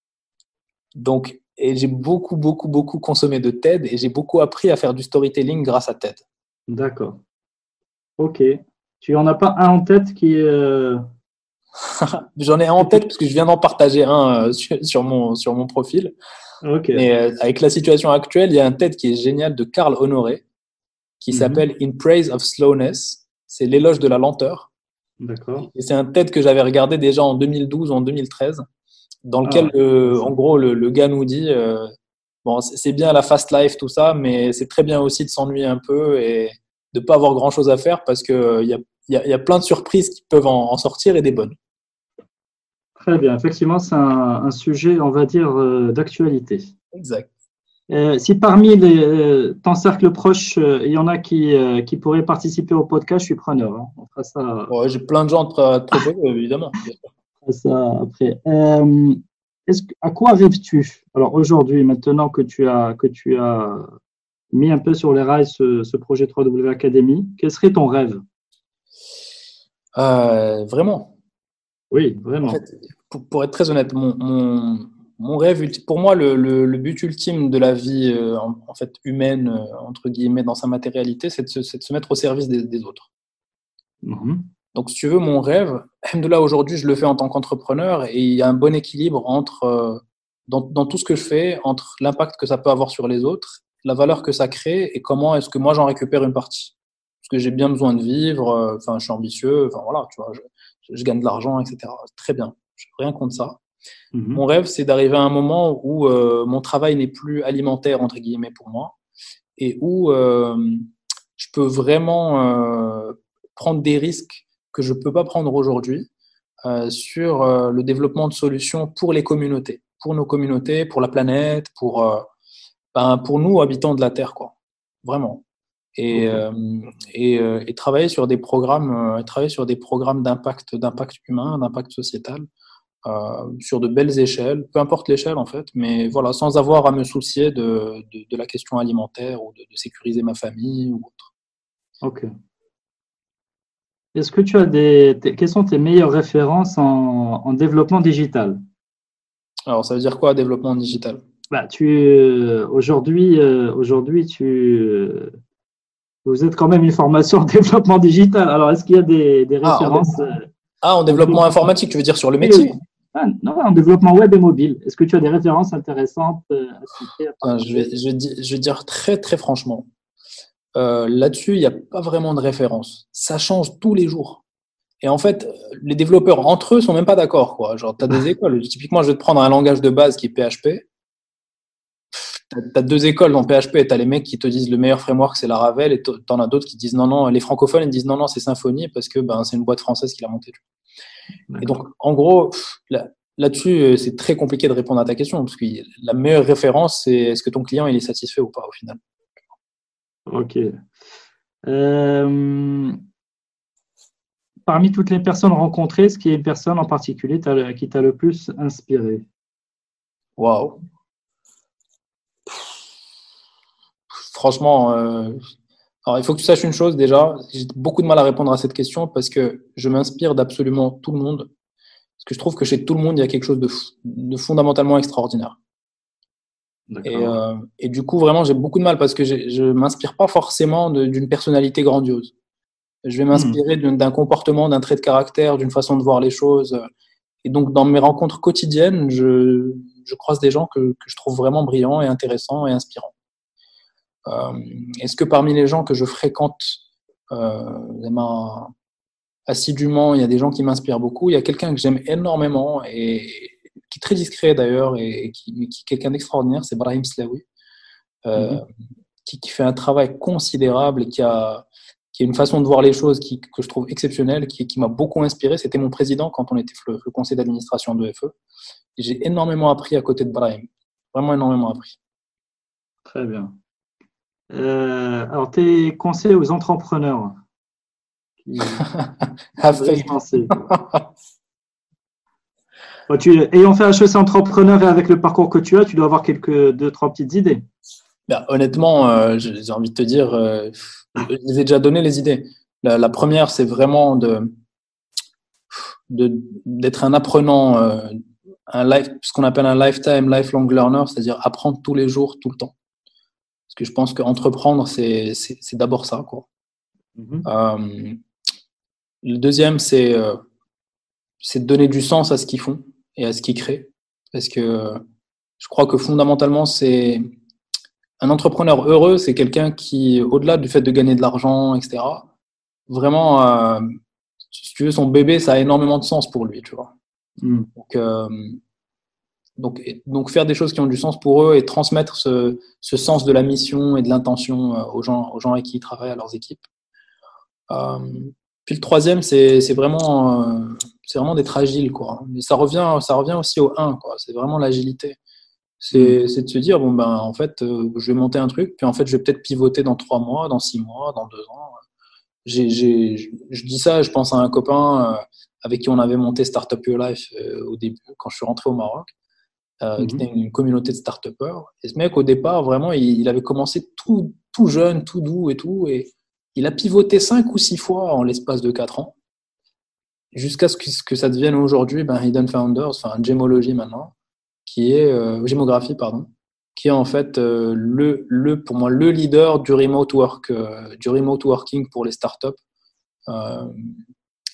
Donc, et j'ai beaucoup, beaucoup, beaucoup consommé de TED et j'ai beaucoup appris à faire du storytelling grâce à TED. D'accord. Ok. Tu en as pas un en tête qui est. euh, J'en ai un en tête parce que je viens d'en partager un euh, sur, sur mon, sur mon profil. Ok. Mais euh, avec la situation actuelle, il y a un TED qui est génial de Karl Honoré qui Mhm. s'appelle In Praise of Slowness. C'est l'éloge de la lenteur. D'accord. Et c'est un TED que j'avais regardé déjà en deux mille douze ou en deux mille treize, dans lequel, Ah, euh, en intéressant. gros, le, le gars nous dit euh, bon, c'est c'est bien la fast life, tout ça, mais c'est très bien aussi de s'ennuyer un peu et de pas avoir grand chose à faire parce qu'il euh, y, a, y, a, y a plein de surprises qui peuvent en, en sortir et des bonnes. Très bien. Effectivement, c'est un, un sujet, on va dire, euh, d'actualité. Exact. Euh, si parmi les, euh, ton cercle proche, euh, il y en a qui, euh, qui pourraient participer au podcast, je suis preneur, hein. On fera ça, Ouais, j'ai plein de gens à te proposer, évidemment. on fera ça après. Euh, est-ce que- à quoi rêves-tu? Alors aujourd'hui, maintenant que tu as, que tu as mis un peu sur les rails ce, ce projet trois W Academy, quel serait ton rêve? Euh, vraiment. Oui, En vraiment. fait, pour, pour être très honnête, mon, mon, mon rêve, ulti- pour moi, le, le, le but ultime de la vie euh, en, en fait, humaine, euh, entre guillemets, dans sa matérialité, c'est de, se- c'est de se mettre au service des, des autres. Mhm. Donc, si tu veux, mon rêve, alhamdoulilah, aujourd'hui, je le fais en tant qu'entrepreneur et il y a un bon équilibre entre, euh, dans, dans tout ce que je fais, entre l'impact que ça peut avoir sur les autres, la valeur que ça crée et comment est-ce que moi, j'en récupère une partie. Parce que j'ai bien besoin de vivre, euh, enfin, je suis ambitieux, enfin, voilà, tu vois, je, je gagne de l'argent, et cetera. Très bien, je n'ai rien contre ça. Mhm. Mon rêve, c'est d'arriver à un moment où euh, mon travail n'est plus alimentaire, entre guillemets, pour moi, et où euh, je peux vraiment euh, prendre des risques que je ne peux pas prendre aujourd'hui euh, sur euh, le développement de solutions pour les communautés, pour nos communautés, pour la planète, pour, euh, ben, pour nous, habitants de la Terre, quoi. Vraiment. Et, Ok. euh, et, euh, et travailler sur des programmes, euh, travailler sur des programmes d'impact, d'impact humain, d'impact sociétal, euh, sur de belles échelles, peu importe l'échelle en fait, mais voilà, sans avoir à me soucier de, de, de la question alimentaire ou de, de sécuriser ma famille ou autre. Ok. Est-ce que tu as des, tes- quelles sont tes meilleures références en, en développement digital? Alors, ça veut dire quoi, développement digital? Bah, tu, euh, aujourd'hui, euh, aujourd'hui, tu, euh, vous êtes quand même une formation en développement digital. Alors, est-ce qu'il y a des, des Ah, en, dé- références euh, ah, en en développement développement? informatique, tu veux dire sur le Oui, oui. métier? Ah, non, en développement web et mobile. Est-ce que tu as des références intéressantes euh, à citer, à Enfin, je vais, partager? je vais, di- je vais dire très très franchement, euh, là-dessus, il n'y a pas vraiment de référence. Ça change tous les jours. Et en fait, les développeurs entre eux sont même pas d'accord, quoi. Genre, tu as des écoles. Typiquement, je vais te prendre un langage de base qui est P H P. Tu as deux écoles dans P H P. Tu as les mecs qui te disent le meilleur framework, c'est Laravel. Et tu en as d'autres qui disent non, non. Les francophones, ils disent non, non, c'est Symfony parce que ben, c'est une boîte française qui l'a monté. Et donc, D'accord. en gros, là, là-dessus, c'est très compliqué de répondre à ta question parce que la meilleure référence, c'est est-ce que ton client il est satisfait ou pas au final. Ok. Euh, parmi toutes les personnes rencontrées, est-ce qu'il y a une personne en particulier t'a le- qui t'a le plus inspiré? Waouh. Franchement, euh, alors il faut que tu saches une chose déjà. J'ai beaucoup de mal à répondre à cette question parce que je m'inspire d'absolument tout le monde. Parce que je trouve que chez tout le monde, il y a quelque chose de, f- de fondamentalement extraordinaire. Et, D'accord. euh, et du coup, vraiment, j'ai beaucoup de mal parce que j'ai- je ne m'inspire pas forcément de- d'une personnalité grandiose. Je vais Hmm. m'inspirer d'un d'un comportement, d'un trait de caractère, d'une façon de voir les choses. Et donc, dans mes rencontres quotidiennes, je, je croise des gens que, que je trouve vraiment brillants et intéressants et inspirants. Euh, Est-ce que parmi les gens que je fréquente euh, ma- assidûment, il y a des gens qui m'inspirent beaucoup. Il y a quelqu'un que j'aime énormément et qui est très discret d'ailleurs et qui, qui est quelqu'un d'extraordinaire, c'est Brahim Slaoui, euh, Mhm. qui, qui fait un travail considérable et qui a, qui a une façon de voir les choses qui, que je trouve exceptionnelle, qui, qui m'a beaucoup inspiré. C'était mon président quand on était le, le conseil d'administration de F E. Et j'ai énormément appris à côté de Brahim. Vraiment énormément appris. Très bien. Euh, alors, tes conseils aux entrepreneurs qui, qui Have voudraient se faith. lancer. Bon, tu, ayant fait H E C entrepreneur et avec le parcours que tu as, tu dois avoir quelques deux, trois petites idées. Ben, honnêtement, euh, j'ai envie de te dire, euh, je les ai déjà donné les idées. La, la première, c'est vraiment de, de, d'être un apprenant, euh, un life, ce qu'on appelle un lifetime, lifelong learner, c'est-à-dire apprendre tous les jours, tout le temps. Parce que je pense qu'entreprendre, c'est, c'est, c'est d'abord ça, quoi. Mhm. Euh, le deuxième, c'est, euh, c'est de donner du sens à ce qu'ils font et à ce qu'ils créent. Parce que euh, je crois que fondamentalement, c'est un entrepreneur heureux, c'est quelqu'un qui, au-delà du fait de gagner de l'argent, et cetera, vraiment, euh, si tu veux, son bébé, ça a énormément de sens pour lui, tu vois. Hmm. Donc, euh, donc, donc faire des choses qui ont du sens pour eux et transmettre ce, ce sens de la mission et de l'intention euh, aux gens, aux gens avec qui ils travaillent, à leurs équipes. Euh, Puis le troisième, c'est c'est vraiment, euh, c'est vraiment d'être agile, quoi. Mais ça revient, ça revient aussi au un, quoi. C'est vraiment l'agilité. Hmm. C'est c'est de se dire, bon, ben, en fait, euh, je vais monter un truc, puis en fait, je vais peut-être pivoter dans trois mois, dans six mois, dans deux ans. J'ai, j'ai, je dis ça, je pense à un copain euh, avec qui on avait monté Startup Your Life euh, au début, quand je suis rentré au Maroc, euh, qui était Mhm. une communauté de start-upers. Et ce mec, au départ, vraiment, il, il avait commencé tout, tout jeune, tout doux et tout, et il a pivoté cinq ou six fois en l'espace de quatre ans, jusqu'à ce que, ce que ça devienne aujourd'hui ben, Hidden Founders, enfin Gemology maintenant, qui est euh, Gémographie, pardon, qui est en fait euh, le, le, pour moi le leader du remote work, euh, du remote working pour les startups. Euh,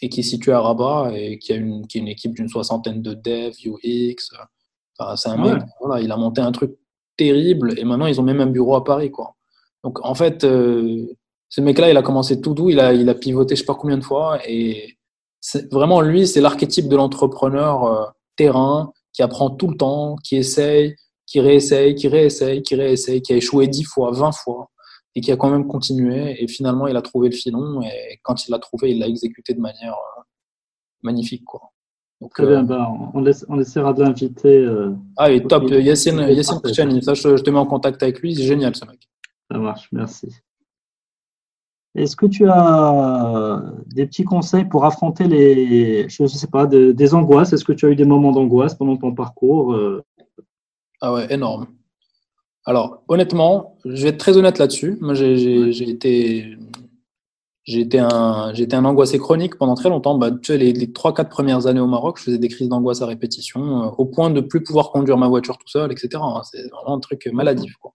et qui est situé à Rabat et qui a une, qui est une équipe d'une soixantaine de devs, U X. Enfin, c'est un Ah mec, ouais. voilà, il a monté un truc terrible et maintenant ils ont même un bureau à Paris, quoi. Donc en fait, euh, ce mec-là, il a commencé tout doux, il a, il a pivoté je sais pas combien de fois et c'est, vraiment lui, c'est l'archétype de l'entrepreneur euh, terrain qui apprend tout le temps, qui essaye, qui réessaye, qui réessaye, qui réessaye, qui a échoué dix fois, vingt fois et qui a quand même continué et finalement il a trouvé le filon et quand il l'a trouvé, il l'a exécuté de manière euh, magnifique, quoi. Donc, Très euh, bien. Ben, on, laisse- on essaiera de l'inviter. Euh, ah, il est pour top. qu'il Yassine, qu'il Yassine partage. Khouchani, ça, je, je te mets en contact avec lui. C'est génial, ce mec. Ça marche. Merci. Est-ce que tu as des petits conseils pour affronter les, je ne sais pas, de- des angoisses? Est-ce que tu as eu des moments d'angoisse pendant ton parcours? Euh, Ah ouais, énorme. Alors, honnêtement, je vais être très honnête là-dessus. Moi, j'ai ouais. j'ai- j'ai été, j'ai été un, j'ai été un angoissé chronique pendant très longtemps. Bah, tu sais, les, les trois, quatre premières années au Maroc, je faisais des crises d'angoisse à répétition, euh, au point de plus pouvoir conduire ma voiture tout seul, et cetera, hein. C'est vraiment un truc maladif, quoi.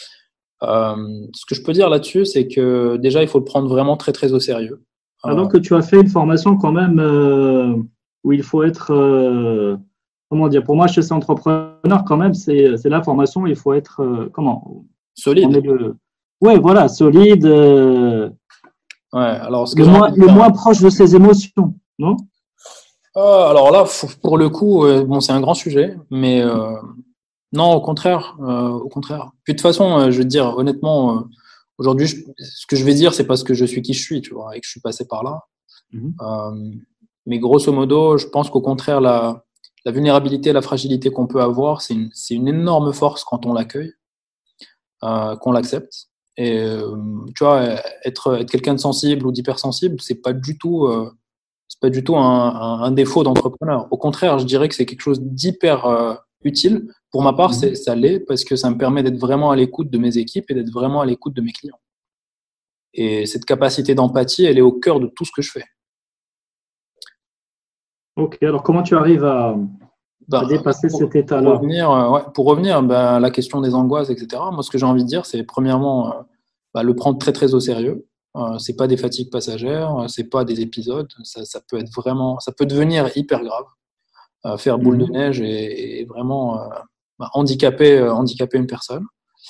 Euh, ce que je peux dire là-dessus, c'est que déjà, il faut le prendre vraiment très, très au sérieux. Euh, Alors que tu as fait une formation quand même euh, où il faut être, euh, comment dire, pour moi, chez ces entrepreneurs, quand même, c'est c'est la formation où il faut être, euh, comment, on est solide. le, ouais, voilà, solide, euh, Ouais, alors ce que le j'ai moins, envie de le dire. moins proche de ses émotions, non? Ah, alors là, faut- pour le coup, euh, bon, c'est un grand sujet, mais euh, non, au contraire, euh, au contraire. Puis de toute façon, euh, je veux te dire, honnêtement, euh, aujourd'hui, je- ce que je vais dire, c'est parce que je suis qui je suis, tu vois, et que je suis passé par là. Mhm. Euh, mais grosso modo, je pense qu'au contraire, la, la vulnérabilité, la fragilité qu'on peut avoir, c'est une, c'est une énorme force quand on l'accueille, euh, qu'on l'accepte. Et euh, tu vois, être, être quelqu'un de sensible ou d'hypersensible, c'est pas du tout, euh, c'est pas du tout un, un, un défaut d'entrepreneur. Au contraire, je dirais que c'est quelque chose d'hyper euh, utile. Pour ma part, c'est, Mhm. ça l'est parce que ça me permet d'être vraiment à l'écoute de mes équipes et d'être vraiment à l'écoute de mes clients. Et cette capacité d'empathie, elle est au cœur de tout ce que je fais. Ok, alors comment tu arrives à, à Ben, dépasser pour, cet pour état-là? revenir, euh, ouais, pour revenir ben, à la question des angoisses, et cetera, moi, ce que j'ai envie de dire, c'est premièrement euh, ben, le prendre très, très au sérieux. Euh, c'est pas des fatigues passagères, euh, c'est pas des épisodes. Ça, ça peut être vraiment, ça peut devenir hyper grave, euh, faire boule de Mhm. neige et, et vraiment euh, ben, handicaper, euh, handicaper une personne.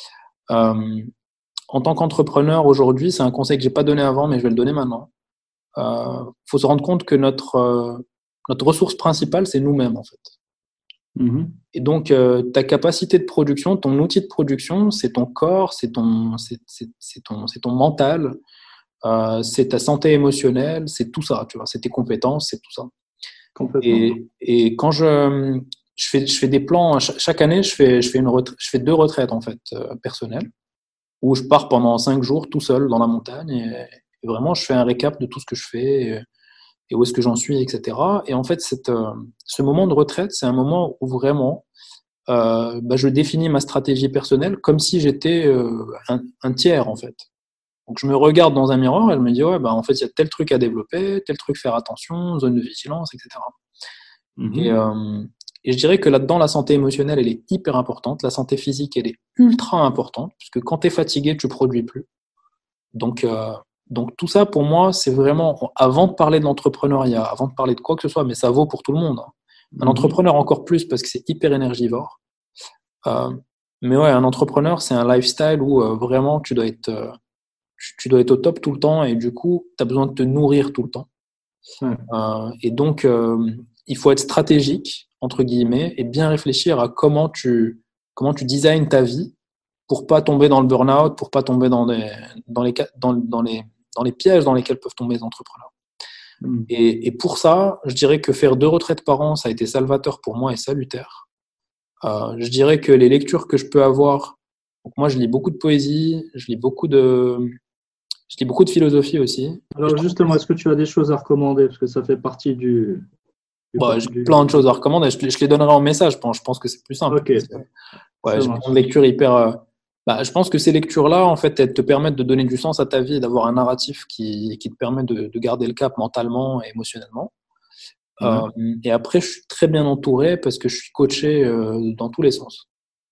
Euh, en tant qu'entrepreneur aujourd'hui, c'est un conseil que j'ai pas donné avant, mais je vais le donner maintenant. Euh, faut se rendre compte que notre euh, notre ressource principale, c'est nous-mêmes en fait. Mhm. Et donc, euh, ta capacité de production, ton outil de production, c'est ton corps, c'est ton, c'est, c'est, c'est ton, c'est ton mental, euh, c'est ta santé émotionnelle, c'est tout ça, tu vois, c'est tes compétences, c'est tout ça. Complètement. Et, et quand je, je fais, je fais des plans, chaque, chaque année, je fais, je fais une retraite, je fais deux retraites en fait euh, personnelles, où je pars pendant cinq jours tout seul dans la montagne et, et vraiment je fais un récap de tout ce que je fais. Et, et où est-ce que j'en suis, et cetera. Et en fait, cette, euh, ce moment de retraite, c'est un moment où vraiment euh, bah, je définis ma stratégie personnelle comme si j'étais euh, un, un tiers en fait. Donc je me regarde dans un miroir et je me dis ouais bah en fait il y a tel truc à développer, tel truc faire attention, zone de vigilance, et cetera. Et, Mhm. euh, et je dirais que là-dedans la santé émotionnelle elle est hyper importante, la santé physique elle est ultra importante puisque quand tu es fatigué tu produis plus. Donc euh, donc tout ça pour moi c'est vraiment avant de parler de l'entrepreneuriat, avant de parler de quoi que ce soit, mais ça vaut pour tout le monde, hein. Un Mhm. entrepreneur encore plus parce que c'est hyper énergivore. Euh, mais ouais, un entrepreneur, c'est un lifestyle où euh, vraiment tu dois être, euh, tu, tu dois être au top tout le temps et du coup, tu as besoin de te nourrir tout le temps. Ouais. Euh, et donc, euh, il faut être stratégique, entre guillemets, et bien réfléchir à comment tu, comment tu designes ta vie pour pas tomber dans le burn-out, pour pas tomber dans, des, dans, les, dans, dans, les, dans les pièges dans lesquels peuvent tomber les entrepreneurs. Mhm. Et, et pour ça, je dirais que faire deux retraites par an, ça a été salvateur pour moi et salutaire. Euh, je dirais que les lectures que je peux avoir, donc moi je lis beaucoup de poésie, je lis beaucoup de, je lis beaucoup de philosophie aussi. Et je Alors trouve que justement, est-ce que tu as des choses à recommander? Parce que ça fait partie du, du, bon, par- j'ai plein du... de choses à recommander. Je, je les donnerai en message. Je pense, je pense que c'est plus simple. Ok, Parce que, ouais, ça j'ai plein de marche. lectures hyper. Euh, bah, je pense que ces lectures-là, en fait, elles te permettent de donner du sens à ta vie, d'avoir un narratif qui, qui te permet de, de garder le cap mentalement et émotionnellement. Ouais. Euh, et après, je suis très bien entouré parce que je suis coaché euh, dans tous les sens.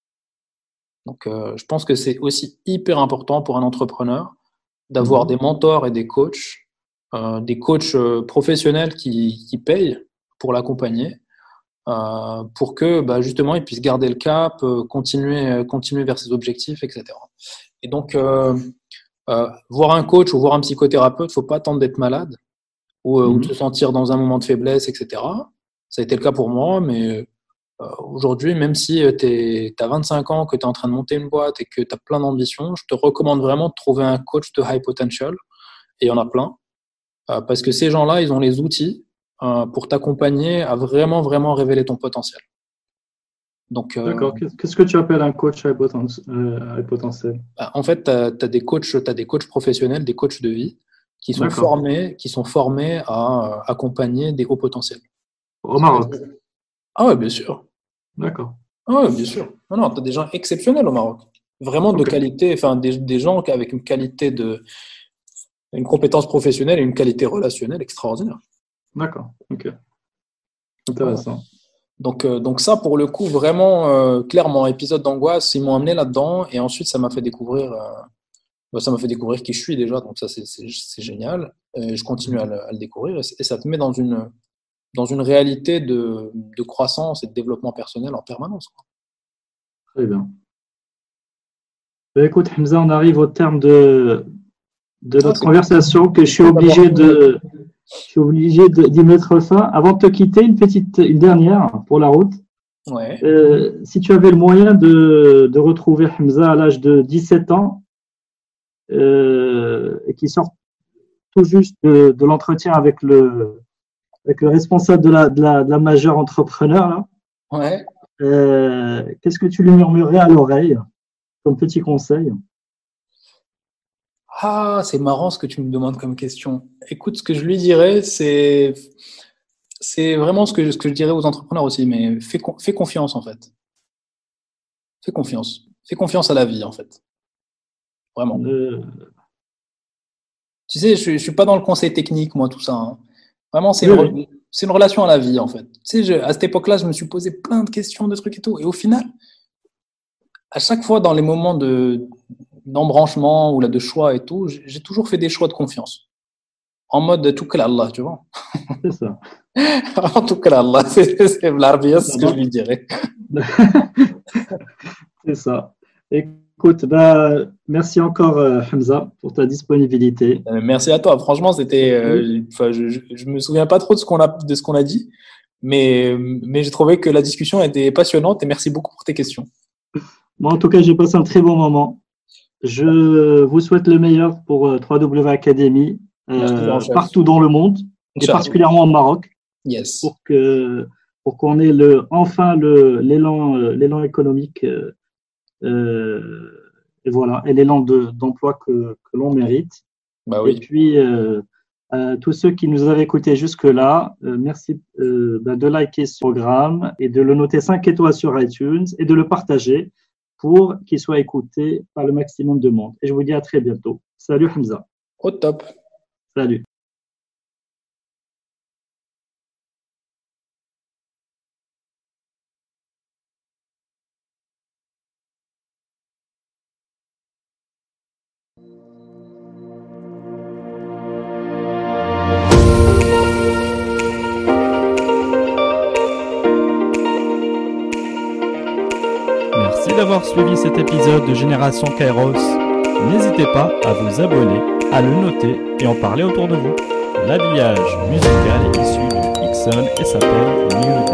Donc, euh, je pense que c'est aussi hyper important pour un entrepreneur d'avoir Mhm. des mentors et des coachs euh, des coachs euh, professionnels qui, qui payent pour l'accompagner, euh, pour que bah, justement il puisse garder le cap, euh, continuer, euh, continuer vers ses objectifs, et cetera. Et donc, euh, euh, voir un coach ou voir un psychothérapeute, il ne faut pas attendre d'être malade ou, euh, Mhm. ou de se sentir dans un moment de faiblesse, et cetera. Ça a été le cas pour moi, mais euh, aujourd'hui, même si tu as vingt-cinq ans, que tu es en train de monter une boîte et que tu as plein d'ambitions, je te recommande vraiment de trouver un coach de high potential, et il y en a plein, euh, parce que ces gens-là, ils ont les outils euh, pour t'accompagner à vraiment, vraiment révéler ton potentiel. Donc, euh, D'accord. Qu'est- Qu'est-ce que tu appelles un coach high poten- euh, high potentiel? bah, en fait, tu as des coachs, t'as des coachs professionnels, des coachs de vie qui sont D'accord. formés, qui sont formés à euh, accompagner des hauts potentiels. Au Maroc. Ah ouais, bien sûr. D'accord. Ah ouais, bien sûr. Non, non, tu as des gens exceptionnels au Maroc. Vraiment de Ok. qualité, enfin des, des gens avec une qualité de, une compétence professionnelle et une qualité relationnelle extraordinaire. D'accord. Ok. Ouais. Intéressant. Donc, euh, donc ça, pour le coup, vraiment, euh, clairement, épisode d'angoisse, ils m'ont amené là-dedans et ensuite, ça m'a fait découvrir, euh, bah, ça m'a fait découvrir qui je suis déjà. Donc ça, c'est, c'est, c'est génial. Et je continue à le, à le découvrir et, et ça te met dans une, dans une réalité de, de croissance et de développement personnel en permanence, quoi. Très bien. Ben, écoute, Hamza, on arrive au terme de, de Ah, notre c'est conversation que je suis obligé de, je suis obligé de- d'y mettre fin. Avant de te quitter, une petite, une dernière pour la route. Ouais. Euh, si tu avais le moyen de, de retrouver Hamza à l'âge de dix-sept ans, euh, et qui sort tout juste de, de l'entretien avec le, avec le responsable de la, de la, de la majeure entrepreneur, là, Ouais. euh, qu'est-ce que tu lui murmurerais à l'oreille comme petit conseil? Ah, c'est marrant ce que tu me demandes comme question. Écoute, ce que je lui dirais, c'est, c'est vraiment ce que, ce que je dirais aux entrepreneurs aussi, mais fais, con- fais confiance en fait. Fais confiance. Fais confiance à la vie en fait. Vraiment. Euh, Tu sais, je, je suis pas dans le conseil technique, moi, tout ça, hein. Vraiment, c'est oui, une, oui, re- c'est une relation à la vie en fait. Tu sais, je- à cette époque-là, je me suis posé plein de questions, de trucs et tout. Et au final, à chaque fois, dans les moments de, d'embranchement ou là, de choix et tout, j'ai j'ai toujours fait des choix de confiance. En mode tout à Allah, tu vois. c'est ça. En tout cas, Allah, c'est c'est l'arabia, C'est c'est ça. ce que je Donc, lui dirais. c'est ça. Écoute, bah, merci encore, euh, Hamza, pour ta disponibilité. Euh, merci à toi. Franchement, c'était. Oui. Euh, enfin, je, je, je me souviens pas trop de ce qu'on a de ce qu'on a dit, mais mais j'ai trouvé que la discussion était passionnante et merci beaucoup pour tes questions. Moi, en tout cas, j'ai passé un très bon moment. Je vous souhaite le meilleur pour euh, trois W Academy Merci, grand euh, chef. partout dans le monde et Inch'Allah. particulièrement au Maroc Yes. pour que pour qu'on ait le enfin le l'élan euh, l'élan économique euh, euh, et voilà et l'élan de, d'emploi que, que l'on mérite. Bah Et oui. puis euh, euh, tous ceux qui nous avaient écoutés jusque-là, euh, merci euh, ben, de liker ce programme et de le noter cinq étoiles sur iTunes et de le partager pour qu'il soit écouté par le maximum de monde. Et je vous dis à très bientôt. Salut Hamza. Au top. Salut. Merci d'avoir suivi cet épisode de Génération Kairos. N'hésitez pas à vous abonner, à le noter et en parler autour de vous. L'habillage musical est issu de Ixon et s'appelle New